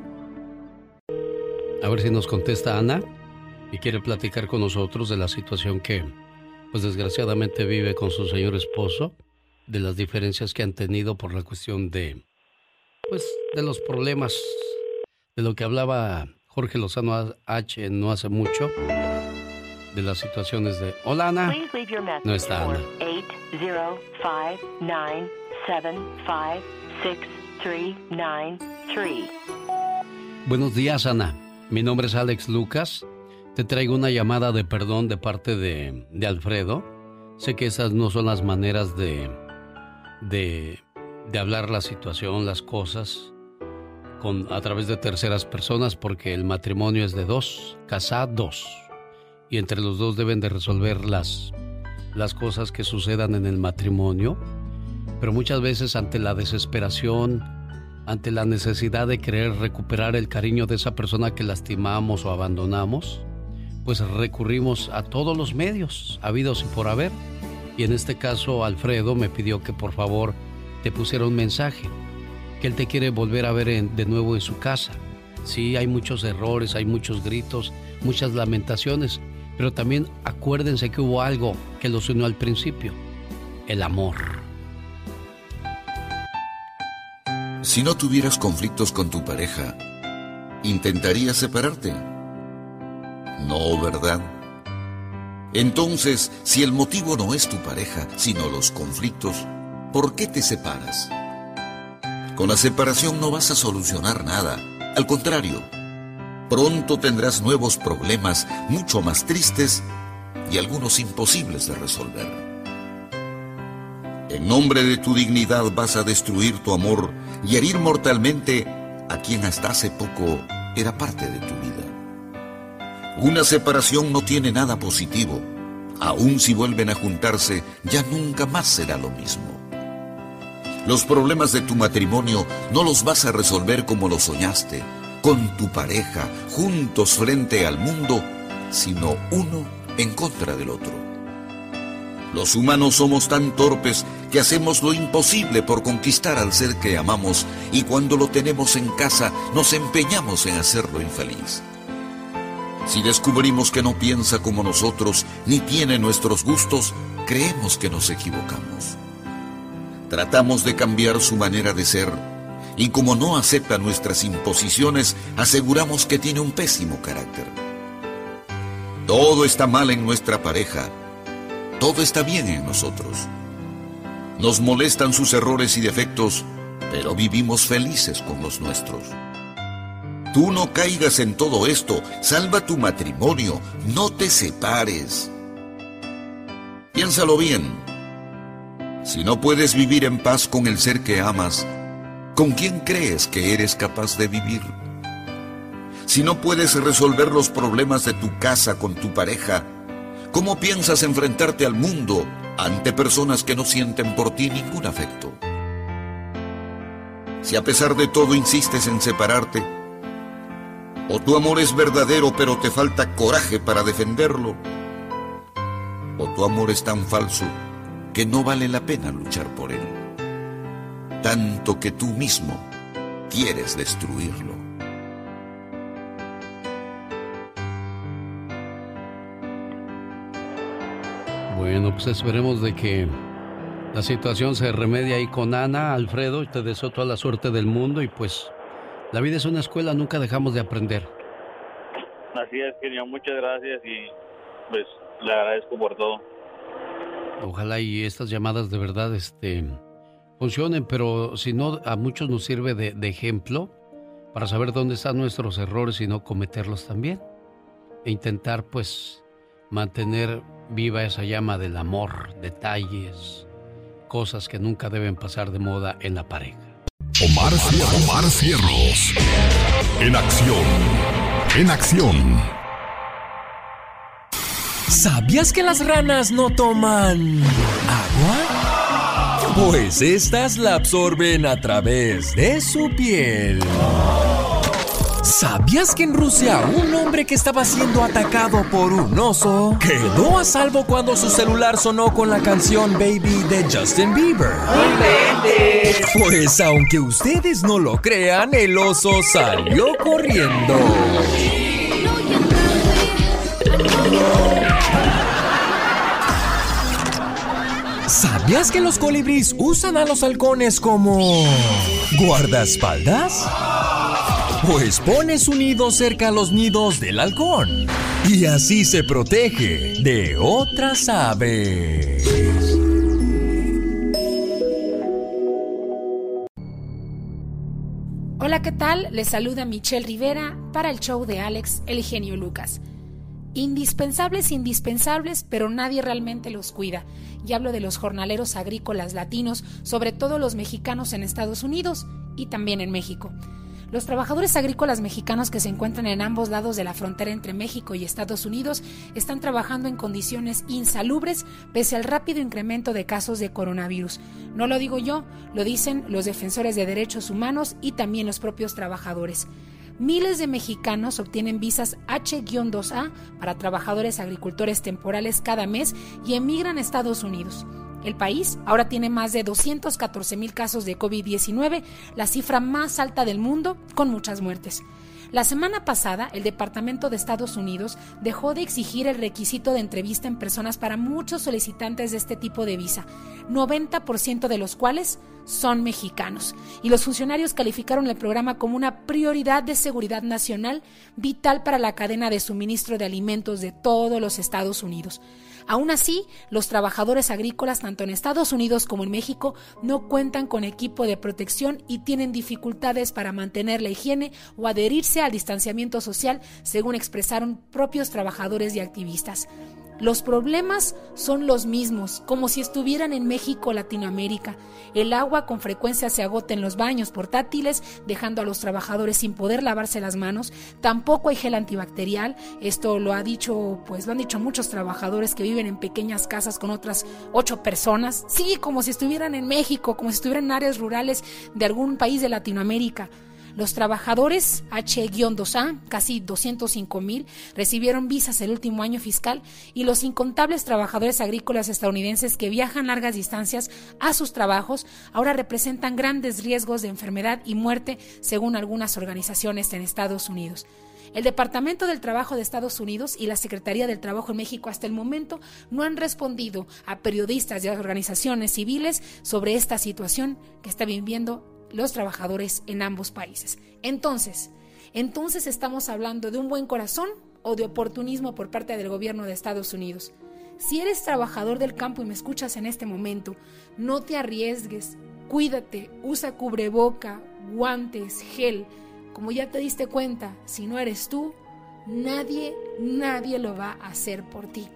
A ver si nos contesta Ana y quiere platicar con nosotros de la situación que, pues desgraciadamente vive con su señor esposo, de las diferencias que han tenido por la cuestión de, pues, de los problemas, de lo que hablaba Jorge Lozano H no hace mucho, de las situaciones de... Hola, Ana. No está Ana. eight zero five nine seven five six three nine three. Buenos días, Ana. Mi nombre es Alex Lucas. Te traigo una llamada de perdón de parte de, de Alfredo. Sé que esas no son las maneras de, de, de hablar la situación, las cosas, con, a través de terceras personas, porque el matrimonio es de dos, casados. Y entre los dos deben de resolver las, las cosas que sucedan en el matrimonio. Pero muchas veces ante la desesperación, ante la necesidad de querer recuperar el cariño de esa persona que lastimamos o abandonamos, pues recurrimos a todos los medios habidos y por haber. Y en este caso Alfredo me pidió que por favor te pusiera un mensaje, que él te quiere volver a ver en, de nuevo en su casa. Sí, hay muchos errores, hay muchos gritos, muchas lamentaciones, pero también acuérdense que hubo algo que los unió al principio: el amor. Si no tuvieras conflictos con tu pareja, ¿intentarías separarte? No, ¿verdad? Entonces, si el motivo no es tu pareja, sino los conflictos, ¿por qué te separas? Con la separación no vas a solucionar nada. Al contrario, pronto tendrás nuevos problemas mucho más tristes y algunos imposibles de resolver. En nombre de tu dignidad vas a destruir tu amor y herir mortalmente a quien hasta hace poco era parte de tu vida. Una separación no tiene nada positivo. Aun si vuelven a juntarse, ya nunca más será lo mismo. Los problemas de tu matrimonio no los vas a resolver como lo soñaste, con tu pareja, juntos frente al mundo, sino uno en contra del otro. Los humanos somos tan torpes que hacemos lo imposible por conquistar al ser que amamos, y cuando lo tenemos en casa nos empeñamos en hacerlo infeliz. Si descubrimos que no piensa como nosotros ni tiene nuestros gustos, creemos que nos equivocamos. Tratamos de cambiar su manera de ser, y como no acepta nuestras imposiciones, aseguramos que tiene un pésimo carácter. Todo está mal en nuestra pareja. Todo está bien en nosotros. Nos molestan sus errores y defectos, pero vivimos felices con los nuestros. Tú no caigas en todo esto. Salva tu matrimonio. No te separes. Piénsalo bien. Si no puedes vivir en paz con el ser que amas, ¿con quién crees que eres capaz de vivir? Si no puedes resolver los problemas de tu casa con tu pareja, ¿cómo piensas enfrentarte al mundo ante personas que no sienten por ti ningún afecto? Si a pesar de todo insistes en separarte, o tu amor es verdadero pero te falta coraje para defenderlo, o tu amor es tan falso que no vale la pena luchar por él, tanto que tú mismo quieres destruirlo. Bueno, pues esperemos de que la situación se remedie ahí con Ana. Alfredo, te deseo toda la suerte del mundo y pues la vida es una escuela, nunca dejamos de aprender. Así es, genio, muchas gracias y pues le agradezco por todo. Ojalá y estas llamadas de verdad este, funcionen, pero si no, a muchos nos sirve de, de ejemplo para saber dónde están nuestros errores y no cometerlos también. E intentar pues mantener viva esa llama del amor, detalles, cosas que nunca deben pasar de moda en la pareja. Omar, Omar Cierros. En acción. En acción. ¿Sabías que las ranas no toman agua? Pues estas la absorben a través de su piel. ¿Sabías que en Rusia un hombre que estaba siendo atacado por un oso quedó a salvo cuando su celular sonó con la canción Baby de Justin Bieber? Pues aunque ustedes no lo crean, el oso salió corriendo. ¿Sabías que los colibríes usan a los halcones como guardaespaldas? Pues pone su nido cerca a los nidos del halcón y así se protege de otras aves. Hola, ¿qué tal? Les saluda Michelle Rivera para el show de Alex, el genio Lucas. Indispensables, indispensables, pero nadie realmente los cuida. Y hablo de los jornaleros agrícolas latinos, sobre todo los mexicanos en Estados Unidos y también en México. Los trabajadores agrícolas mexicanos que se encuentran en ambos lados de la frontera entre México y Estados Unidos están trabajando en condiciones insalubres pese al rápido incremento de casos de coronavirus. No lo digo yo, lo dicen los defensores de derechos humanos y también los propios trabajadores. Miles de mexicanos obtienen visas hache dos A para trabajadores agricultores temporales cada mes y emigran a Estados Unidos. El país ahora tiene más de doscientos catorce mil casos de covid diecinueve, la cifra más alta del mundo, con muchas muertes. La semana pasada, el Departamento de Estados Unidos dejó de exigir el requisito de entrevista en personas para muchos solicitantes de este tipo de visa, noventa por ciento de los cuales son mexicanos. Y los funcionarios calificaron el programa como una prioridad de seguridad nacional vital para la cadena de suministro de alimentos de todos los Estados Unidos. Aún así, los trabajadores agrícolas, tanto en Estados Unidos como en México, no cuentan con equipo de protección y tienen dificultades para mantener la higiene o adherirse al distanciamiento social, según expresaron propios trabajadores y activistas. Los problemas son los mismos, como si estuvieran en México o Latinoamérica. El agua con frecuencia se agota en los baños portátiles, dejando a los trabajadores sin poder lavarse las manos. Tampoco hay gel antibacterial. Esto lo ha dicho, pues lo han dicho muchos trabajadores que viven en pequeñas casas con otras ocho personas. Sí, como si estuvieran en México, como si estuvieran en áreas rurales de algún país de Latinoamérica. Los trabajadores hache dos A, casi doscientos cinco mil, recibieron visas el último año fiscal y los incontables trabajadores agrícolas estadounidenses que viajan largas distancias a sus trabajos ahora representan grandes riesgos de enfermedad y muerte, según algunas organizaciones en Estados Unidos. El Departamento del Trabajo de Estados Unidos y la Secretaría del Trabajo en México hasta el momento no han respondido a periodistas y a organizaciones civiles sobre esta situación que está viviendo los trabajadores en ambos países. Entonces, entonces estamos hablando de un buen corazón o de oportunismo por parte del gobierno de Estados Unidos. Si eres trabajador del campo y me escuchas en este momento, no te arriesgues, cuídate, usa cubreboca, guantes, gel. Como ya te diste cuenta, si no eres tú, nadie, nadie lo va a hacer por ti.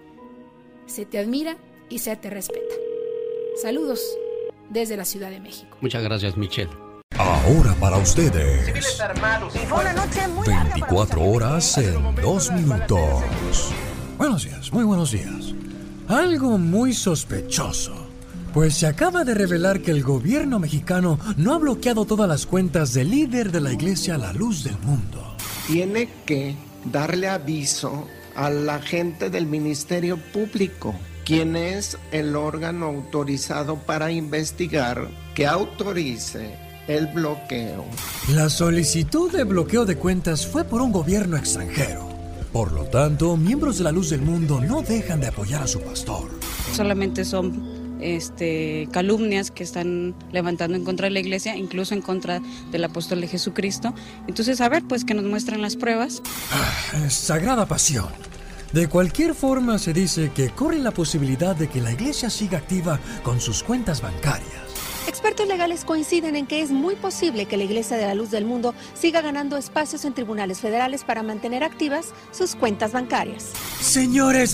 Se te admira y se te respeta. Saludos desde la Ciudad de México. Muchas gracias, Michelle. Ahora para ustedes. Civiles armados. Fue una noche muy veinticuatro horas en dos minutos. Buenos días, muy buenos días. Algo muy sospechoso. Pues se acaba de revelar que el gobierno mexicano no ha bloqueado todas las cuentas del líder de la iglesia La Luz del Mundo. Tiene que darle aviso a la gente del Ministerio Público, quien es el órgano autorizado para investigar, que autorice el bloqueo. La solicitud de bloqueo de cuentas fue por un gobierno extranjero. Por lo tanto, miembros de La Luz del Mundo no dejan de apoyar a su pastor. Solamente son este, calumnias que están levantando en contra de la iglesia, incluso en contra del apóstol de Jesucristo. Entonces, a ver, pues que nos muestren las pruebas. Ah, sagrada pasión. De cualquier forma, se dice que corre la posibilidad de que la iglesia siga activa con sus cuentas bancarias. Expertos legales coinciden en que es muy posible que la Iglesia de la Luz del Mundo siga ganando espacios en tribunales federales para mantener activas sus cuentas bancarias. Señores,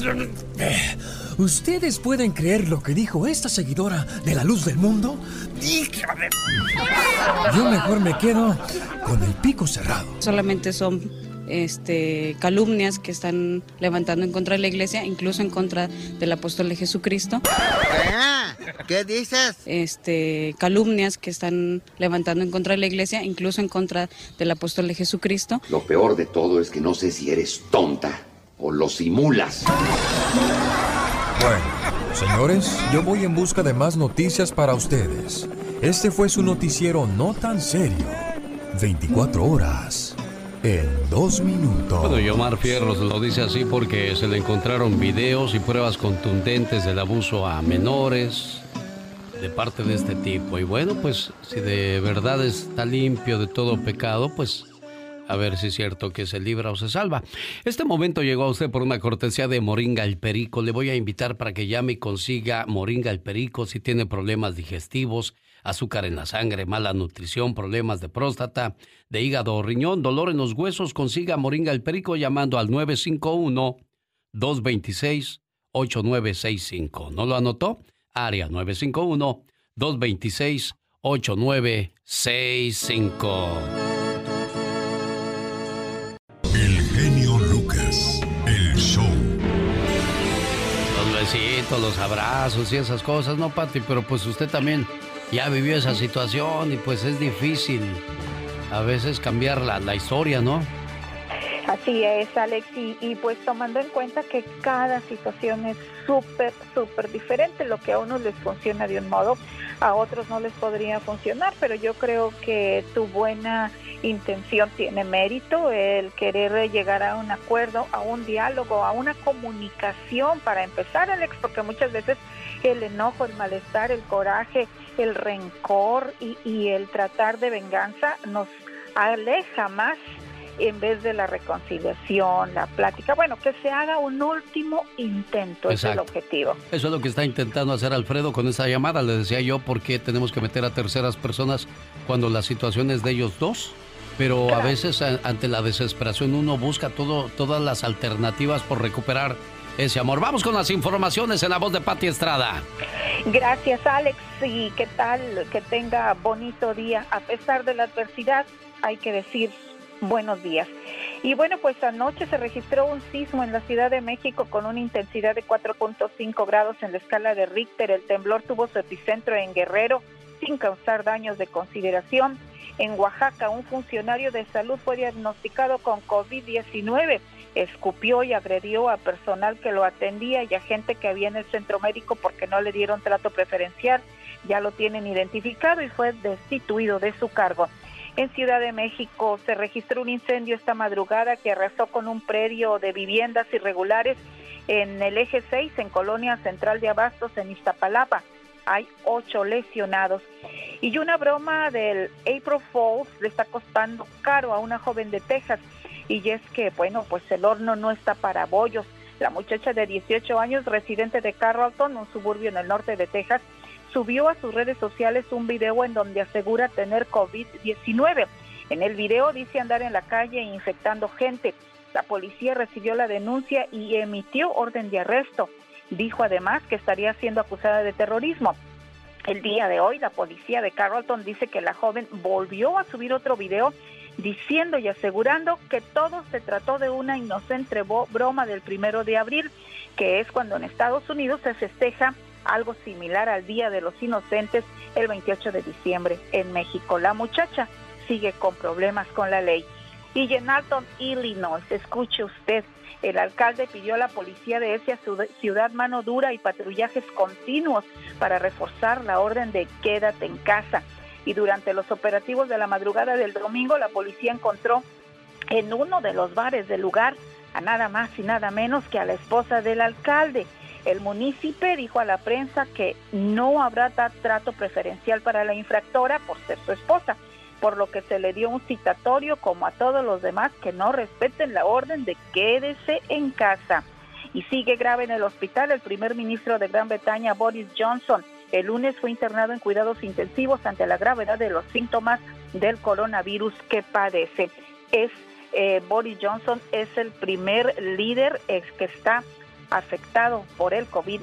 ¿ustedes pueden creer lo que dijo esta seguidora de la Luz del Mundo? Yo mejor me quedo con el pico cerrado. Solamente son este, calumnias que están levantando en contra de la iglesia, incluso en contra del apóstol de Jesucristo. ¿Qué dices? Este, calumnias que están levantando en contra de la iglesia, incluso en contra del apóstol de Jesucristo. Lo peor de todo es que no sé si eres tonta o lo simulas. Bueno, señores, yo voy en busca de más noticias para ustedes. Este fue su noticiero no tan serio. veinticuatro horas en dos minutos. Bueno, Yomar Fierros lo dice así porque se le encontraron videos y pruebas contundentes del abuso a menores de parte de este tipo. Y bueno, pues si de verdad está limpio de todo pecado, pues a ver si es cierto que se libra o se salva. Este momento llegó a usted por una cortesía de Moringa el Perico. Le voy a invitar para que llame y consiga Moringa el Perico si tiene problemas digestivos, azúcar en la sangre, mala nutrición, problemas de próstata, de hígado o riñón, dolor en los huesos. Consiga Moringa el Perico llamando al nueve cinco uno, dos dos seis, ocho nueve seis cinco. ¿No lo anotó? Área nueve cinco uno, dos dos seis, ocho nueve seis cinco. besitos, los abrazos y esas cosas, ¿no, Pati? Pero pues usted también ya vivió esa situación y pues es difícil a veces cambiar la, la historia, ¿no? Así es, Alex, y, y pues tomando en cuenta que cada situación es súper, súper diferente, lo que a unos les funciona de un modo, a otros no les podría funcionar, pero yo creo que tu buena intención tiene mérito, el querer llegar a un acuerdo, a un diálogo, a una comunicación para empezar, Alex, porque muchas veces el enojo, el malestar, el coraje, el rencor y, y el tratar de venganza nos aleja más en vez de la reconciliación, la plática. Bueno, que se haga un último intento, ese es el objetivo. Eso es lo que está intentando hacer Alfredo con esa llamada. Le decía yo, ¿por qué tenemos que meter a terceras personas cuando la situación es de ellos dos? Pero claro, a veces a, ante la desesperación uno busca todo, todas las alternativas por recuperar ese amor. Vamos con las informaciones en la voz de Pati Estrada. Gracias, Alex. Y qué tal, que tenga bonito día. A pesar de la adversidad, hay que decir buenos días. Y bueno, pues anoche se registró un sismo en la Ciudad de México con una intensidad de cuatro punto cinco grados en la escala de Richter. El temblor tuvo su epicentro en Guerrero, sin causar daños de consideración. En Oaxaca, un funcionario de salud fue diagnosticado con COVID diecinueve. Escupió y agredió a personal que lo atendía y a gente que había en el centro médico porque no le dieron trato preferencial. Ya lo tienen identificado y fue destituido de su cargo. En Ciudad de México se registró un incendio esta madrugada que arrasó con un predio de viviendas irregulares en el eje seis, en Colonia Central de Abastos, en Iztapalapa. Hay ocho lesionados. Y una broma del April Fools le está costando caro a una joven de Texas. Y es que, bueno, pues el horno no está para bollos. La muchacha de dieciocho años, residente de Carrollton, un suburbio en el norte de Texas, subió a sus redes sociales un video en donde asegura tener COVID diecinueve. En el video dice andar en la calle infectando gente. La policía recibió la denuncia y emitió orden de arresto. Dijo además que estaría siendo acusada de terrorismo. El día de hoy, la policía de Carrollton dice que la joven volvió a subir otro video diciendo y asegurando que todo se trató de una inocente broma del primero de abril, que es cuando en Estados Unidos se festeja algo similar al Día de los Inocentes el veintiocho de diciembre en México. La muchacha sigue con problemas con la ley. Y en Alton, Illinois, escuche usted, el alcalde pidió a la policía de esa ciudad mano dura y patrullajes continuos para reforzar la orden de quédate en casa. Y durante los operativos de la madrugada del domingo, la policía encontró en uno de los bares del lugar a nada más y nada menos que a la esposa del alcalde. El municipio dijo a la prensa que no habrá trato preferencial para la infractora por ser su esposa, por lo que se le dio un citatorio como a todos los demás que no respeten la orden de quédese en casa. Y sigue grave en el hospital el primer ministro de Gran Bretaña, Boris Johnson. El lunes fue internado en cuidados intensivos ante la gravedad de los síntomas del coronavirus que padece. Es eh, Boris Johnson es el primer líder eh, que está afectado por el COVID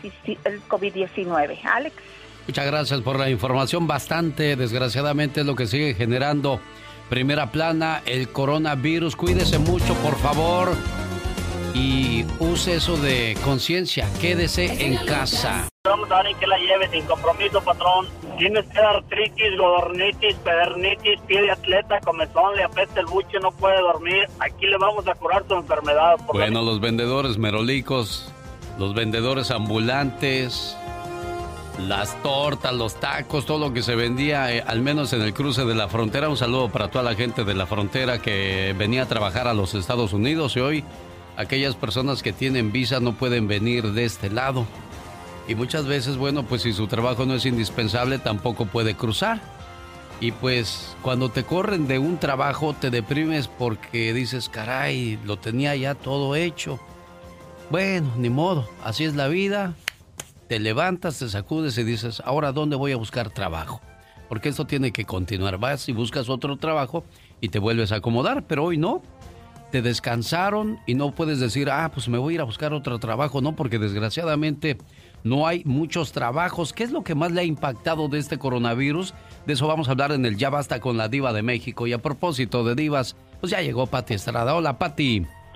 diecinueve. Alex. Muchas gracias por la información. Bastante, desgraciadamente, es lo que sigue generando primera plana el coronavirus. Cuídese mucho, por favor, y use eso de conciencia. Quédese en casa. Vamos a alguien que la lleve sin compromiso, patrón. Tienes que dar artritis, godornitis, pedernitis, pie de atleta, comezón, le apesta el buche, no puede dormir. Aquí le vamos a curar tu enfermedad. Bueno, los vendedores merolicos, los vendedores ambulantes, las tortas, los tacos, todo lo que se vendía, eh, al menos en el cruce de la frontera. Un saludo para toda la gente de la frontera que venía a trabajar a los Estados Unidos y hoy aquellas personas que tienen visa no pueden venir de este lado. Y muchas veces, bueno, pues si su trabajo no es indispensable, tampoco puede cruzar. Y pues cuando te corren de un trabajo, te deprimes porque dices, caray, lo tenía ya todo hecho. Bueno, ni modo, así es la vida. Te levantas, te sacudes y dices, ahora ¿dónde voy a buscar trabajo? Porque esto tiene que continuar. Vas y buscas otro trabajo y te vuelves a acomodar, pero hoy no. Te descansaron y no puedes decir, ah, pues me voy a ir a buscar otro trabajo. No, porque desgraciadamente no hay muchos trabajos. ¿Qué es lo que más le ha impactado de este coronavirus? De eso vamos a hablar en el Ya Basta con la Diva de México. Y a propósito de divas, pues ya llegó Pati Estrada. Hola, Pati.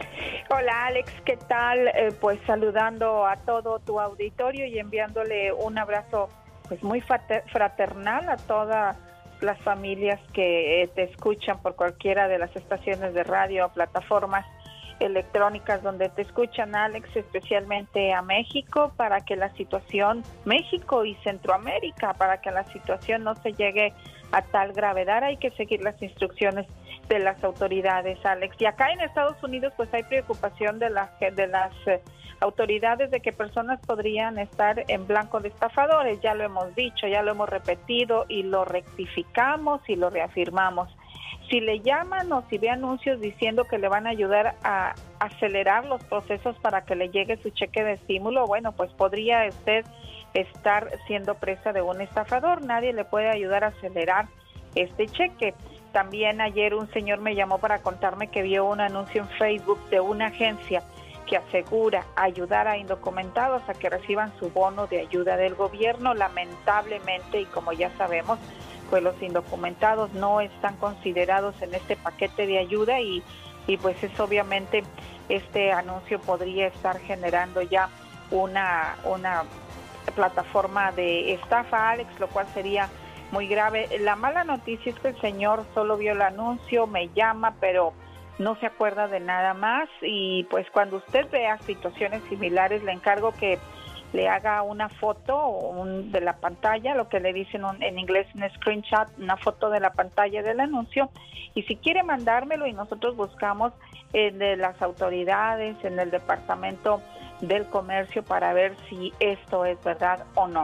Hola Alex, ¿qué tal? Eh, pues saludando a todo tu auditorio y enviándole un abrazo pues muy fraternal a todas las familias que eh, te escuchan por cualquiera de las estaciones de radio o plataformas electrónicas donde te escuchan, Alex, especialmente a México, para que la situación, México y Centroamérica, para que la situación no se llegue a tal gravedad. Hay que seguir las instrucciones de las autoridades, Alex. Y acá en Estados Unidos pues hay preocupación de, la, de las eh, autoridades de que personas podrían estar en blanco de estafadores. Ya lo hemos dicho, ya lo hemos repetido y lo rectificamos y lo reafirmamos. Si le llaman o si ve anuncios diciendo que le van a ayudar a acelerar los procesos para que le llegue su cheque de estímulo, bueno, pues podría usted estar siendo presa de un estafador. Nadie le puede ayudar a acelerar este cheque. También ayer un señor me llamó para contarme que vio un anuncio en Facebook de una agencia que asegura ayudar a indocumentados a que reciban su bono de ayuda del gobierno. Lamentablemente, y como ya sabemos, pues los indocumentados no están considerados en este paquete de ayuda y, y pues es obviamente este anuncio podría estar generando ya una, una plataforma de estafa, Alex, lo cual sería muy grave. La mala noticia es que el señor solo vio el anuncio, me llama, pero no se acuerda de nada más y pues cuando usted vea situaciones similares le encargo que le haga una foto un, de la pantalla, lo que le dicen un, en inglés un screenshot, una foto de la pantalla del anuncio, y si quiere mandármelo y nosotros buscamos en de las autoridades, en el Departamento del Comercio para ver si esto es verdad o no.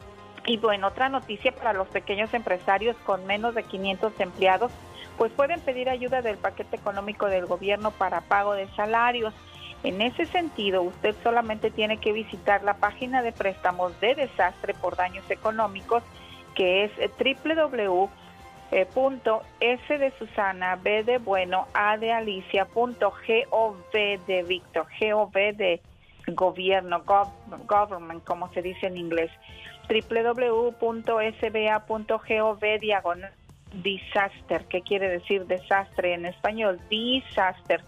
Y bueno, otra noticia para los pequeños empresarios con menos de quinientos empleados, pues pueden pedir ayuda del paquete económico del gobierno para pago de salarios. En ese sentido, usted solamente tiene que visitar la página de préstamos de desastre por daños económicos, que es doble u doble u doble u punto s de Susana, b de bueno, a de Alicia, punto gov de Víctor, gov de gobierno, gov, government, como se dice en inglés, doble u doble u doble u punto s b a punto gov diagonal disaster, ¿qué quiere decir desastre en español? Disaster.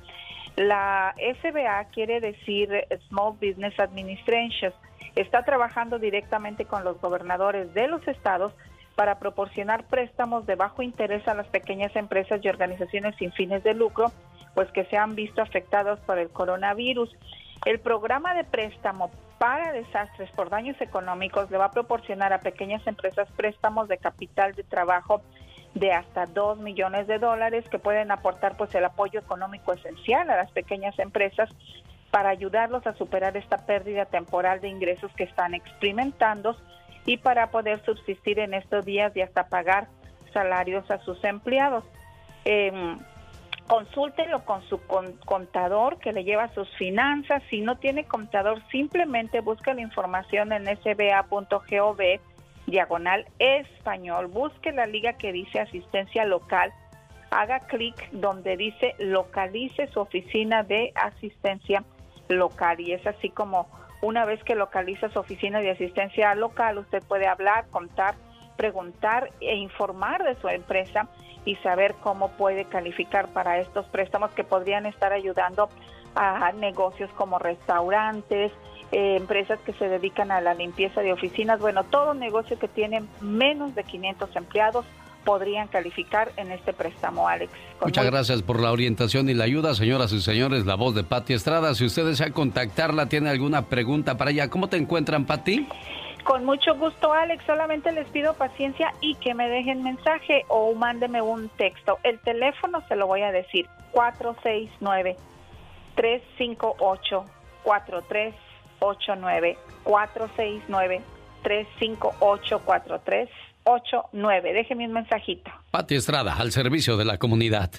La S B A quiere decir Small Business Administration. Está trabajando directamente con los gobernadores de los estados para proporcionar préstamos de bajo interés a las pequeñas empresas y organizaciones sin fines de lucro, pues que se han visto afectados por el coronavirus. El programa de préstamo para desastres por daños económicos le va a proporcionar a pequeñas empresas préstamos de capital de trabajo de hasta dos millones de dólares que pueden aportar pues el apoyo económico esencial a las pequeñas empresas para ayudarlos a superar esta pérdida temporal de ingresos que están experimentando y para poder subsistir en estos días y hasta pagar salarios a sus empleados. Eh, consúltelo con su con, contador que le lleva sus finanzas. Si no tiene contador, simplemente busca la información en s b a punto gov diagonal español, busque la liga que dice asistencia local, haga clic donde dice localice su oficina de asistencia local y es así como una vez que localiza su oficina de asistencia local, usted puede hablar, contar, preguntar e informar de su empresa y saber cómo puede calificar para estos préstamos que podrían estar ayudando a negocios como restaurantes, Eh, empresas que se dedican a la limpieza de oficinas. Bueno, todo negocio que tiene menos de quinientos empleados podrían calificar en este préstamo, Alex. Muchas muy... gracias por la orientación y la ayuda, señoras y señores. La voz de Pati Estrada. Si usted desea contactarla, tiene alguna pregunta para ella, ¿cómo te encuentran, Pati? Con mucho gusto, Alex. Solamente les pido paciencia y que me dejen mensaje o mándeme un texto. El teléfono se lo voy a decir, cuatro seis nueve, tres cinco ocho, cuatro tres ocho nueve, cuatro seis nueve, tres cinco ocho, cuatro tres ocho nueve. Déjeme un mensajito. Pati Estrada, al servicio de la comunidad.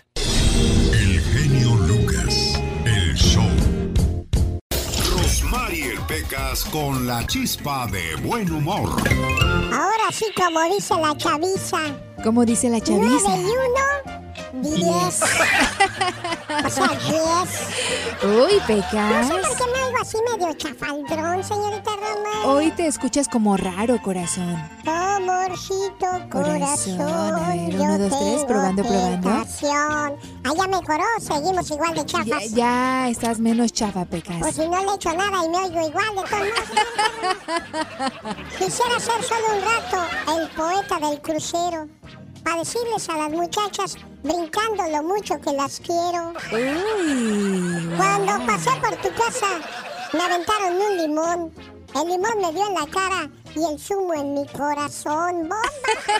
El genio Lucas, el show. Rosmarie Pecas con la chispa de buen humor. Ahora sí, como dice la chaviza. ¿Cómo dice la chaviza? nueve y uno diez. O sea, diez. Uy, Pecas. No sé por qué me oigo así medio chafaldrón, señorita Roma. Hoy te escuchas como raro, corazón. Amorcito, corazón. Corazón, a ver, uno, dos, tres, probando, probando. Ah, ya mejoró, seguimos igual de chafas. Ya, ya estás menos chafa, Pecas. Pues si no le echo nada y me oigo igual, de todos modos. Quisiera ser solo un rato el poeta del crucero, para decirles a las muchachas, brincando lo mucho que las quiero. Uy, Cuando wow. pasé por tu casa, me aventaron un limón. El limón me dio en la cara y el zumo en mi corazón. ¡Bomba!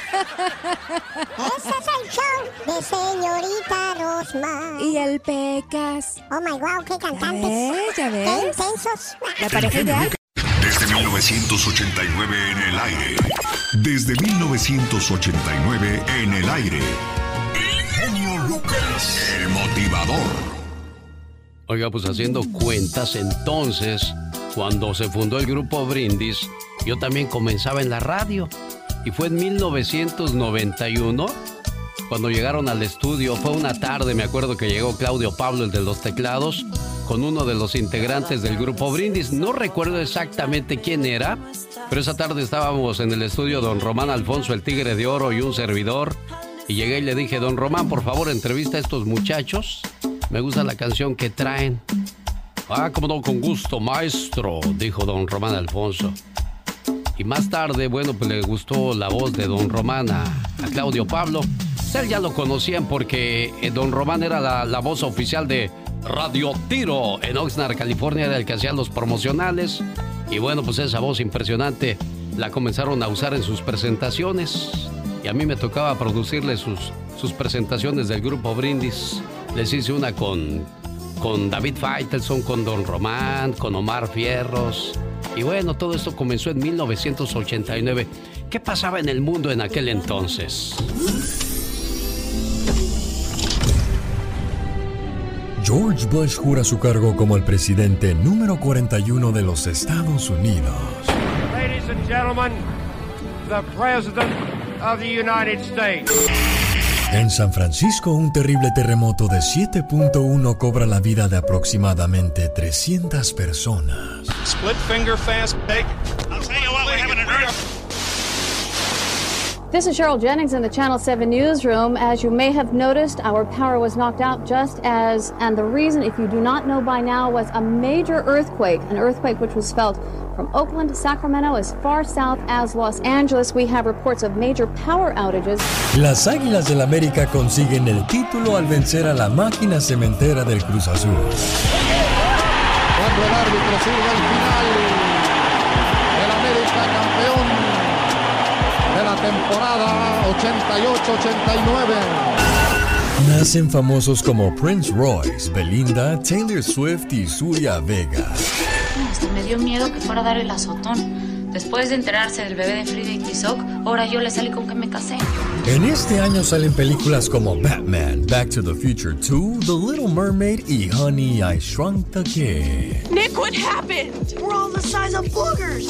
Ese es el show de señorita Rosmar. Y el Pecas. Oh my wow, qué cantantes. ¿Ya ves? ¿Ya ves? Qué intensos. La pareja ideal. Desde mil novecientos ochenta y nueve en el aire. Desde mil novecientos ochenta y nueve en el aire. El genio Lucas, el motivador. Oiga, pues haciendo cuentas entonces, cuando se fundó el grupo Brindis, yo también comenzaba en la radio. Y fue en mil novecientos noventa y uno cuando llegaron al estudio. Fue una tarde, me acuerdo que llegó Claudio Pablo, el de los teclados, con uno de los integrantes del grupo Brindis. No recuerdo exactamente quién era, pero esa tarde estábamos en el estudio don Román Alfonso, el Tigre de Oro, y un servidor. Y llegué y le dije, don Román, por favor, entrevista a estos muchachos. Me gusta la canción que traen. Ah, cómo no, con gusto, maestro, dijo don Román Alfonso. Y más tarde, bueno, pues le gustó la voz de don Román a, a Claudio Pablo. Él ya lo conocían porque eh, don Román era la, la voz oficial de Radio Tiro en Oxnard, California, era el que hacía los promocionales. Y bueno, pues esa voz impresionante la comenzaron a usar en sus presentaciones. Y a mí me tocaba producirle sus, sus presentaciones del grupo Brindis. Les hice una con, con David Faitelson, con don Román, con Omar Fierros. Y bueno, todo esto comenzó en mil novecientos ochenta y nueve. ¿Qué pasaba en el mundo en aquel entonces? George Bush jura su cargo como el presidente número cuarenta y uno de los Estados Unidos. Ladies and gentlemen, the President of the United States. En San Francisco, un terrible terremoto de siete punto uno cobra la vida de aproximadamente trescientas personas. Split finger fast break. I'll tell you what, we're having an earth. This is Cheryl Jennings in the Channel seven newsroom. As you may have noticed, our power was knocked out just as, and the reason, if you do not know by now, was a major earthquake, an earthquake which was felt from Oakland to Sacramento as far south as Los Angeles. We have reports of major power outages. Las Águilas del América consiguen el título al vencer a la máquina cementera del Cruz Azul. Cuando el árbitro sirve el final, el América campeón de la temporada ochenta y ocho ochenta y nueve. Nacen famosos como Prince Royce, Belinda, Taylor Swift y Zulia Vega. Hasta me dio miedo que fuera a dar el azotón. Después de enterarse del bebé de Frida y Tizoc, ahora yo le salí con que me casé. En este año salen películas como Batman, Back to the Future dos, The Little Mermaid y Honey, I Shrunk the Kid. Nick, what happened? We're all the size of boogers.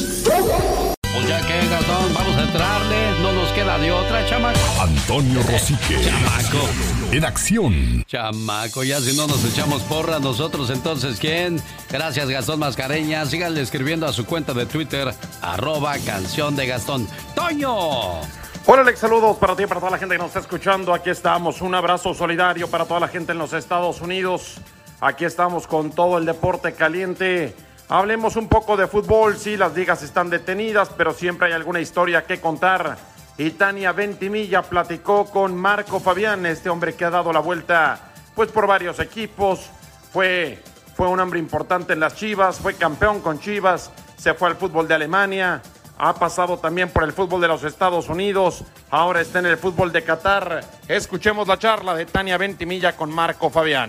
Pues ya que, Gastón, vamos a entrarle. No nos queda de otra, chamaco. Antonio Rosique. Chamaco. En acción. Chamaco, ya si no nos echamos porra nosotros, entonces, ¿quién? Gracias, Gastón Mascareña. Síganle escribiendo a su cuenta de Twitter, arroba canción de Gastón. ¡Toño! Hola, Alex, saludos para ti y para toda la gente que nos está escuchando. Aquí estamos, un abrazo solidario para toda la gente en los Estados Unidos. Aquí estamos con todo el deporte caliente. Hablemos un poco de fútbol. Sí, las ligas están detenidas, pero siempre hay alguna historia que contar. Y Tania Ventimilla platicó con Marco Fabián, este hombre que ha dado la vuelta pues por varios equipos. Fue, fue un hombre importante en las Chivas, fue campeón con Chivas, se fue al fútbol de Alemania, ha pasado también por el fútbol de los Estados Unidos, ahora está en el fútbol de Qatar. Escuchemos la charla de Tania Ventimilla con Marco Fabián.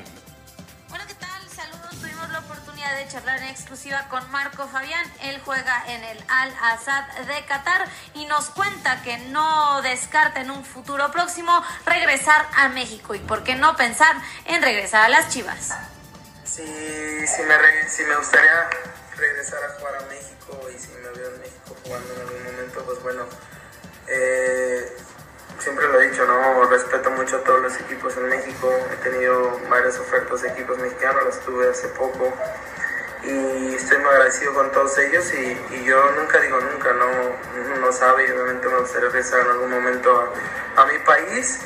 De charlar en exclusiva con Marco Fabián. Él juega en el Al-Assad de Qatar y nos cuenta que no descarta en un futuro próximo regresar a México y por qué no pensar en regresar a las Chivas. Sí, sí me, re, sí me gustaría regresar a jugar a México y si me veo en México jugando en algún momento, pues bueno, eh, siempre lo he dicho, ¿no? Respeto mucho a todos los equipos en México. He tenido varias ofertas de equipos mexicanos, las tuve hace poco. Y estoy muy agradecido con todos ellos y, y yo nunca digo nunca, no, no sabe, y obviamente me gustaría regresar en algún momento a, a mi país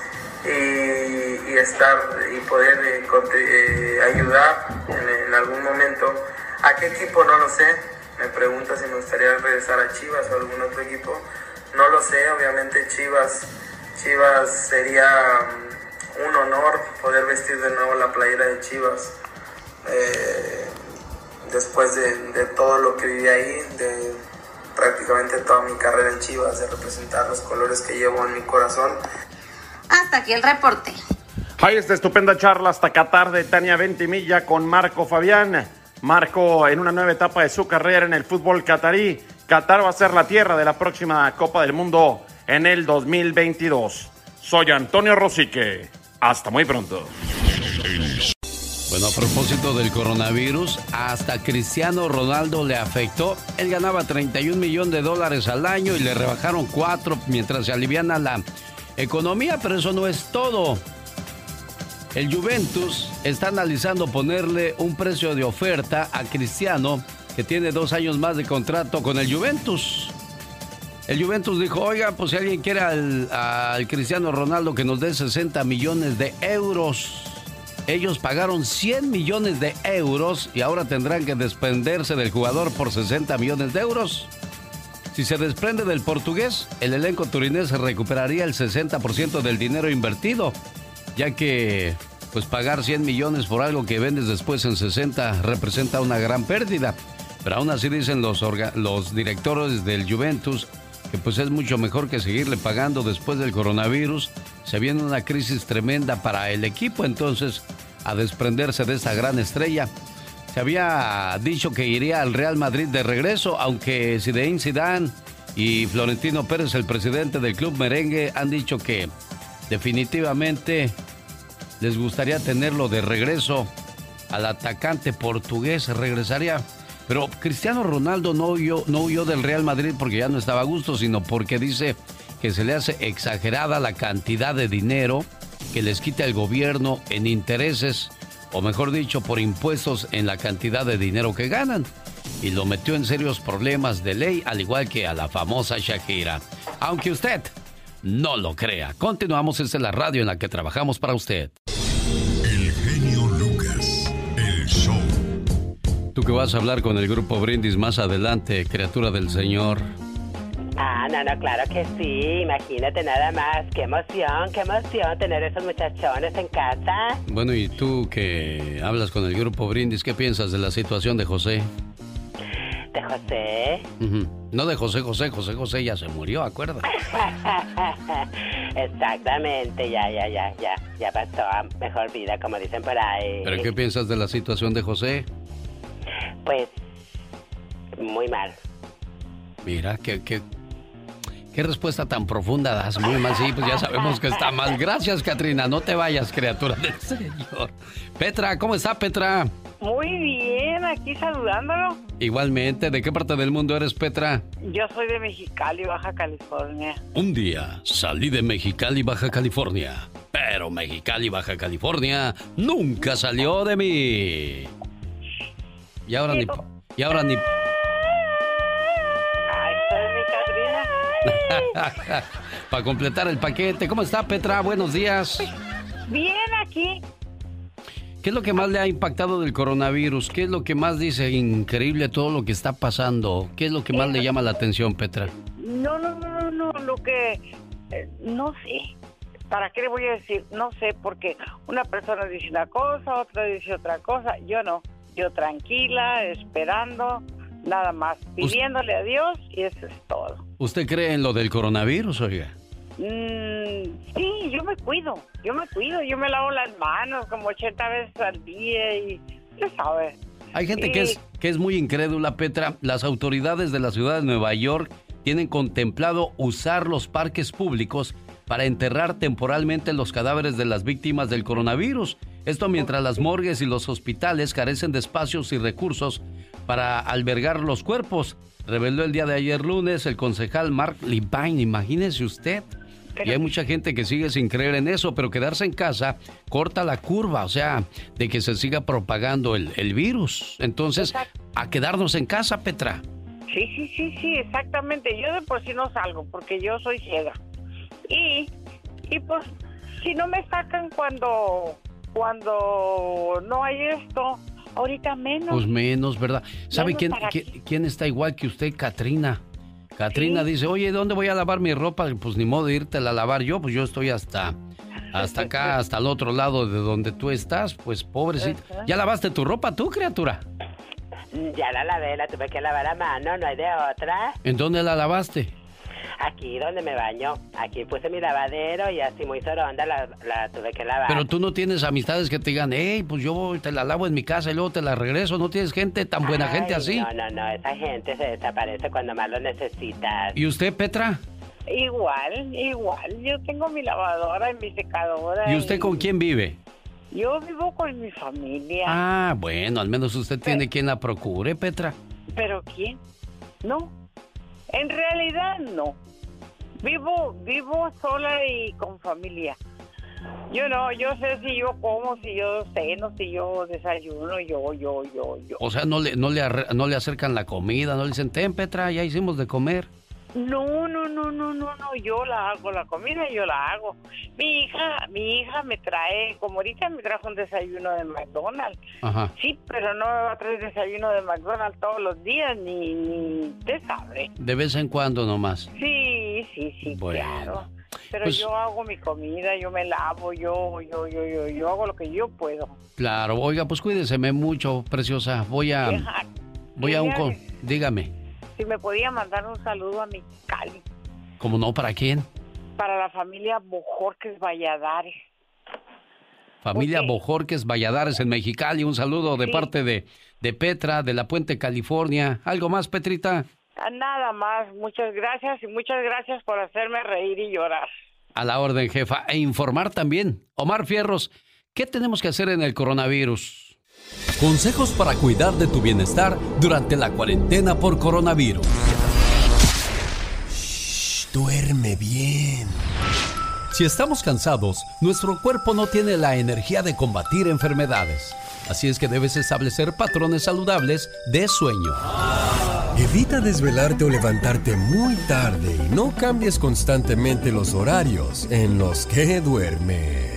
y, y estar y poder eh, eh, ayudar en, en algún momento. ¿A qué equipo? No lo sé. Me pregunta si me gustaría regresar a Chivas o a algún otro equipo. No lo sé, obviamente Chivas, Chivas sería um, un honor poder vestir de nuevo la playera de Chivas. Eh, después de, de todo lo que viví ahí, de prácticamente toda mi carrera en Chivas, de representar los colores que llevo en mi corazón. Hasta aquí el reporte. Hay esta estupenda charla hasta Qatar de Tania Ventimilla con Marco Fabián. Marco en una nueva etapa de su carrera en el fútbol catarí. Qatar va a ser la tierra de la próxima Copa del Mundo en el dos mil veintidós. Soy Antonio Rosique. Hasta muy pronto. Bueno, a propósito del coronavirus, hasta Cristiano Ronaldo le afectó. Él ganaba treinta y un millones de dólares al año y le rebajaron cuatro mientras se aliviana la economía, pero eso no es todo. El Juventus está analizando ponerle un precio de oferta a Cristiano, que tiene dos años más de contrato con el Juventus. El Juventus dijo, oiga, pues si alguien quiere al, al Cristiano Ronaldo que nos dé sesenta millones de euros. Ellos pagaron cien millones de euros y ahora tendrán que desprenderse del jugador por sesenta millones de euros. Si se desprende del portugués, el elenco turinés recuperaría el sesenta por ciento del dinero invertido, ya que pues pagar cien millones por algo que vendes después en sesenta representa una gran pérdida. Pero aún así dicen los, orga- los directores del Juventus que pues es mucho mejor que seguirle pagando después del coronavirus. Se viene una crisis tremenda para el equipo, entonces a desprenderse de esta gran estrella. Se había dicho que iría al Real Madrid de regreso, aunque Zinedine Zidane y Florentino Pérez, el presidente del club merengue, han dicho que definitivamente les gustaría tenerlo de regreso. Al atacante portugués regresaría. Pero Cristiano Ronaldo no huyó, no huyó del Real Madrid porque ya no estaba a gusto, sino porque dice que se le hace exagerada la cantidad de dinero que les quita el gobierno en intereses, o mejor dicho, por impuestos en la cantidad de dinero que ganan. Y lo metió en serios problemas de ley, al igual que a la famosa Shakira. Aunque usted no lo crea. Continuamos, esta es la radio en la que trabajamos para usted. El genio Lucas, el show. Tú que vas a hablar con el grupo Brindis más adelante, criatura del Señor. Ah, no, no, claro que sí. Imagínate nada más. Qué emoción, qué emoción tener esos muchachones en casa. Bueno, y tú que hablas con el grupo Brindis, ¿qué piensas de la situación de José? ¿De José? Uh-huh. No de José José, José José ya se murió, acuérdate. Exactamente, ya, ya, ya, ya. Ya pasó a mejor vida, como dicen por ahí. ¿Pero qué piensas de la situación de José? Pues, muy mal. Mira, qué, qué, qué respuesta tan profunda das. Muy mal, sí, pues ya sabemos que está mal. Gracias, Katrina. No te vayas, criatura del Señor. Petra, ¿cómo está, Petra? Muy bien, aquí saludándolo. Igualmente, ¿de qué parte del mundo eres, Petra? Yo soy de Mexicali, Baja California. Un día salí de Mexicali, Baja California, pero Mexicali, Baja California nunca salió de mí. Y ahora ni... Y ahora ni... Ahí está mi Catrina. Para completar el paquete. ¿Cómo está, Petra? Buenos días. Bien, aquí. ¿Qué es lo que más le ha impactado del coronavirus? ¿Qué es lo que más dice increíble todo lo que está pasando? ¿Qué es lo que más le llama la atención, Petra? No, no, no, no, no, lo que... Eh, no sé. ¿Para qué le voy a decir? No sé, porque una persona dice una cosa, otra dice otra cosa. Yo no. Yo tranquila, esperando, nada más, pidiéndole a Dios y eso es todo. ¿Usted cree en lo del coronavirus, oiga? Mm, sí, yo me cuido, yo me cuido, yo me lavo las manos como ochenta veces al día y ya sabes. Hay gente y... que es, que es muy incrédula, Petra. Las autoridades de la ciudad de Nueva York tienen contemplado usar los parques públicos para enterrar temporalmente los cadáveres de las víctimas del coronavirus. Esto mientras las morgues y los hospitales carecen de espacios y recursos para albergar los cuerpos, reveló el día de ayer lunes el concejal Mark Levine. Imagínese usted. Y hay mucha gente que sigue sin creer en eso, pero quedarse en casa corta la curva, o sea, de que se siga propagando el, el virus. Entonces, exacto, a quedarnos en casa, Petra. Sí, sí, sí, sí, exactamente. Yo de por sí no salgo porque yo soy ciega. Y, y pues, si no me sacan cuando, cuando no hay esto, ahorita menos. Pues menos, ¿verdad? ¿Sabe menos quién, quién, quién está igual que usted? Catrina. Catrina ¿Sí? dice, oye, ¿dónde voy a lavar mi ropa? Pues ni modo de irte a lavar yo, pues yo estoy hasta, hasta acá, hasta el otro lado de donde tú estás, pues pobrecita. Uh-huh. ¿Ya lavaste tu ropa tú, criatura? Ya la lavé, la tuve que lavar a mano, no hay de otra. ¿En dónde la lavaste? Aquí donde me baño, aquí puse mi lavadero y así muy soronda la, la tuve que lavar. Pero tú no tienes amistades que te digan, hey, pues yo te la lavo en mi casa y luego te la regreso. ¿No tienes gente, tan buena Ay, gente así? No, no, no, esa gente se desaparece cuando más lo necesitas. ¿Y usted, Petra? Igual, igual. Yo tengo mi lavadora y mi secadora. ¿Y usted y... con quién vive? Yo vivo con mi familia. Ah, bueno, al menos usted tiene pero, quien la procure, Petra. ¿Pero quién? No, en realidad no. Vivo, vivo sola y con familia. Yo no, yo sé si yo como, si yo ceno, si yo desayuno, yo, yo, yo, yo. O sea, no le, no le, no le acercan la comida, no le dicen, ten, Petra, ya hicimos de comer. No, no, no, no, no, no, yo la hago, la comida yo la hago. Mi hija, mi hija me trae, como ahorita me trajo un desayuno de McDonald's. Ajá. Sí, pero no me va a traer desayuno de McDonald's todos los días, ni, ni te sabe. De vez en cuando nomás. Sí, sí, sí, bueno, claro. Pero pues, yo hago mi comida, yo me lavo, yo, yo, yo, yo, yo hago lo que yo puedo. Claro, oiga, pues cuídeseme mucho, preciosa. Voy a, Deja, voy a un, con... dígame. Si me podía mandar un saludo a mi Cali. ¿Cómo no? ¿Para quién? Para la familia Bojorques Valladares. Familia Okay. Bojorques Valladares en Mexicali. Un saludo de sí. parte de, de Petra, de La Puente, California. ¿Algo más, Petrita? Nada más. Muchas gracias y muchas gracias por hacerme reír y llorar. A la orden, jefa. E informar también. Omar Fierros, ¿qué tenemos que hacer en el coronavirus? Consejos para cuidar de tu bienestar durante la cuarentena por coronavirus. Shh, duerme bien. Si estamos cansados, nuestro cuerpo no tiene la energía de combatir enfermedades. Así es que debes establecer patrones saludables de sueño. Evita desvelarte o levantarte muy tarde y no cambies constantemente los horarios en los que duermes.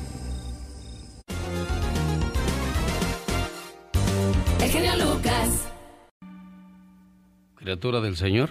El genio Lucas. ¿Criatura del Señor?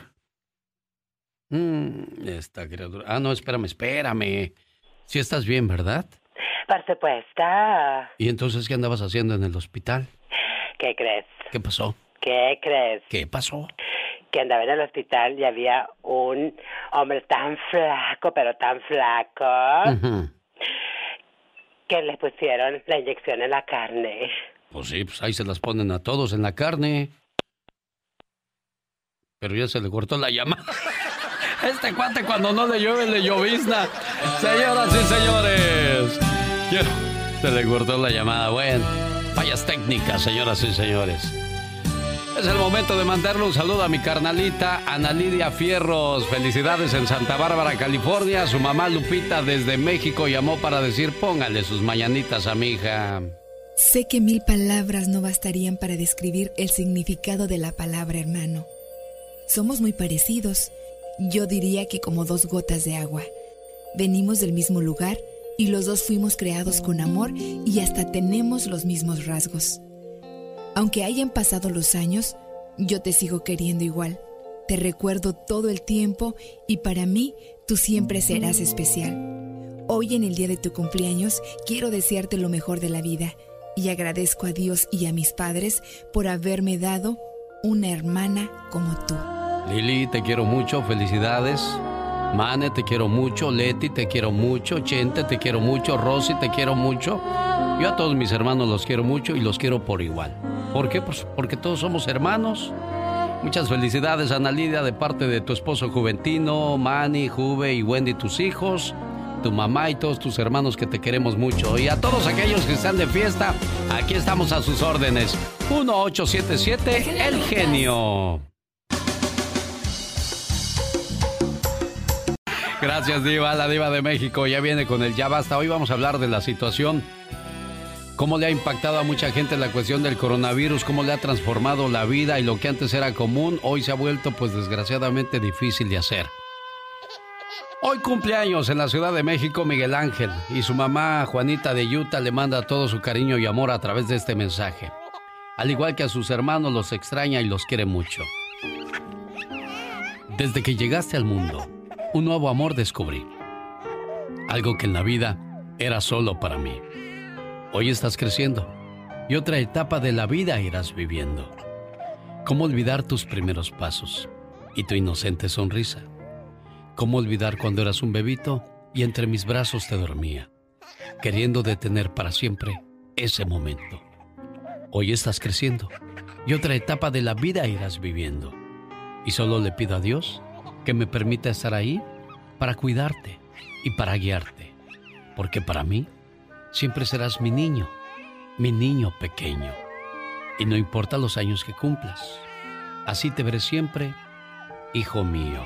Mm, esta criatura... Ah, no, espérame, espérame. Sí estás bien, ¿verdad? Por supuesto. ¿Y entonces qué andabas haciendo en el hospital? ¿Qué crees? ¿Qué pasó? ¿Qué crees? ¿Qué pasó? Que andaba en el hospital y había un hombre tan flaco, pero tan flaco, uh-huh. que le pusieron la inyección en la carne. Pues sí, pues ahí se las ponen a todos en la carne. Pero ya se le cortó la llamada. Este cuate cuando no le llueve, le llovizna. Señoras y señores. Quiero... Se le cortó la llamada. Bueno, fallas técnicas, señoras y señores. Es el momento de mandarle un saludo a mi carnalita Ana Lidia Fierros. Felicidades en Santa Bárbara, California. Su mamá Lupita desde México llamó para decir póngale sus mañanitas a mi hija. Sé que mil palabras no bastarían para describir el significado de la palabra hermano. Somos muy parecidos. Yo diría que como dos gotas de agua. Venimos del mismo lugar y los dos fuimos creados con amor y hasta tenemos los mismos rasgos. Aunque hayan pasado los años, yo te sigo queriendo igual. Te recuerdo todo el tiempo y para mí tú siempre serás especial. Hoy en el día de tu cumpleaños quiero desearte lo mejor de la vida y agradezco a Dios y a mis padres por haberme dado una hermana como tú. Lili, te quiero mucho, felicidades. Mane, te quiero mucho. Leti, te quiero mucho. Chente, te quiero mucho. Rosy, te quiero mucho. Yo a todos mis hermanos los quiero mucho y los quiero por igual. ¿Por qué? Pues porque todos somos hermanos. Muchas felicidades, Ana Lidia, de parte de tu esposo Juventino, Manny, Juve y Wendy, tus hijos, tu mamá y todos tus hermanos que te queremos mucho. Y a todos aquellos que están de fiesta, aquí estamos a sus órdenes. uno ocho siete siete, El Genio. Gracias, Diva, la Diva de México. Ya viene con el Ya Basta. Hoy vamos a hablar de la situación, cómo le ha impactado a mucha gente la cuestión del coronavirus, cómo le ha transformado la vida y lo que antes era común, hoy se ha vuelto, pues desgraciadamente, difícil de hacer. Hoy cumpleaños en la Ciudad de México Miguel Ángel y su mamá Juanita de Utah le manda todo su cariño y amor a través de este mensaje. Al igual que a sus hermanos, los extraña y los quiere mucho. Desde que llegaste al mundo, un nuevo amor descubrí. Algo que en la vida era solo para mí. Hoy estás creciendo y otra etapa de la vida irás viviendo. ¿Cómo olvidar tus primeros pasos y tu inocente sonrisa? ¿Cómo olvidar cuando eras un bebito y entre mis brazos te dormía, queriendo detener para siempre ese momento? Hoy estás creciendo y otra etapa de la vida irás viviendo. Y solo le pido a Dios que me permita estar ahí para cuidarte y para guiarte. Porque para mí siempre serás mi niño, mi niño pequeño. Y no importa los años que cumplas, así te veré siempre, hijo mío.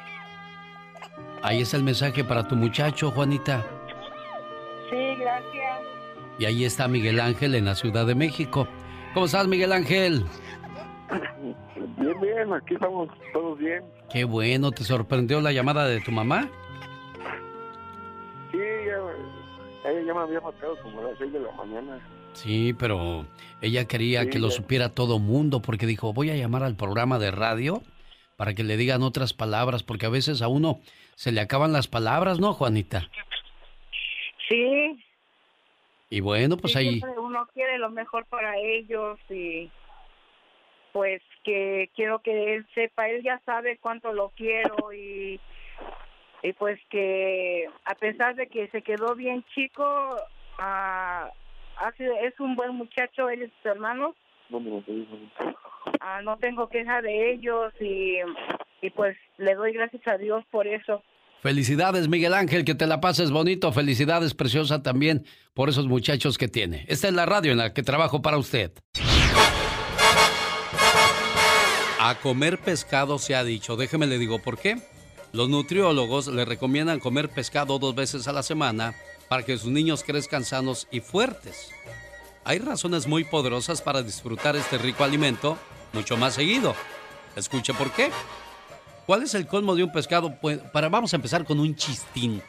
Ahí está el mensaje para tu muchacho, Juanita. Sí, gracias. Y ahí está Miguel Ángel en la Ciudad de México. ¿Cómo estás, Miguel Ángel? Bien, bien, aquí estamos todos bien. Qué bueno, ¿te sorprendió la llamada de tu mamá? Sí, ya, ella ya me había marcado como a las seis de la mañana. Sí, pero ella quería sí, que lo supiera todo mundo porque dijo, voy a llamar al programa de radio para que le digan otras palabras, porque a veces a uno se le acaban las palabras, ¿no, Juanita? Sí. Y bueno, pues sí, ahí... Uno quiere lo mejor para ellos y pues que quiero que él sepa, él ya sabe cuánto lo quiero y, y pues que a pesar de que se quedó bien chico, uh, hace, es un buen muchacho, él y sus hermanos. No, no, uh, no tengo queja de ellos y, y pues le doy gracias a Dios por eso. Felicidades, Miguel Ángel, que te la pases bonito. Felicidades, preciosa, también por esos muchachos que tiene. Esta es la radio en la que trabajo para usted. A comer pescado se ha dicho. Déjeme le digo por qué. Los nutriólogos le recomiendan comer pescado dos veces a la semana para que sus niños crezcan sanos y fuertes. Hay razones muy poderosas para disfrutar este rico alimento mucho más seguido. Escuche por qué. ¿Cuál es el colmo de un pescado? Pues, para, vamos a empezar con un chistín.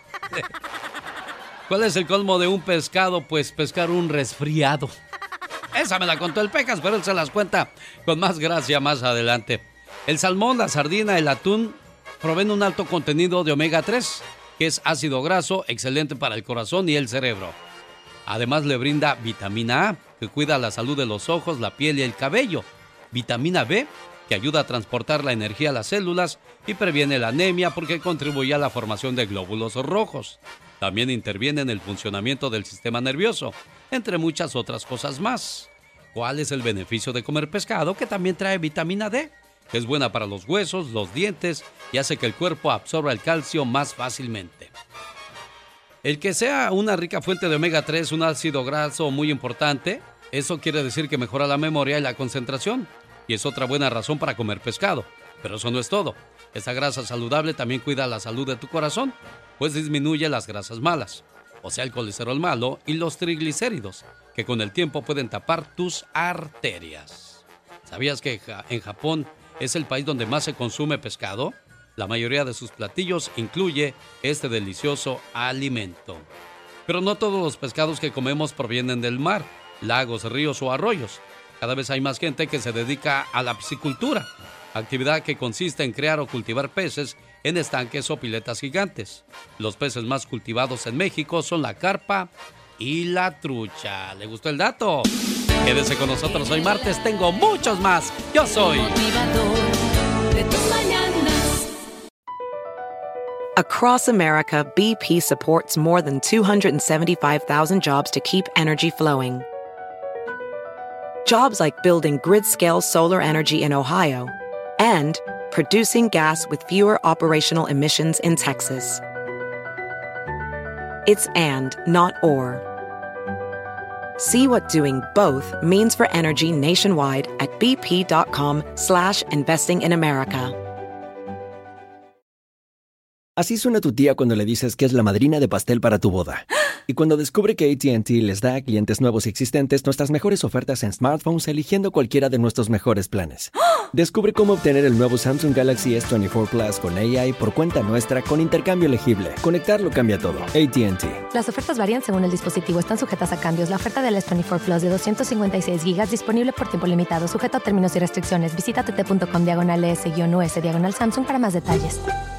¿Cuál es el colmo de un pescado? Pues pescar un resfriado. Esa me la contó el Pecas, pero él se las cuenta con más gracia más adelante. El salmón, la sardina, el atún proveen un alto contenido de omega tres, que es ácido graso, excelente para el corazón y el cerebro. Además le brinda vitamina A, que cuida la salud de los ojos, la piel y el cabello. Vitamina B, que ayuda a transportar la energía a las células y previene la anemia porque contribuye a la formación de glóbulos rojos. También interviene en el funcionamiento del sistema nervioso, entre muchas otras cosas más. ¿Cuál es el beneficio de comer pescado? Que también trae vitamina D, que es buena para los huesos, los dientes y hace que el cuerpo absorba el calcio más fácilmente. El que sea una rica fuente de omega tres, un ácido graso muy importante, eso quiere decir que mejora la memoria y la concentración. Y es otra buena razón para comer pescado. Pero eso no es todo. Esta grasa saludable también cuida la salud de tu corazón, pues disminuye las grasas malas, o sea, el colesterol malo y los triglicéridos, que con el tiempo pueden tapar tus arterias. ¿Sabías que en Japón es el país donde más se consume pescado? La mayoría de sus platillos incluye este delicioso alimento. Pero no todos los pescados que comemos provienen del mar, lagos, ríos o arroyos. Cada vez hay más gente que se dedica a la piscicultura, actividad que consiste en crear o cultivar peces en estanques o piletas gigantes. Los peces más cultivados en México son la carpa y la trucha. ¿Le gustó el dato? Quédese con nosotros hoy martes, tengo muchos más. Yo soy... de tus mañanas. Across America, B P supports more than two hundred seventy-five thousand jobs to keep energy flowing. Jobs like building grid-scale solar energy in Ohio and producing gas with fewer operational emissions in Texas. It's and, not or. See what doing both means for energy nationwide at bp.com slash investing in America. Así suena tu tía cuando le dices que es la madrina de pastel para tu boda. Y cuando descubre que A T and T les da a clientes nuevos y existentes nuestras mejores ofertas en smartphones eligiendo cualquiera de nuestros mejores planes. Descubre cómo obtener el nuevo Samsung Galaxy S veinticuatro Plus con A I por cuenta nuestra con intercambio elegible. Conectarlo cambia todo. A T and T. Las ofertas varían según el dispositivo. Están sujetas a cambios. La oferta del S veinticuatro Plus de doscientos cincuenta y seis gigas disponible por tiempo limitado. Sujeto a términos y restricciones. Visita tt punto com diagonal S U S diagonal Samsung para más detalles.